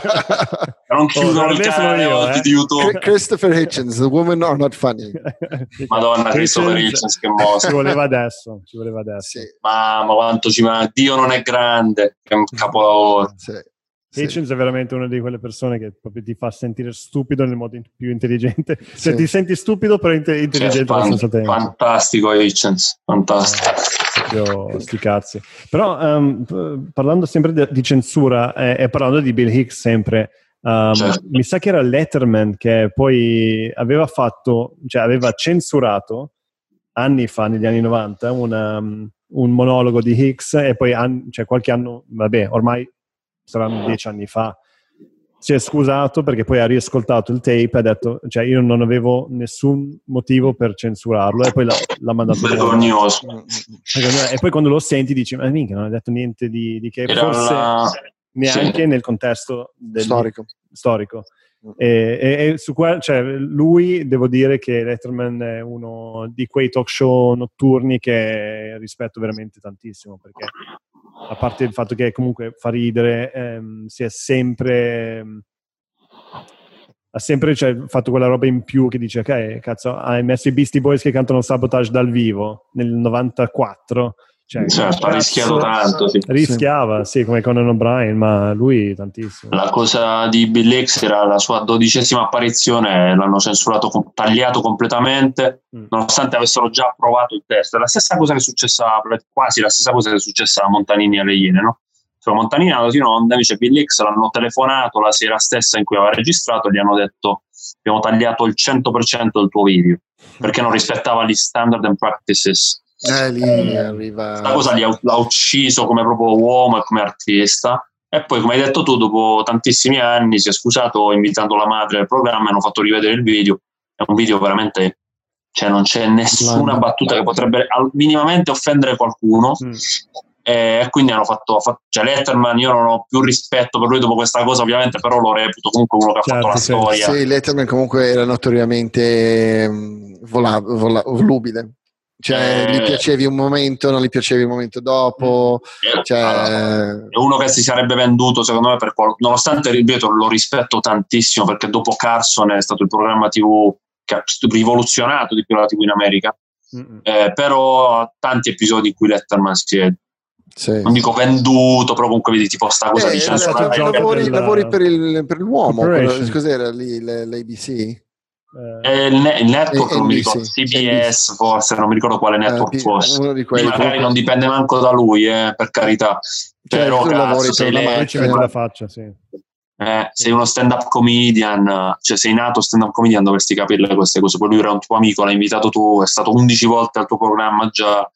Non chiudono oh, il canale io, eh. di YouTube. Christopher Hitchens, the women are not funny. Madonna, Christopher Hitchens che mossa. Ci voleva adesso, ci voleva adesso. Sì. Mamma, quanto ci manca. Dio non è grande, è un capolavoro. Sì. Hitchens sì. È veramente una di quelle persone che proprio ti fa sentire stupido nel modo più intelligente. Cioè sì. Ti senti stupido però intelligente cioè, allo stesso tempo. Fantastico Hitchens, fantastico. Proprio sti cazzi. Però um, parlando sempre di, di censura e eh, parlando di Bill Hicks sempre, um, certo. Mi sa che era Letterman che poi aveva fatto, cioè aveva censurato anni fa, negli anni novanta, una, um, un monologo di Hicks e poi an- cioè qualche anno, vabbè, ormai saranno dieci anni fa, si è scusato perché poi ha riascoltato il tape e ha detto, cioè io non avevo nessun motivo per censurarlo e poi l'ha, l'ha mandato vergognoso. E poi quando lo senti dici, ma minchia, non ha detto niente di, di che Era forse una... neanche sì. nel contesto del... storico. storico. E, e, e su quel, cioè, lui, devo dire che Letterman è uno di quei talk show notturni che rispetto veramente tantissimo, perché a parte il fatto che comunque fa ridere, ehm, si è sempre ehm, ha sempre cioè, fatto quella roba in più che dice ok, cazzo, hai messo i Beastie Boys che cantano Sabotage dal vivo nel novantaquattro, cioè, certo, ha rischiato tanto, sì. Rischiava, sì, come Conan O'Brien, ma lui tantissimo. La cosa di Bill Hicks era la sua dodicesima apparizione, l'hanno censurato, tagliato completamente, mm. nonostante avessero già approvato il testo. È la stessa cosa che è successa, quasi la stessa cosa che è successa a Montanini e alle Iene, no? Cioè, Montanini è andato in onda, invece Bill Hicks l'hanno telefonato la sera stessa in cui aveva registrato e gli hanno detto abbiamo tagliato il cento per cento del tuo video, perché non rispettava gli standard and practices. Eh, lì arriva... Questa cosa gli ha, l'ha ucciso come proprio uomo e come artista, e poi come hai detto tu dopo tantissimi anni si è scusato invitando la madre al programma e hanno fatto rivedere il video. È un video veramente, cioè non c'è nessuna Mamma. battuta che potrebbe minimamente offendere qualcuno, mm. e quindi hanno fatto, fatto cioè Letterman, io non ho più rispetto per lui dopo questa cosa ovviamente, però lo reputo comunque uno che certo, ha fatto la storia. Sì, Letterman comunque era notoriamente vola, vola, volubile. Cioè, eh, gli piacevi un momento, non gli piacevi un momento dopo. Eh, cioè... allora, è uno che si sarebbe venduto, secondo me, per qual- nonostante ripeto, lo rispetto tantissimo perché dopo Carson è stato il programma tivù che ha rivoluzionato di più la tivù in America. Eh, però tanti episodi in cui Letterman si è, sì, non dico venduto, però comunque vedi tipo sta cosa eh, di censura. Cioè, lavori, della... lavori per, il, per l'uomo, quello, cos'era lì l'A B C? Eh, il, ne- il network eh, non mi ricordo, C B S N B C. Forse non mi ricordo quale network uh, fosse, uno di quelli, magari comunque... non dipende manco da lui, eh, per carità, cioè, però tu cazzo, lavori sei per le... ci vede la faccia, sì. eh, sei uno stand up comedian, cioè sei nato stand up comedian, dovresti capirle queste cose. Poi lui era un tuo amico, l'hai invitato tu, è stato undici volte al tuo programma già,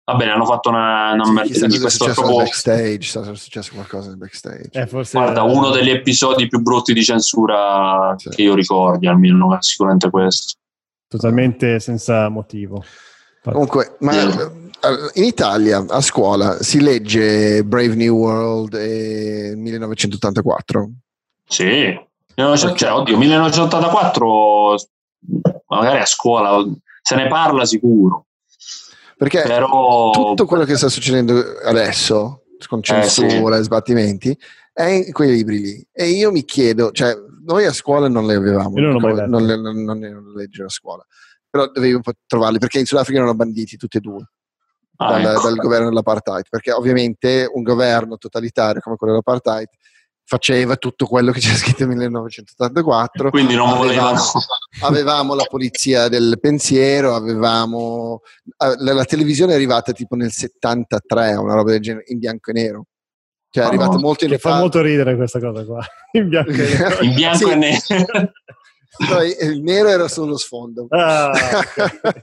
Va bene, hanno fatto una, una Sì, merda chissà di cosa è questo successo nel proprio. backstage, sarà successo qualcosa nel backstage. Eh, forse, Guarda, uno degli episodi più brutti di censura Sì. che io ricordi, almeno sicuramente questo. totalmente senza motivo. Infatti. Comunque, ma in Italia a scuola si legge Brave New World e millenovecentottantaquattro? Sì, cioè, oddio, millenovecentottantaquattro magari a scuola se ne parla sicuro. Perché Però tutto quello che sta succedendo adesso, con censura e eh, sì. sbattimenti, è in quei libri lì. E io mi chiedo, cioè, noi a scuola non le avevamo, Io non l'ho mai letto. non le, non, non le leggevo a scuola, però dovevi un po' trovarli, perché in Sudafrica erano banditi tutti e due. Ah, Dal, ecco. dal governo dell'apartheid, perché ovviamente un governo totalitario come quello dell'apartheid faceva tutto quello che c'era scritto nel millenovecentottantaquattro. Quindi non avevamo, volevano. avevamo la polizia del pensiero, avevamo la, la televisione è arrivata tipo nel settantatré, una roba del genere, in bianco e nero, cioè è arrivata no. molto in che fa molto ridere questa cosa qua in bianco e nero. In bianco sì. e nero. No, il nero era sullo sfondo. Ah, okay.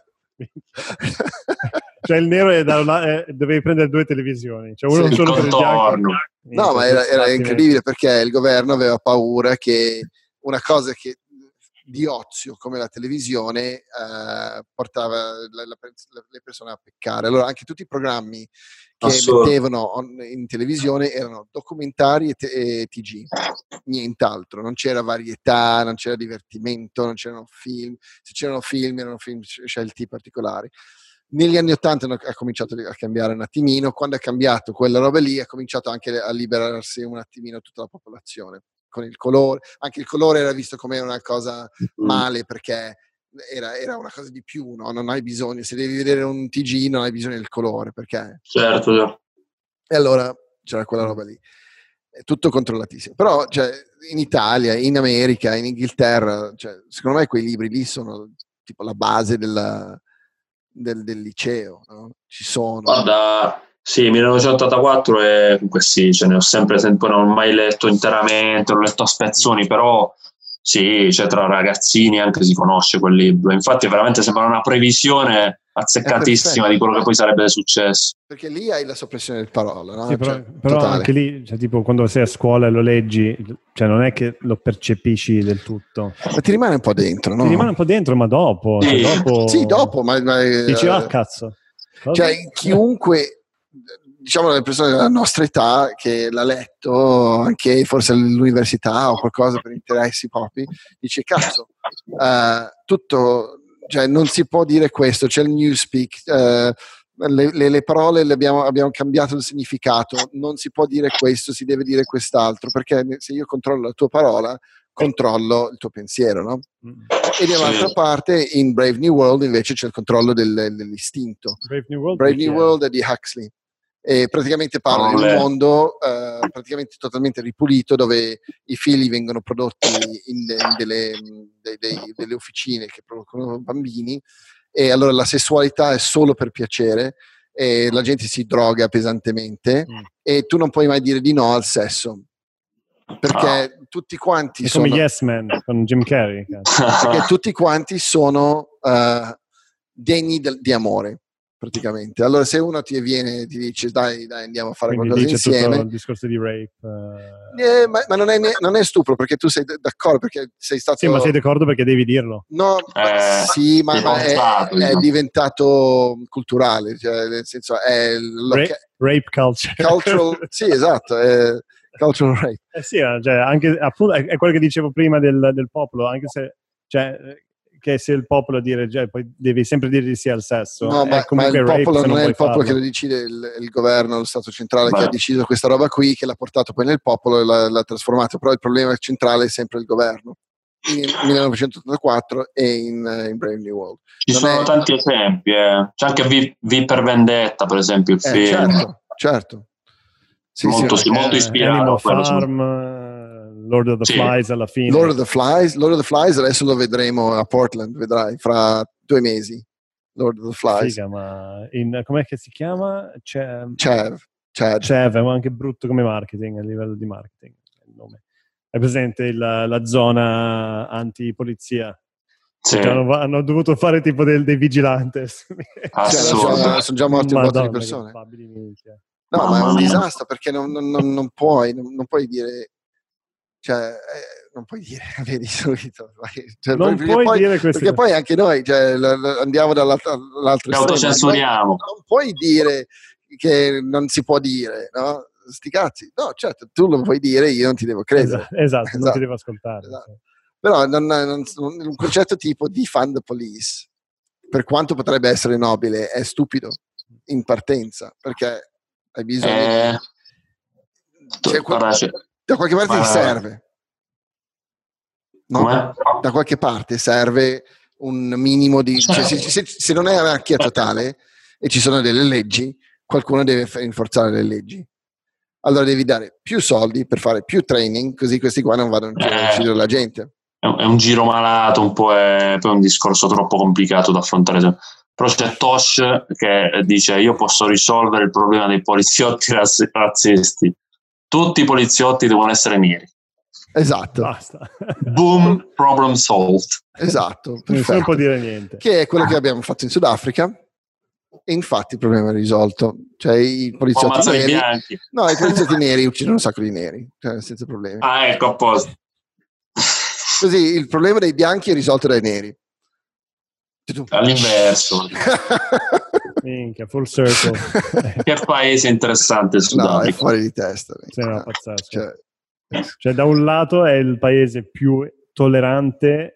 Cioè il nero è da una, è, dovevi prendere due televisioni, cioè uno sì, solo per il bianco. No, ma era, era incredibile perché il governo aveva paura che una cosa che di ozio come la televisione eh, portava la, la, le persone a peccare. Allora anche tutti i programmi che Assurdo. mettevano in televisione erano documentari e, te- e T G, nient'altro, non c'era varietà, non c'era divertimento, non c'erano film, se c'erano film erano film scelti particolari. Negli anni Ottanta ha cominciato a cambiare un attimino, quando è cambiato quella roba lì ha cominciato anche a liberarsi un attimino tutta la popolazione, con il colore, anche il colore era visto come una cosa male perché era, era una cosa di più, no? Non hai bisogno, se devi vedere un T G non hai bisogno del colore perché... Certo, certo. E allora c'era quella roba lì, è tutto controllatissimo, però cioè, in Italia, in America, in Inghilterra, cioè, secondo me quei libri lì sono tipo la base della... Del, del liceo, no? Ci sono. Guarda, sì, millenovecentottantaquattro e comunque sì, ce ne ho sempre sentito, non ho mai letto interamente, l'ho letto a spezzoni, però sì, cioè tra ragazzini anche si conosce quel libro. Infatti veramente sembra una previsione azzeccatissima di quello che poi sarebbe successo. Perché lì hai la soppressione del parola, no? Sì, però, cioè, però anche lì, cioè, tipo quando sei a scuola e lo leggi, cioè non è che lo percepisci del tutto. Ma ti rimane un po' dentro, no? Ti rimane un po' dentro, ma dopo. Sì, cioè, dopo... sì dopo, ma... ma dici, ah, cazzo. Cosa? Cioè, chiunque, diciamo le persone della nostra età che l'ha letto, anche forse all'università o qualcosa per interessi propri, dice, cazzo, uh, tutto, cioè non si può dire questo, c'è il newspeak, uh, Le, le, le parole le abbiamo, abbiamo cambiato il significato, non si può dire questo, si deve dire quest'altro, perché se io controllo la tua parola, controllo il tuo pensiero, no? E dall'altra sì. parte in Brave New World invece c'è il controllo del, dell'istinto. Brave New World, Brave New World è di Huxley e praticamente parla oh, di un beh. mondo uh, praticamente totalmente ripulito dove i figli vengono prodotti in, in delle, de, de, delle officine che producono bambini. E allora la sessualità è solo per piacere e la gente si droga pesantemente mm. e tu non puoi mai dire di no al sesso perché oh. tutti quanti è sono come Yes Man con Jim Carrey perché tutti quanti sono uh, degni de- di amore praticamente. Allora se uno ti viene e ti dice dai, dai andiamo a fare quindi qualcosa insieme, tutto il discorso di rape uh... eh, ma, ma non, è, non è stupro perché tu sei d'accordo perché sei stato sì ma sei d'accordo perché devi dirlo no eh, sì ma, ma è, è diventato culturale cioè nel senso è rape, rape culture cultural sì esatto è cultural rape eh sì cioè anche appunto è quello che dicevo prima del, del popolo anche se cioè che se il popolo dire cioè, poi devi sempre dire di sì al sesso no ma, ma il rape, popolo non, non è il popolo farlo. che lo decide il, il governo lo stato centrale Beh. che ha deciso questa roba qui che l'ha portato poi nel popolo e l'ha, l'ha trasformato però il problema centrale è sempre il governo in millenovecentottantaquattro e in, in Brave New World ci non sono è... tanti esempi eh. c'è anche V, v per Vendetta per esempio il eh, film certo certo sì, molto, sì, molto eh, ispirato Animal Farm Lord of the sì. Flies alla fine Lord of the Flies Lord of the Flies adesso lo vedremo a Portland vedrai fra due mesi Lord of the Flies figa ma in, com'è che si chiama? C'è, Chev Chad Chev è anche brutto come marketing a livello di marketing il nome. È presente il, la zona antipolizia Sì. Cioè, hanno, hanno dovuto fare tipo del, dei vigilantes. Cioè, sono, già, sono già morti un botto di persone. No, ma è un disastro, perché non, non, non, non puoi non, non puoi dire, cioè eh, non puoi dire, vedi subito, cioè, non perché puoi poi, dire queste perché poi anche noi, cioè, l- l- andiamo dall'altro, dall'altro estremo. Autocensuriamo. Non puoi dire che non si può dire, no? Sti cazzi, no, certo, tu lo puoi dire, io non ti devo credere. Esatto, esatto, esatto. Non ti devo ascoltare. Esatto. Sì. Però non, non, un concetto tipo defund the police, per quanto potrebbe essere nobile, è stupido in partenza, perché hai bisogno eh, di... Cioè, guarda, cioè, da qualche parte ti serve. No? Com'è? Da qualche parte serve un minimo di... Cioè, se, se, se non è anarchia totale e ci sono delle leggi, qualcuno deve rinforzare le leggi. Allora devi dare più soldi per fare più training, così questi qua non vadano più a uccidere la gente. È un giro malato, un po' è poi un discorso troppo complicato da affrontare. Però c'è Tosh che dice: io posso risolvere il problema dei poliziotti razzisti. Tutti i poliziotti devono essere neri. Esatto. Basta. Boom, problem solved. Esatto, perfetto. Non può dire niente. Che è quello che abbiamo fatto in Sudafrica. E infatti il problema è risolto. Cioè i poliziotti oh, neri, bianchi. no, i poliziotti neri uccidono un sacco di neri, cioè, senza problemi. Ah, ecco, a posto. Così il problema dei bianchi è risolto dai neri. All'inverso. Minchia, full circle. Che paese interessante il Sudafrica. No, è fuori di testa. Sì, no, pazzesco. Cioè, cioè, da un lato è il paese più tollerante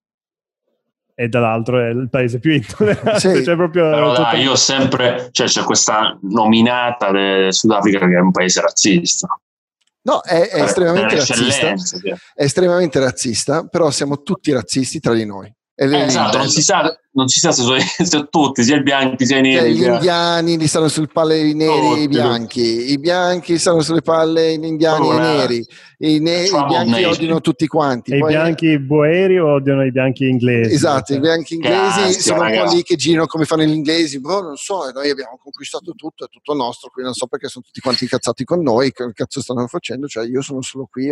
e dall'altro è il paese più intollerante. Sì. Cioè, proprio però tutto... dai, io sempre, cioè c'è questa nominata del Sudafrica che è un paese razzista. No, è, è estremamente razzista. Sì. È estremamente razzista, però siamo tutti razzisti tra di noi. Eh, esatto, non si sa, non si sa se sono, se tutti, sia i bianchi sia i neri. Cioè, gli indiani li stanno sul palle i neri e i bianchi, i bianchi stanno sulle palle gli indiani e i neri, i, ne- i bianchi nation. Odiano tutti quanti. E poi... i bianchi boeri odiano i bianchi inglesi. Esatto, i bianchi inglesi Cazzo, sono ragazzi. un po' lì che girano come fanno gli inglesi, boh, non so, noi abbiamo conquistato tutto, è tutto nostro, quindi non so perché sono tutti quanti incazzati con noi, che cazzo stanno facendo, cioè io sono solo qui.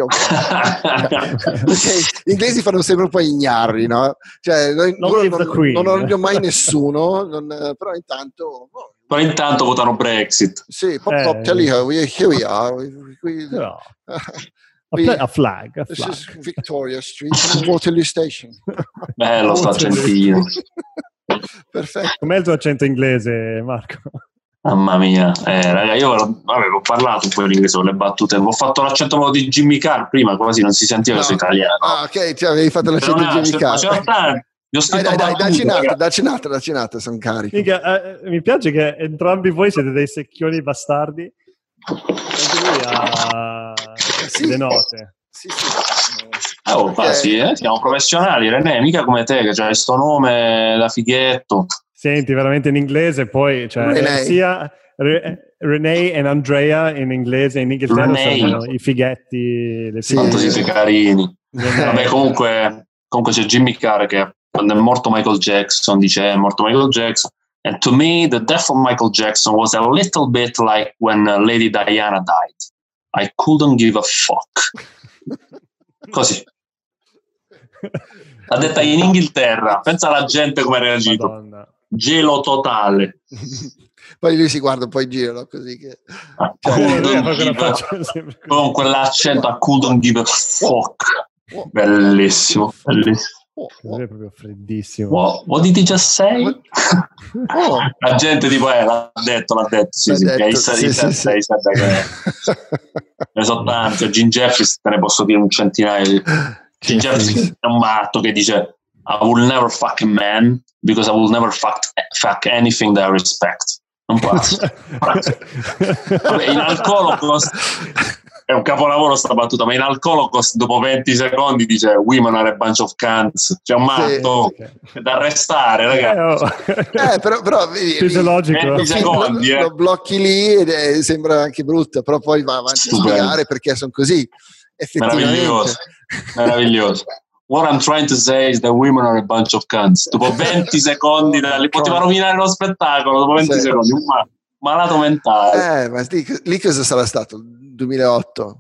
Perché gli inglesi fanno sempre un po' ignarri, no? Cioè, noi, non, non, non odio mai nessuno, non, però intanto... Oh, però intanto votano Brexit. Sì, pop, pop, eh, tell you, we, here we are. We, we, no. uh, a, we, a flag. A this flag. is Victoria Street and Waterloo Station. Bello sto accentino. Perfetto. Com'è il tuo accento inglese, Marco? Mamma mia, eh, raga, io avevo parlato un po' in inglese con le battute, ho fatto l'accento di Jimmy Carr prima, quasi non si sentiva no. che sono italiano. Ah, ok, cioè, avevi fatto l'accento di Jimmy Carr. Dai, dai, dai, dacci un'altra, dacci un'altra, dacci un'altra, sono carico. Mica, eh, mi piace che entrambi voi siete dei secchioni bastardi. Anche lui ha sì. le note. Sì, sì. Oh, okay. Sì, eh? Siamo professionali, René, mica come te che c'hai sto nome da fighetto. Senti, veramente in inglese, poi cioè, sia Re, René e Andrea in inglese, in Inghilterra René. Sono i fighetti, le sì, quanto siete carini. Vabbè, comunque, comunque c'è Jimmy Carr che quando è morto Michael Jackson dice è morto Michael Jackson, and to me the death of Michael Jackson was a little bit like when Lady Diana died. I couldn't give a fuck. Così l'ha detta in Inghilterra, pensa alla gente come ha reagito. Madonna. Gelo totale. Poi lui si guarda, poi gira così che ah, a, con quell'accento a couldn't give a fuck. Oh, bellissimo, bellissimo. Oh, oh. È proprio freddissimo. What, what did he just say? Oh. La gente tipo eh, l'ha detto, l'ha detto, sì, l'ha sì, detto, sì, sì, sì, sì. Ne so tanti, a Jim Jeffries te ne posso dire un centinaio. Jim Jeffries è un matto che dice I will never fuck a man because I will never fuck, fuck anything that I respect. Non posso. Vabbè, in Alcolocost è un capolavoro sta battuta, ma in Alcolocost dopo venti secondi dice women are a bunch of cunts, c'è un matto sì, okay. da arrestare, ragazzi. Eh, però, però fisiologico. venti secondi, lo, eh. lo blocchi lì ed è, sembra anche brutto, però poi va avanti Stupendo. a spiegare perché sono così. Effettivamente. Meraviglioso, meraviglioso. What I'm trying to say is that women are a bunch of cunts. Dopo venti secondi, da, li poteva rovinare lo spettacolo. Dopo venti sì. secondi, un malato mentale. Eh, ma lì, lì cosa sarà stato? duemilaotto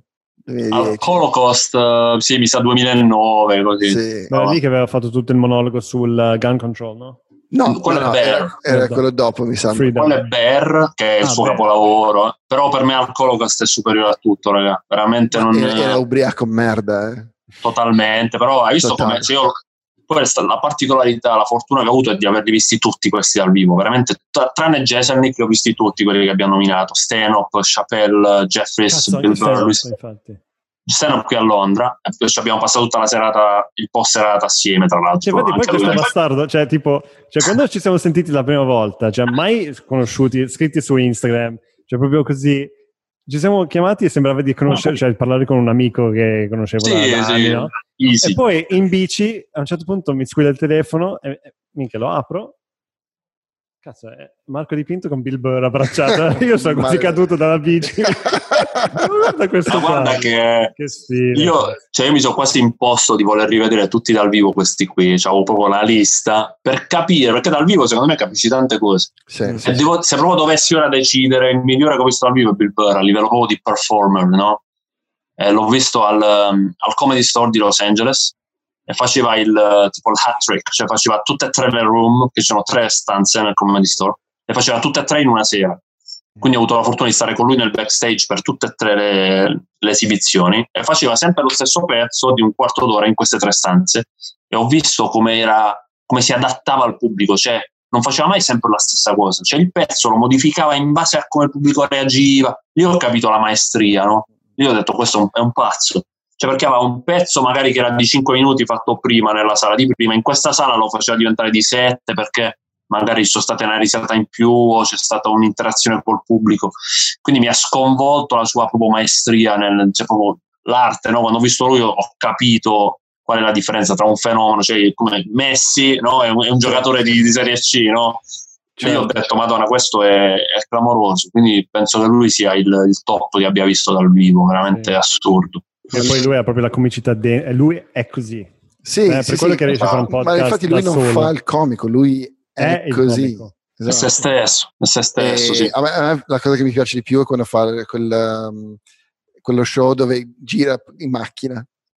Al Holocaust, sì, mi sa duemilanove, così. Sì. Ma no. Era lì che aveva fatto tutto il monologo sul gun control, no? No, quello no, era, era quello dopo, mi sa. Quello è Bear, che è il ah, suo Bear. capolavoro. Però per me al Holocaust è superiore a tutto, raga. Veramente non era, era ubriaco merda, eh. Totalmente, però hai visto come se io questa la particolarità, la fortuna che ho avuto è di averli visti tutti questi dal vivo, veramente tra, tranne Jeselnik, li ho visti tutti quelli che abbiamo nominato, Stanhope, Chappelle, Jeffries, Cazzo, Bill Burr. Stanhope qui a Londra, e ci abbiamo passato tutta la serata, il post serata assieme, tra l'altro. Cioè, infatti, poi questo bastardo, cioè tipo, cioè quando ci siamo sentiti la prima volta, cioè mai conosciuti, scritti su Instagram, cioè proprio così, ci siamo chiamati e sembrava di conoscere, cioè di parlare con un amico che conoscevo sì, da anni, sì. no? Easy. E poi in bici a un certo punto mi squilla il telefono e, e minchia lo apro, cazzo è Marco Di Pinto con Bill Burr abbracciato, io sono quasi caduto dalla bici. Guarda questo, ma guarda che, che stile. Io, cioè io mi sono quasi imposto di voler rivedere tutti dal vivo questi qui, cioè, avevo proprio una lista per capire, perché dal vivo secondo me capisci tante cose. Sì, e sì, devo, se proprio dovessi ora decidere, il migliore che ho visto dal vivo è Bill Burr a livello proprio di performer, no? Eh, l'ho visto al, um, al Comedy Store di Los Angeles e faceva il uh, tipo il hat trick, cioè faceva tutte e tre le room, che ci sono tre stanze nel Comedy Store, e faceva tutte e tre in una sera. Quindi ho avuto la fortuna di stare con lui nel backstage per tutte e tre le, le esibizioni, e faceva sempre lo stesso pezzo di un quarto d'ora in queste tre stanze, e ho visto come era, come si adattava al pubblico, cioè non faceva mai sempre la stessa cosa, cioè il pezzo lo modificava in base a come il pubblico reagiva. Io ho capito la maestria, no? Io ho detto questo è un, è un pazzo, cioè perché aveva un pezzo magari che era di cinque minuti fatto prima nella sala di prima, in questa sala lo faceva diventare di sette perché magari ci sono state una risata in più o c'è stata un'interazione col pubblico, quindi mi ha sconvolto la sua proprio maestria nel, cioè proprio l'arte, no? Quando ho visto lui ho capito qual è la differenza tra un fenomeno, cioè come Messi, no? È un, è un giocatore di, di Serie C, no? Cioè io ho detto madonna, questo è, è clamoroso, quindi penso che lui sia il, il top che abbia visto dal vivo, veramente sì. Assurdo. E poi lui ha proprio la comicità, de- lui è così, sì, eh, per sì, quello sì, che riesce a fare un podcast, ma infatti lui non solo. fa il comico, lui è, è così, esatto. È se stesso, è se stesso, e sì. a, me, a me la cosa che mi piace di più è quando fa quel, um, quello show dove gira in macchina.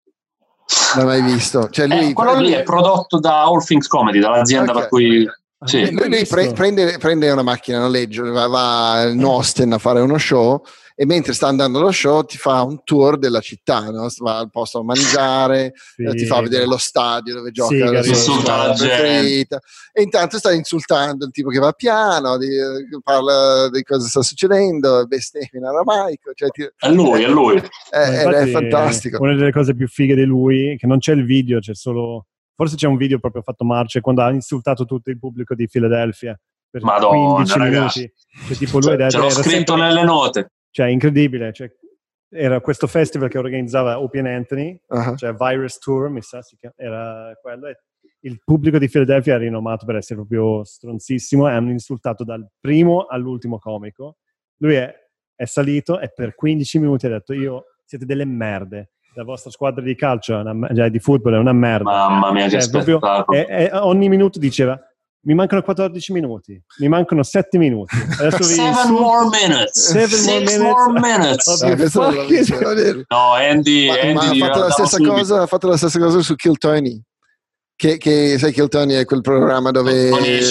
Non l'hai mai visto? Cioè lui, eh, quello lui, lì è prodotto da All Things Comedy, dall'azienda okay. per cui sì. lui, lui pre- prende, prende una macchina, noleggio, va, va in Austin a fare uno show, e mentre sta andando allo show ti fa un tour della città, no? Va al posto a mangiare, sì, eh, ti fa vedere lo stadio dove gioca sì, la sua squadra preferita, e intanto sta insultando il tipo che va piano, di, parla di cosa sta succedendo, bestemmia in aramaico, cioè ti, è lui, è lui è, è, è fantastico. Una delle cose più fighe di lui, che non c'è il video, c'è solo, forse c'è un video proprio fatto marce quando ha insultato tutto il pubblico di Philadelphia per Madonna, quindici ragazzi. minuti, cioè, tipo lui cioè, ce l'ho scritto sempre nelle note. Cioè, incredibile. Cioè, era questo festival che organizzava Opie and Anthony, uh-huh. cioè Virus Tour, mi sa, si chiama, era quello. E il pubblico di Philadelphia è rinomato per essere proprio stronzissimo e hanno insultato dal primo all'ultimo comico. Lui è, è salito e per quindici minuti ha detto: io siete delle merde, la vostra squadra di calcio, è una, cioè, di football è una merda. Mamma mia, cioè, che spettacolo. E, e ogni minuto diceva: mi mancano quattordici minuti, mi mancano sette minuti. Adesso Seven more minutes. Seven Six more minutes. More minutes. No, Andy, ma, Andy ma ha, fatto la stessa cosa, ha fatto la stessa cosa su Kill Tony. Che, che sai, Kill Tony è quel programma dove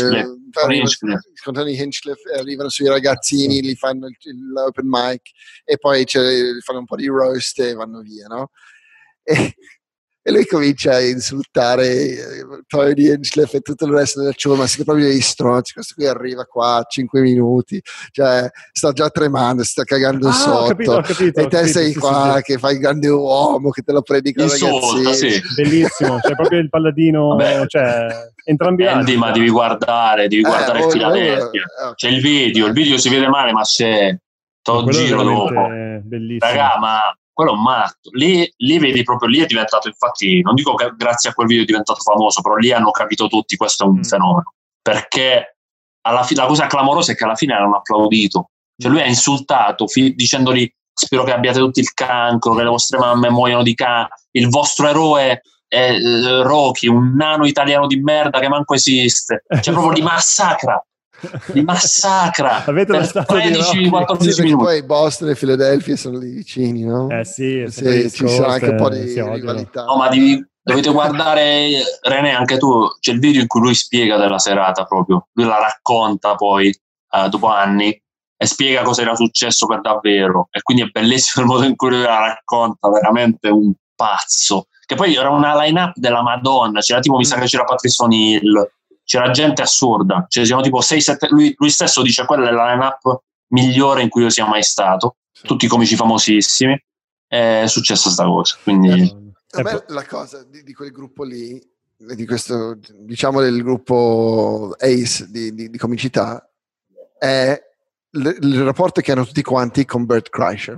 con Tony Hinchcliffe arrivano sui ragazzini, gli fanno il, l'open mic e poi gli fanno un po' di roast e vanno via, no? E, e lui comincia a insultare Tony Hinchcliffe e tutto il resto del show, ma si proprio dei stronzi, questo qui arriva qua a cinque minuti, cioè sta già tremando, si sta cagando ah, sotto, ho capito, ho capito, e te capito, sei sì, qua sì, che fai il grande uomo, che te lo predica il ragazzino, sì. Bellissimo, cioè proprio il palladino. Vabbè, cioè entrambi Andy, altri, ma devi guardare, devi eh, guardare oh, il Philadelphia, oh, oh, c'è il video, il video si vede male, ma c'è todo giro dopo, bellissimo. Raga, ma quello è un matto, lì, lì vedi proprio, lì è diventato, infatti non dico che grazie a quel video è diventato famoso, però lì hanno capito tutti questo è un mm. fenomeno, perché alla fi- la cosa clamorosa è che alla fine hanno applaudito, cioè lui ha insultato fi- dicendogli spero che abbiate tutti il cancro, che le vostre mamme muoiono di cancro, il vostro eroe è eh, Rocky, un nano italiano di merda che manco esiste, cioè proprio li massacra, li massacra Avete per lo stato di tredici quattordici sì, minuti. poi Boston e Philadelphia sono lì vicini, no? Eh sì, sì ci sarà anche un po' di rivalità. No, ma devi, dovete guardare, René, anche tu, c'è il video in cui lui spiega della serata proprio, lui la racconta poi eh, dopo anni e spiega cosa era successo per davvero, e quindi è bellissimo il modo in cui lui la racconta, veramente un pazzo, che poi era una line-up della Madonna, c'era tipo, mi sa che c'era Patrice O'Neill, c'era gente assurda, ce ne siamo tipo sei sette, lui, lui stesso dice quella è la line-up migliore in cui io sia mai stato, tutti comici famosissimi, è successa sta cosa, quindi... A me la cosa di, di quel gruppo lì, di questo, diciamo del gruppo Ace di, di, di comicità, è l- il rapporto che hanno tutti quanti con Bert Kreischer.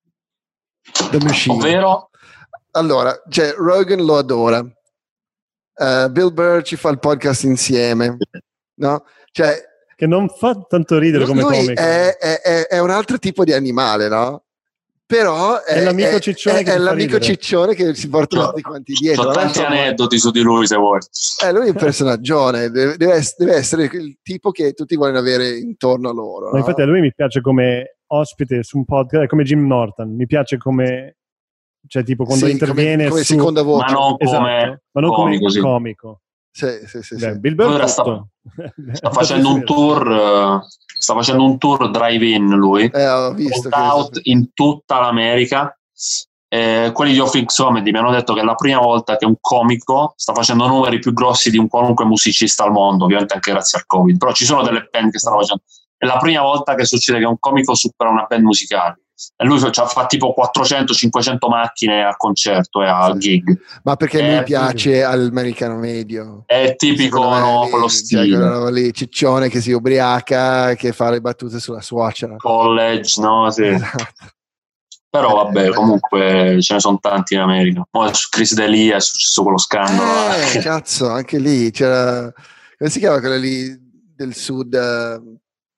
The Machine. Ovvero? Allora, cioè, Rogan lo adora, uh, Bill Burr ci fa il podcast insieme, no? Cioè, che non fa tanto ridere come lui comico. È, è, è, è un altro tipo di animale, no? Però è, è l'amico ciccione, è, che, è l'amico ciccione che si porta C'ho, tutti quanti dietro. Ho tanti aneddoti su di lui, se vuoi. Eh, lui è un personaggione, deve, deve, essere, deve essere il tipo che tutti vogliono avere intorno a loro. Ma no? infatti a lui mi piace come ospite su un podcast, come Jim Norton, mi piace come, cioè tipo quando sì, interviene come, come su, seconda voce, ma non esatto. come, ma non comico, come sì. comico. Sì, sì, sì, Beh, sì. Bill Burr sta, sta facendo un tour uh, sta facendo un tour drive-in lui, eh, ho visto che out in tutta l'America. Eh, quelli di Office Comedy mi hanno detto che è la prima volta che un comico sta facendo numeri più grossi di un qualunque musicista al mondo, ovviamente anche grazie al Covid, però ci sono delle band che stanno facendo, è la prima volta che succede che un comico supera una band musicale, e lui fa tipo quattrocento cinquecento macchine a concerto e a gig, ma perché è, lui piace all'americano medio, è tipico, no, lì, quello stile, cioè, lì, ciccione che si ubriaca, che fa le battute sulla suocera, college, no? Sì. Esatto. Però vabbè, comunque ce ne sono tanti in America. Poi su Chris D'Elia è successo quello scandalo. Eh, cazzo, anche lì c'era, come si chiama quella lì del sud uh,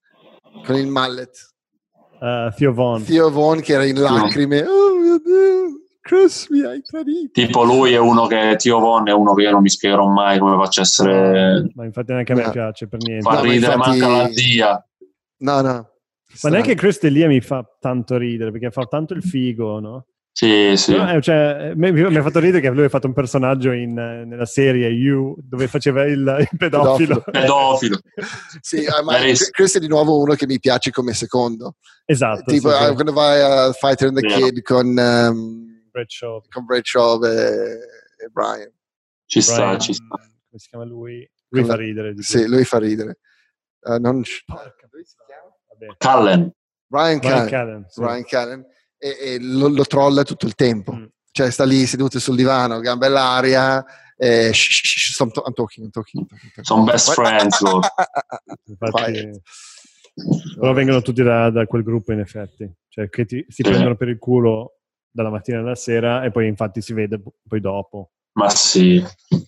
con il mallet? Uh, Theo Von. Theo Von che era in lacrime. Oh mio Dio, Chris, mi hai tradito. Tipo lui è uno che, Theo Von è uno che io non mi spiegherò mai come faccia essere... Ma infatti neanche a me no. piace per niente. Fa no, ridere, infatti... manca la zia. No, no. Ma neanche Chris D'Elia mi fa tanto ridere, perché fa tanto il figo, no? Sì, sì. Però, eh, cioè, mi, mi ha fatto ridere che lui ha fatto un personaggio in, nella serie You, dove faceva il, il pedofilo. Pedofilo. Sì, ma Chris è di nuovo uno che mi piace come secondo. Esatto. Tipo sì, quando sì. vai a Fighter and the sì. Kid con um, Brad Shaw, con Brad Shaw e, e Brian. Ci Brian, sta, ci sta. Come si chiama lui? Lui con fa la... ridere. Di sì, lui fa ridere. Uh, non... Porca. Vabbè. Callen. Brian, Brian Callen, Callen, sì. Brian Callen e, e lo, lo trolla tutto il tempo, mm. cioè sta lì seduto sul divano, gambe all'aria, e shh, shh, shh, I'm, to- I'm talking, I'm talking, I'm talking. Sono best friends loro. Infatti, però vengono tutti da, da quel gruppo in effetti, cioè che ti, si sì. prendono per il culo dalla mattina alla sera e poi infatti si vede poi dopo. Ma sì.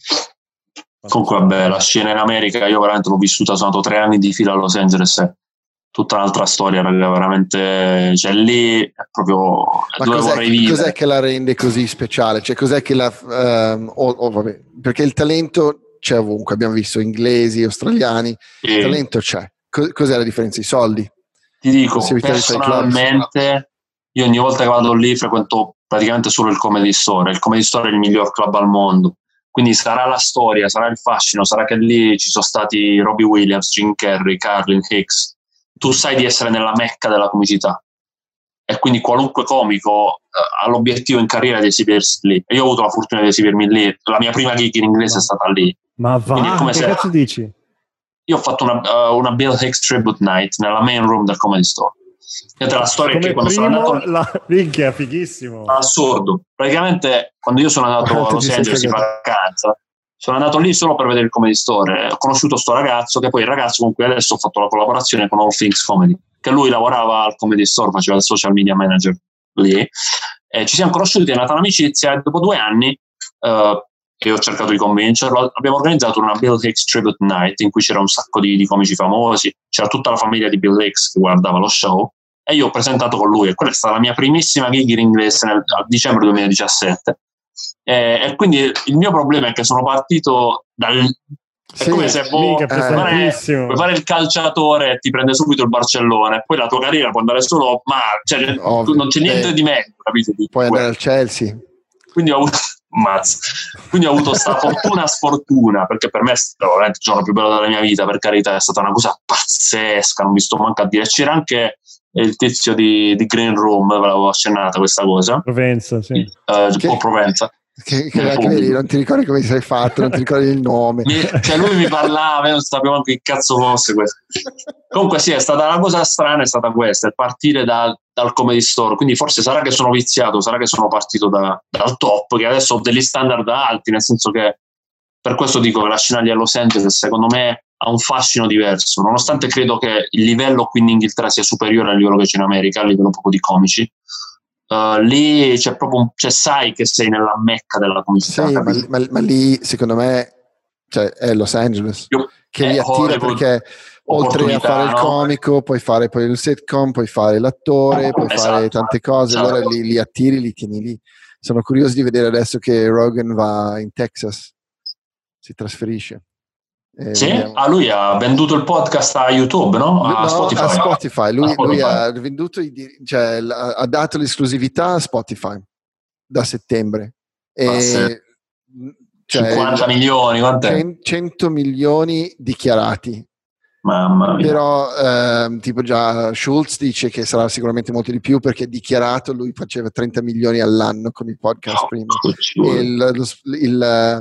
Comunque vabbè, la scena in America io veramente l'ho vissuta, sono andato tre anni di fila a Los Angeles, tutta un'altra storia, raga, veramente, cioè lì è proprio ma dove cos'è, vorrei vivere. Cos'è che la rende così speciale? Cioè cos'è che la um, oh, oh, vabbè, perché il talento c'è ovunque, abbiamo visto inglesi, australiani, sì. Il talento c'è. Co- cos'è la differenza? I soldi? Ti dico, personalmente io ogni volta che vado lì frequento praticamente solo il Comedy Store, il Comedy Store è il miglior club al mondo. Quindi sarà la storia, sarà il fascino, sarà che lì ci sono stati Robbie Williams, Jim Carrey, Carlin Hicks. Tu sai di essere nella mecca della comicità. E quindi qualunque comico eh, ha l'obiettivo in carriera di esibirsi lì. E io ho avuto la fortuna di esibirmi lì. La mia prima gig in inglese ma, è stata lì. Ma va, che se... cazzo dici? Io ho fatto una, uh, una Bill Hicks Tribute Night nella main room del Comedy Store. E la storia come è che quando primo, sono andato la minchia, fighissimo, assurdo, praticamente quando io sono andato a Los Angeles in vacanza sono andato lì solo per vedere il Comedy Store, ho conosciuto sto ragazzo che poi il ragazzo con cui adesso ho fatto la collaborazione con All Things Comedy, che lui lavorava al Comedy Store, faceva il social media manager lì, e ci siamo conosciuti, è nata un'amicizia e dopo due anni uh, che ho cercato di convincerlo, abbiamo organizzato una Bill Hicks Tribute Night in cui c'era un sacco di, di comici famosi, c'era tutta la famiglia di Bill Hicks che guardava lo show e io ho presentato con lui e quella è stata la mia primissima gig in inglese nel a dicembre duemiladiciassette e, e quindi il mio problema è che sono partito dal, È sì, come se vuoi mica, fare, vuoi fare il calciatore e ti prende subito il Barcellona, e poi la tua carriera può andare solo ma cioè, Ovvio, non c'è niente eh, di meglio, capito? Di, puoi di andare al Chelsea. Quindi ho avuto mazza. Quindi ho avuto sta fortuna sfortuna, perché per me è stato veramente il giorno più bello della mia vita, per carità, è stata una cosa pazzesca, non mi sto manco a dire. C'era anche il tizio di, di Green Room, ve l'avevo accennata questa cosa. Provenza, sì. Uh, che, o Provenza. Che, che, che vedi, non ti ricordi come ti sei fatto, non ti ricordi il nome. Mi, cioè lui mi parlava, io non sapevo anche che cazzo fosse questo. Comunque sì, è stata una cosa strana, è stata questa, il partire da, dal Comedy Store, quindi forse sarà che sono viziato, sarà che sono partito da, dal top, che adesso ho degli standard alti, nel senso che per questo dico che la scena di Los Angeles secondo me ha un fascino diverso, nonostante credo che il livello qui in Inghilterra sia superiore al livello che c'è in America, a livello proprio di comici. Uh, lì c'è proprio un, cioè, sai che sei nella mecca della comicità. Sì, ma, ma, ma lì secondo me cioè, è Los Angeles Io, che li attira Hollywood, perché oltre a fare il no? comico puoi fare poi il sitcom, puoi fare l'attore, puoi esatto, fare tante cose, esatto. Allora li, li attiri, li tieni lì. Sono curioso di vedere adesso che Rogan va in Texas, si trasferisce. Eh, sì? Ah, lui ha venduto il podcast a YouTube, no? A no, Spotify. A Spotify. Lui, a Spotify. lui ha venduto, i, cioè, ha dato l'esclusività a Spotify da settembre. E, ah, sì. cioè, cinquanta milioni, quant'è? cento milioni dichiarati. Mamma mia. Però ehm, tipo già Schultz dice che sarà sicuramente molto di più perché dichiarato lui faceva trenta milioni all'anno con il podcast oh, prima. E il, lo, il,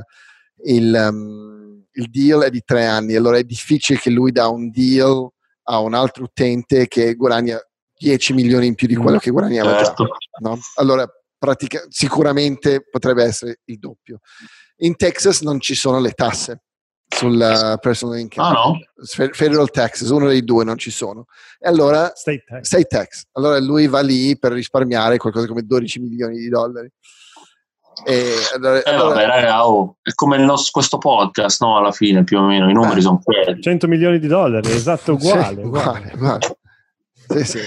il, um, il deal è di tre anni, allora è difficile che lui dà un deal a un altro utente che guadagna dieci milioni in più di quello che guadagnava certo. già. No? Allora pratica, sicuramente potrebbe essere il doppio. In Texas non ci sono le tasse sul uh, personal income. Ah, no? Federal taxes, uno dei due non ci sono. E allora state tax. state tax. Allora lui va lì per risparmiare qualcosa come dodici milioni di dollari. E allora, eh allora... vabbè raga, oh, è come il nostro, questo podcast, no? Alla fine più o meno i numeri eh. sono quelli. cento milioni di dollari, esatto, uguale. Sì, uguale, uguale. Sì, sì.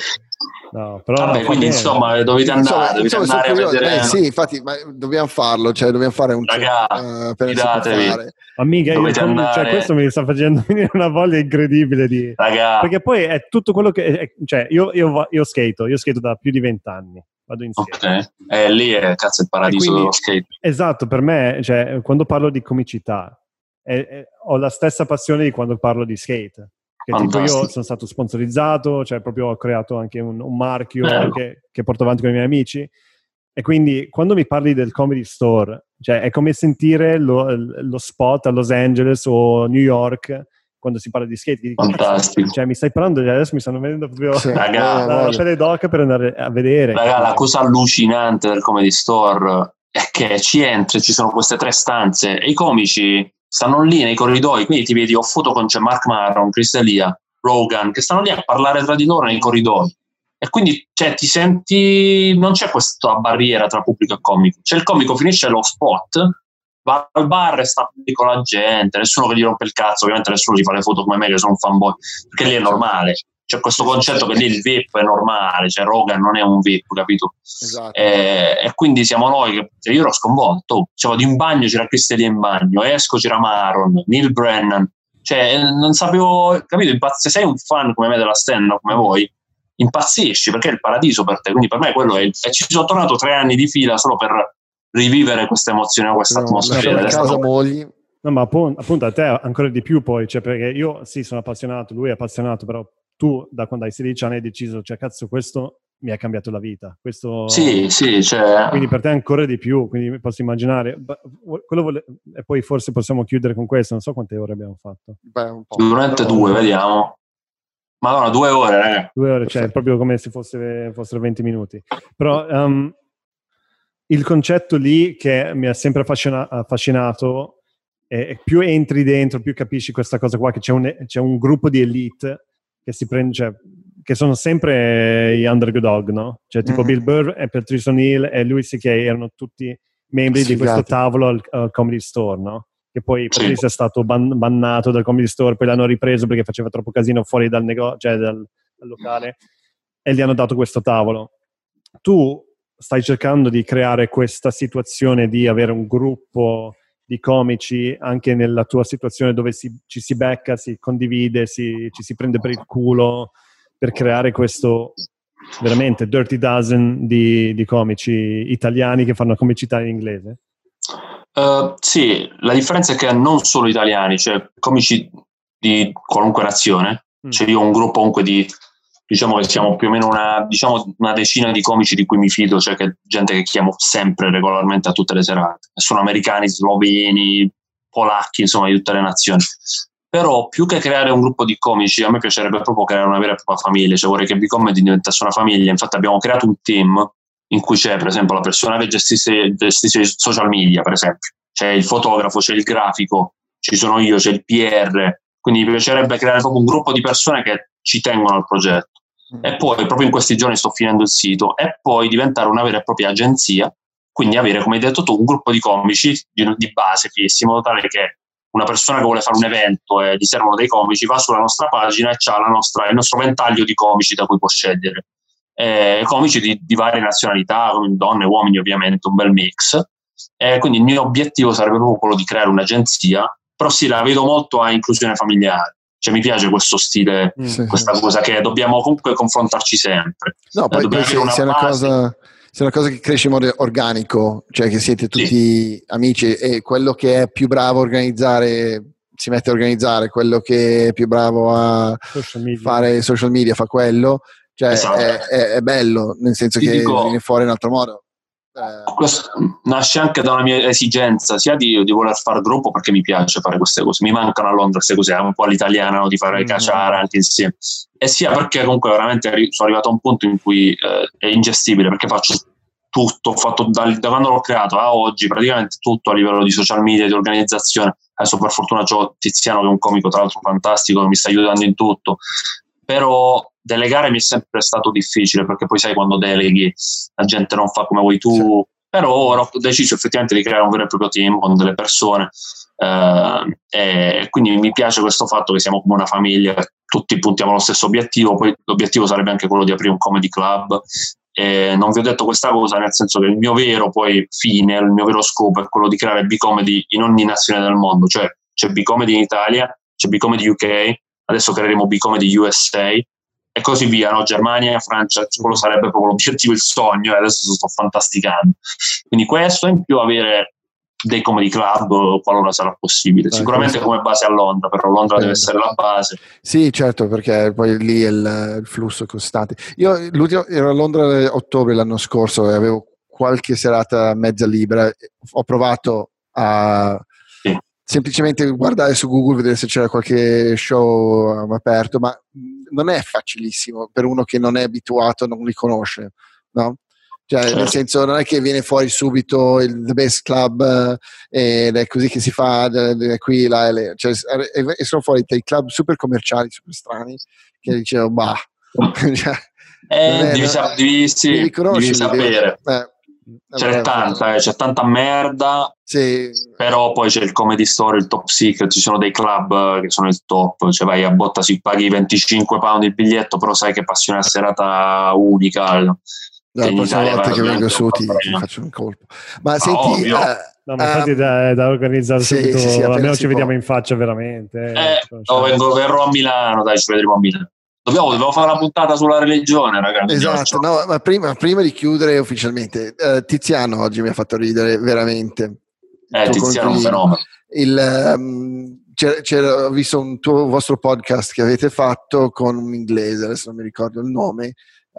No, però vabbè, quindi bene. Insomma dovete andare, insomma, dovete andare a vedere. Beh, sì, infatti, ma dobbiamo farlo, cioè dobbiamo fare un raga, uh, per fare. Amica, io come, cioè, questo mi sta facendo venire una voglia incredibile di raga. Perché poi è tutto quello che è, cioè io, io, io skato, io skato da più di vent'anni. Vado in skate. Ok, eh, lì è cazzo il paradiso quindi, dello skate. Esatto, per me, cioè, quando parlo di comicità, è, è, ho la stessa passione di quando parlo di skate. Che tipo io sono stato sponsorizzato, cioè proprio ho creato anche un, un marchio che, che porto avanti con i miei amici. E quindi quando mi parli del Comedy Store, cioè è come sentire lo, lo spot a Los Angeles o New York quando si parla di skate. Fantastico. Cioè mi stai parlando, adesso mi stanno venendo proprio sì, la, la pelle d'oca per andare a vedere. Raga, la cosa allucinante del Comedy Store è che ci entri, ci sono queste tre stanze e i comici stanno lì nei corridoi, quindi ti vedi o foto con c'è Mark Maron, Chris D'Elia, Rogan, che stanno lì a parlare tra di loro nei corridoi. E quindi cioè, ti senti, non c'è questa barriera tra pubblico e comico. Cioè il comico finisce lo spot, va al bar e sta con la gente, nessuno che gli rompe il cazzo, ovviamente nessuno gli fa le foto come me che sono un fanboy, perché lì è normale. C'è questo concetto che lì il V I P è normale, cioè Rogan non è un V I P, capito? Esatto. E, e quindi siamo noi che, cioè io ero sconvolto, cioè vado in bagno, c'era Cristelia in bagno, esco, c'era Maron, Neil Brennan, cioè non sapevo, capito? Se sei un fan come me della stand-up, come voi, impazzisci perché è il paradiso per te, quindi per me quello è il, e ci sono tornato tre anni di fila solo per rivivere questa emozione, questa no, atmosfera. Casa mogli. No, ma appunto a te ancora di più poi, cioè perché io sì sono appassionato, lui è appassionato, però tu da quando hai sedici anni hai deciso, cioè cazzo questo mi ha cambiato la vita, questo sì, sì, cioè... quindi per te ancora di più, quindi posso immaginare quello vole... e poi forse possiamo chiudere con questo, non so quante ore abbiamo fatto. Beh, un po'. Durante però... due, vediamo. Madonna, due ore, ragazzi. Due ore, cioè proprio come se fosse, fossero venti minuti. Però um, il concetto lì che mi ha sempre affascina- affascinato è più entri dentro, più capisci questa cosa qua, che c'è un, c'è un gruppo di elite che si prende, cioè, che sono sempre gli underdog, no? Cioè tipo mm. Bill Burr e Patrice O'Neill e Louis C K erano tutti membri sì, di questo grazie. tavolo al, al Comedy Store, no? Che poi sì. Patrice è stato ban- bannato dal Comedy Store, poi l'hanno ripreso perché faceva troppo casino fuori dal negozio, cioè dal, dal locale, e gli hanno dato questo tavolo. Tu stai cercando di creare questa situazione di avere un gruppo di comici anche nella tua situazione dove si, ci si becca, si condivide, si, ci si prende per il culo per creare questo veramente dirty dozen di, di comici italiani che fanno comicità in inglese? Uh, sì, la differenza è che non solo italiani, cioè comici di qualunque nazione. Mm. Cioè io ho un gruppo comunque di, diciamo che siamo più o meno una, diciamo una decina di comici di cui mi fido, cioè che gente che chiamo sempre regolarmente a tutte le serate. Sono americani, sloveni, polacchi, insomma di tutte le nazioni. Però più che creare un gruppo di comici, a me piacerebbe proprio creare una vera e propria famiglia, cioè vorrei che B-Comedy diventasse una famiglia. Infatti abbiamo creato un team in cui c'è per esempio la persona che gestisce, gestisce i social media, per esempio, c'è il fotografo, c'è il grafico, ci sono io, c'è il P R, quindi mi piacerebbe creare proprio un gruppo di persone che ci tengono al progetto. Mm. E poi proprio in questi giorni sto finendo il sito, e poi diventare una vera e propria agenzia, quindi avere, come hai detto tu, un gruppo di comici di, di base fissi, in modo tale che una persona che vuole fare un evento e gli servono dei comici va sulla nostra pagina e c'ha la nostra, il nostro ventaglio di comici da cui può scegliere. Eh, comici di, di varie nazionalità, donne, uomini ovviamente, un bel mix. Eh, quindi il mio obiettivo sarebbe proprio quello di creare un'agenzia, però sì, la vedo molto a inclusione familiare. Cioè mi piace questo stile, sì, questa cosa che dobbiamo comunque confrontarci sempre. No, poi, poi se, una, se una cosa... Se è una cosa che cresce in modo organico, cioè che siete tutti sì. amici, e quello che è più bravo a organizzare si mette a organizzare, quello che è più bravo a social fare social media fa quello, cioè esatto. è, è, è bello, nel senso Ti che dico, viene fuori in altro modo. Eh. Questo nasce anche da una mia esigenza, sia di, di voler fare gruppo, perché mi piace fare queste cose, mi mancano a Londra queste cose, è un po' all'italiana, no? Di fare mm. cacciare anche insieme, e sia perché comunque veramente sono arrivato a un punto in cui eh, è ingestibile, perché faccio tutto, ho fatto da, da quando l'ho creato a oggi praticamente tutto a livello di social media, di organizzazione. Adesso per fortuna c'ho Tiziano che è un comico tra l'altro fantastico, che mi sta aiutando in tutto, però delegare mi è sempre stato difficile, perché poi sai quando deleghi la gente non fa come vuoi tu, sì. Però ora ho deciso effettivamente di creare un vero e proprio team con delle persone, eh, e quindi mi piace questo fatto che siamo come una famiglia, tutti puntiamo allo stesso obiettivo. Poi l'obiettivo sarebbe anche quello di aprire un comedy club, e non vi ho detto questa cosa nel senso che il mio vero poi fine, il mio vero scopo è quello di creare B-Comedy in ogni nazione del mondo, cioè c'è B-Comedy in Italia, c'è B-Comedy U K, adesso creeremo B-Comedy U S A e così via, no? Germania, Francia, quello sarebbe proprio l'obiettivo, il sogno, e adesso sto fantasticando. Quindi questo, in più avere dei comedy club qualora sarà possibile, sicuramente ah, come base a Londra, però Londra eh. deve essere la base. Sì, certo, perché poi lì è il, il flusso costante. Io l'ultimo ero a Londra a ottobre l'anno scorso e avevo qualche serata mezza libera, ho provato a sì. semplicemente guardare su Google, vedere se c'era qualche show aperto, ma non è facilissimo per uno che non è abituato, non li conosce, no? Cioè, certo. Nel senso, non è che viene fuori subito il The Best Club eh, ed è così che si fa de, de, qui, là e lì. Cioè, e sono fuori dei club super commerciali, super strani, che dicevo, bah. cioè, eh, è, devi, sa- devi, sì, devi, devi sapere. Devi, eh, c'è vabbè, tanta, eh, c'è tanta merda, sì. Però poi c'è il Comedy Store, il Top Secret, ci sono dei club che sono il top, cioè vai a botta, si paghi venticinque pound il biglietto, però sai che passi una serata unica. No, la prossima volta che vengo su ti, ti faccio un colpo. Ma ah, senti, uh, no, ma infatti um, da, da organizzare sì, subito, sì, sì, almeno ci vediamo in faccia veramente. Eh, eh, no, vengo, verrò a Milano, dai, ci vedremo a Milano. Dobbiamo, dobbiamo fare una puntata sulla religione, ragazzi. Esatto, no, ma prima, prima di chiudere ufficialmente, uh, Tiziano oggi mi ha fatto ridere veramente. Eh, Tiziano è un fenomeno. Il, um, c'era, c'era, ho visto un tuo vostro podcast che avete fatto con un inglese, adesso non mi ricordo il nome.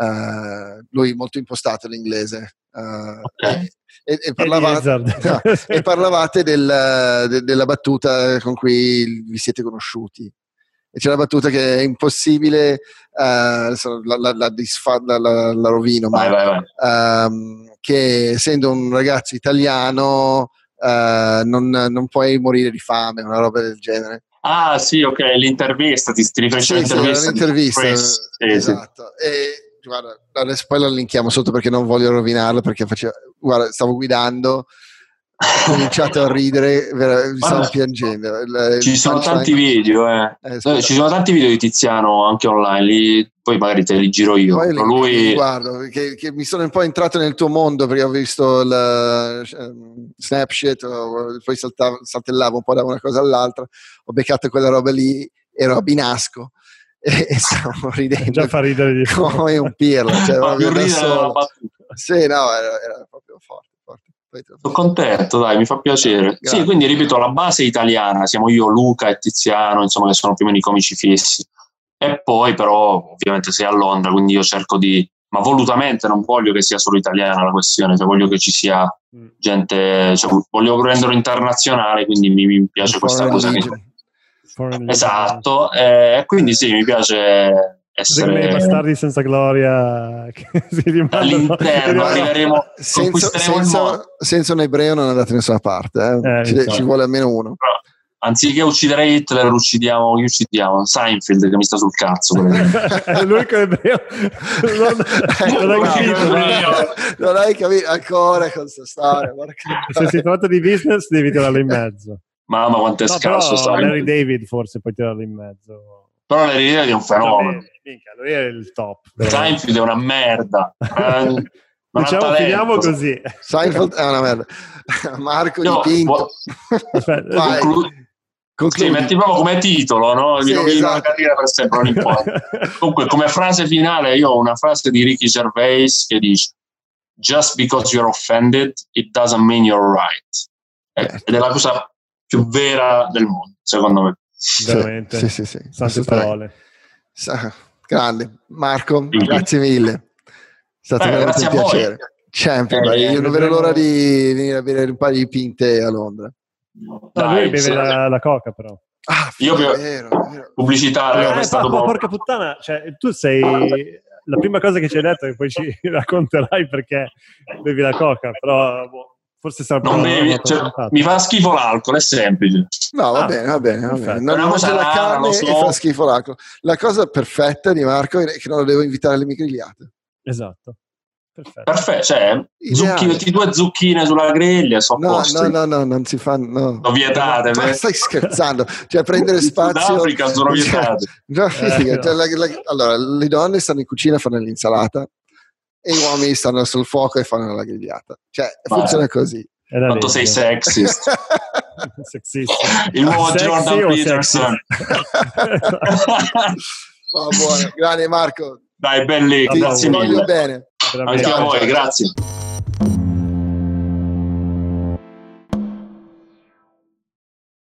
Uh, lui molto impostato l'inglese uh, okay. e, e, parlavate, no, e parlavate del, de, della battuta con cui vi siete conosciuti, e c'è la battuta che è impossibile, uh, la, la, la, disfa, la, la, la rovino vai, ma, vai, vai. Um, che essendo un ragazzo italiano uh, non, non puoi morire di fame, una roba del genere. Ah sì, ok, l'intervista, ti, ti riferisci sì, all'intervista? Sì, l'intervista, sì, esatto. Sì. E guarda, adesso poi la linkiamo sotto perché non voglio rovinarla, perché faceva, guarda, stavo guidando, ho cominciato a ridere, mi stavo piangendo. Il, ci il sono tanti video, eh. Eh, ci sono tanti video di Tiziano anche online, lì, poi magari te li giro io. Poi lui... li, guardo, che, che mi sono un po' entrato nel tuo mondo perché ho visto il uh, Snapchat, poi saltavo, saltellavo un po' da una cosa all'altra, ho beccato quella roba lì, ero a Binasco e, e stavo ridendo. Già fa ridere di come un pirla, cioè, ma più ridere solo. Sì, no, era, era proprio forte. Sono contento, dai, mi fa piacere. Grazie. Sì, quindi ripeto, la base italiana, siamo io, Luca e Tiziano, insomma, che sono più o meno i comici fissi. E poi però, ovviamente sei a Londra, quindi io cerco di, ma volutamente non voglio che sia solo italiana la questione, cioè voglio che ci sia gente, cioè, voglio renderlo internazionale, quindi mi, mi piace questa cosa. Che... Esatto, e eh, quindi sì, mi piace... Essere... i bastardi senza gloria che si rimandano all'interno, arriveremo senza, senza, senza un ebreo non andate da nessuna parte, eh? Eh, ci, esatto. Ci vuole almeno uno. Però, anziché uccidere Hitler, uccidiamo, chi uccidiamo? Seinfeld, che mi sta sul cazzo. È l'unico ebreo. Non, non hai capito, non hai capito ancora cosa storia. Se si tratta di business devi tirarlo in mezzo. Mamma quanto è no, scarso Larry David forse puoi tirarlo in mezzo. Però Larry David è un fenomeno. Minchia, lui è il top. Seinfeld è una merda. Eh, diciamo, finiamo così. Seinfeld è una merda. Marco Io, dipinto. Aspetta, conclu- sì, metti proprio come titolo, no? Sì, mi rovino esatto. la carriera per sempre, non importa. Comunque, come frase finale, io ho una frase di Ricky Gervais che dice: "Just because you're offended, it doesn't mean you're right." Eh, ed è la cosa più vera del mondo, secondo me. Veramente. Sì, sì, sì. Tante parole. Grande. Marco, sì. Grazie mille. È stato eh, veramente un piacere. Champion, eh, io non vedo l'ora di venire a bere un paio di pinte a Londra. No, Dai, lui beve la, la coca però. Ah, io è vero, è vero. Pubblicitario. Eh, po- po- porca puttana, cioè, tu sei la prima cosa che ci hai detto e poi ci racconterai perché bevi la coca, però boh, forse sarà non bevi, cioè, mi fa schifo l'alcol, è semplice. No, va ah, bene, va bene, va bene. Non mangia la carne so. e fa schifo l'alcol. La cosa perfetta di Marco è che non lo devo invitare alle mie grigliate. Esatto. Perfetto. Perfetto, cioè, zucchine, due zucchine sulla griglia sono no, posti. no, no, no, non si fa, no. Lo vietate. Ma stai scherzando? Cioè, prendere spazio. In Africa sono vietate. No, figa, eh, cioè, no. la, la, allora, le donne stanno in cucina a fare l'insalata e gli uomini stanno sul fuoco e fanno la grigliata. Cioè, Ma funziona così. Quanto sei sexist. Sexista. Il nuovo Sexy Jordan Peterson. Ma buono, grande Marco. Dai, belli, ti grazie voglio mille. bene. Anche a voi, grazie.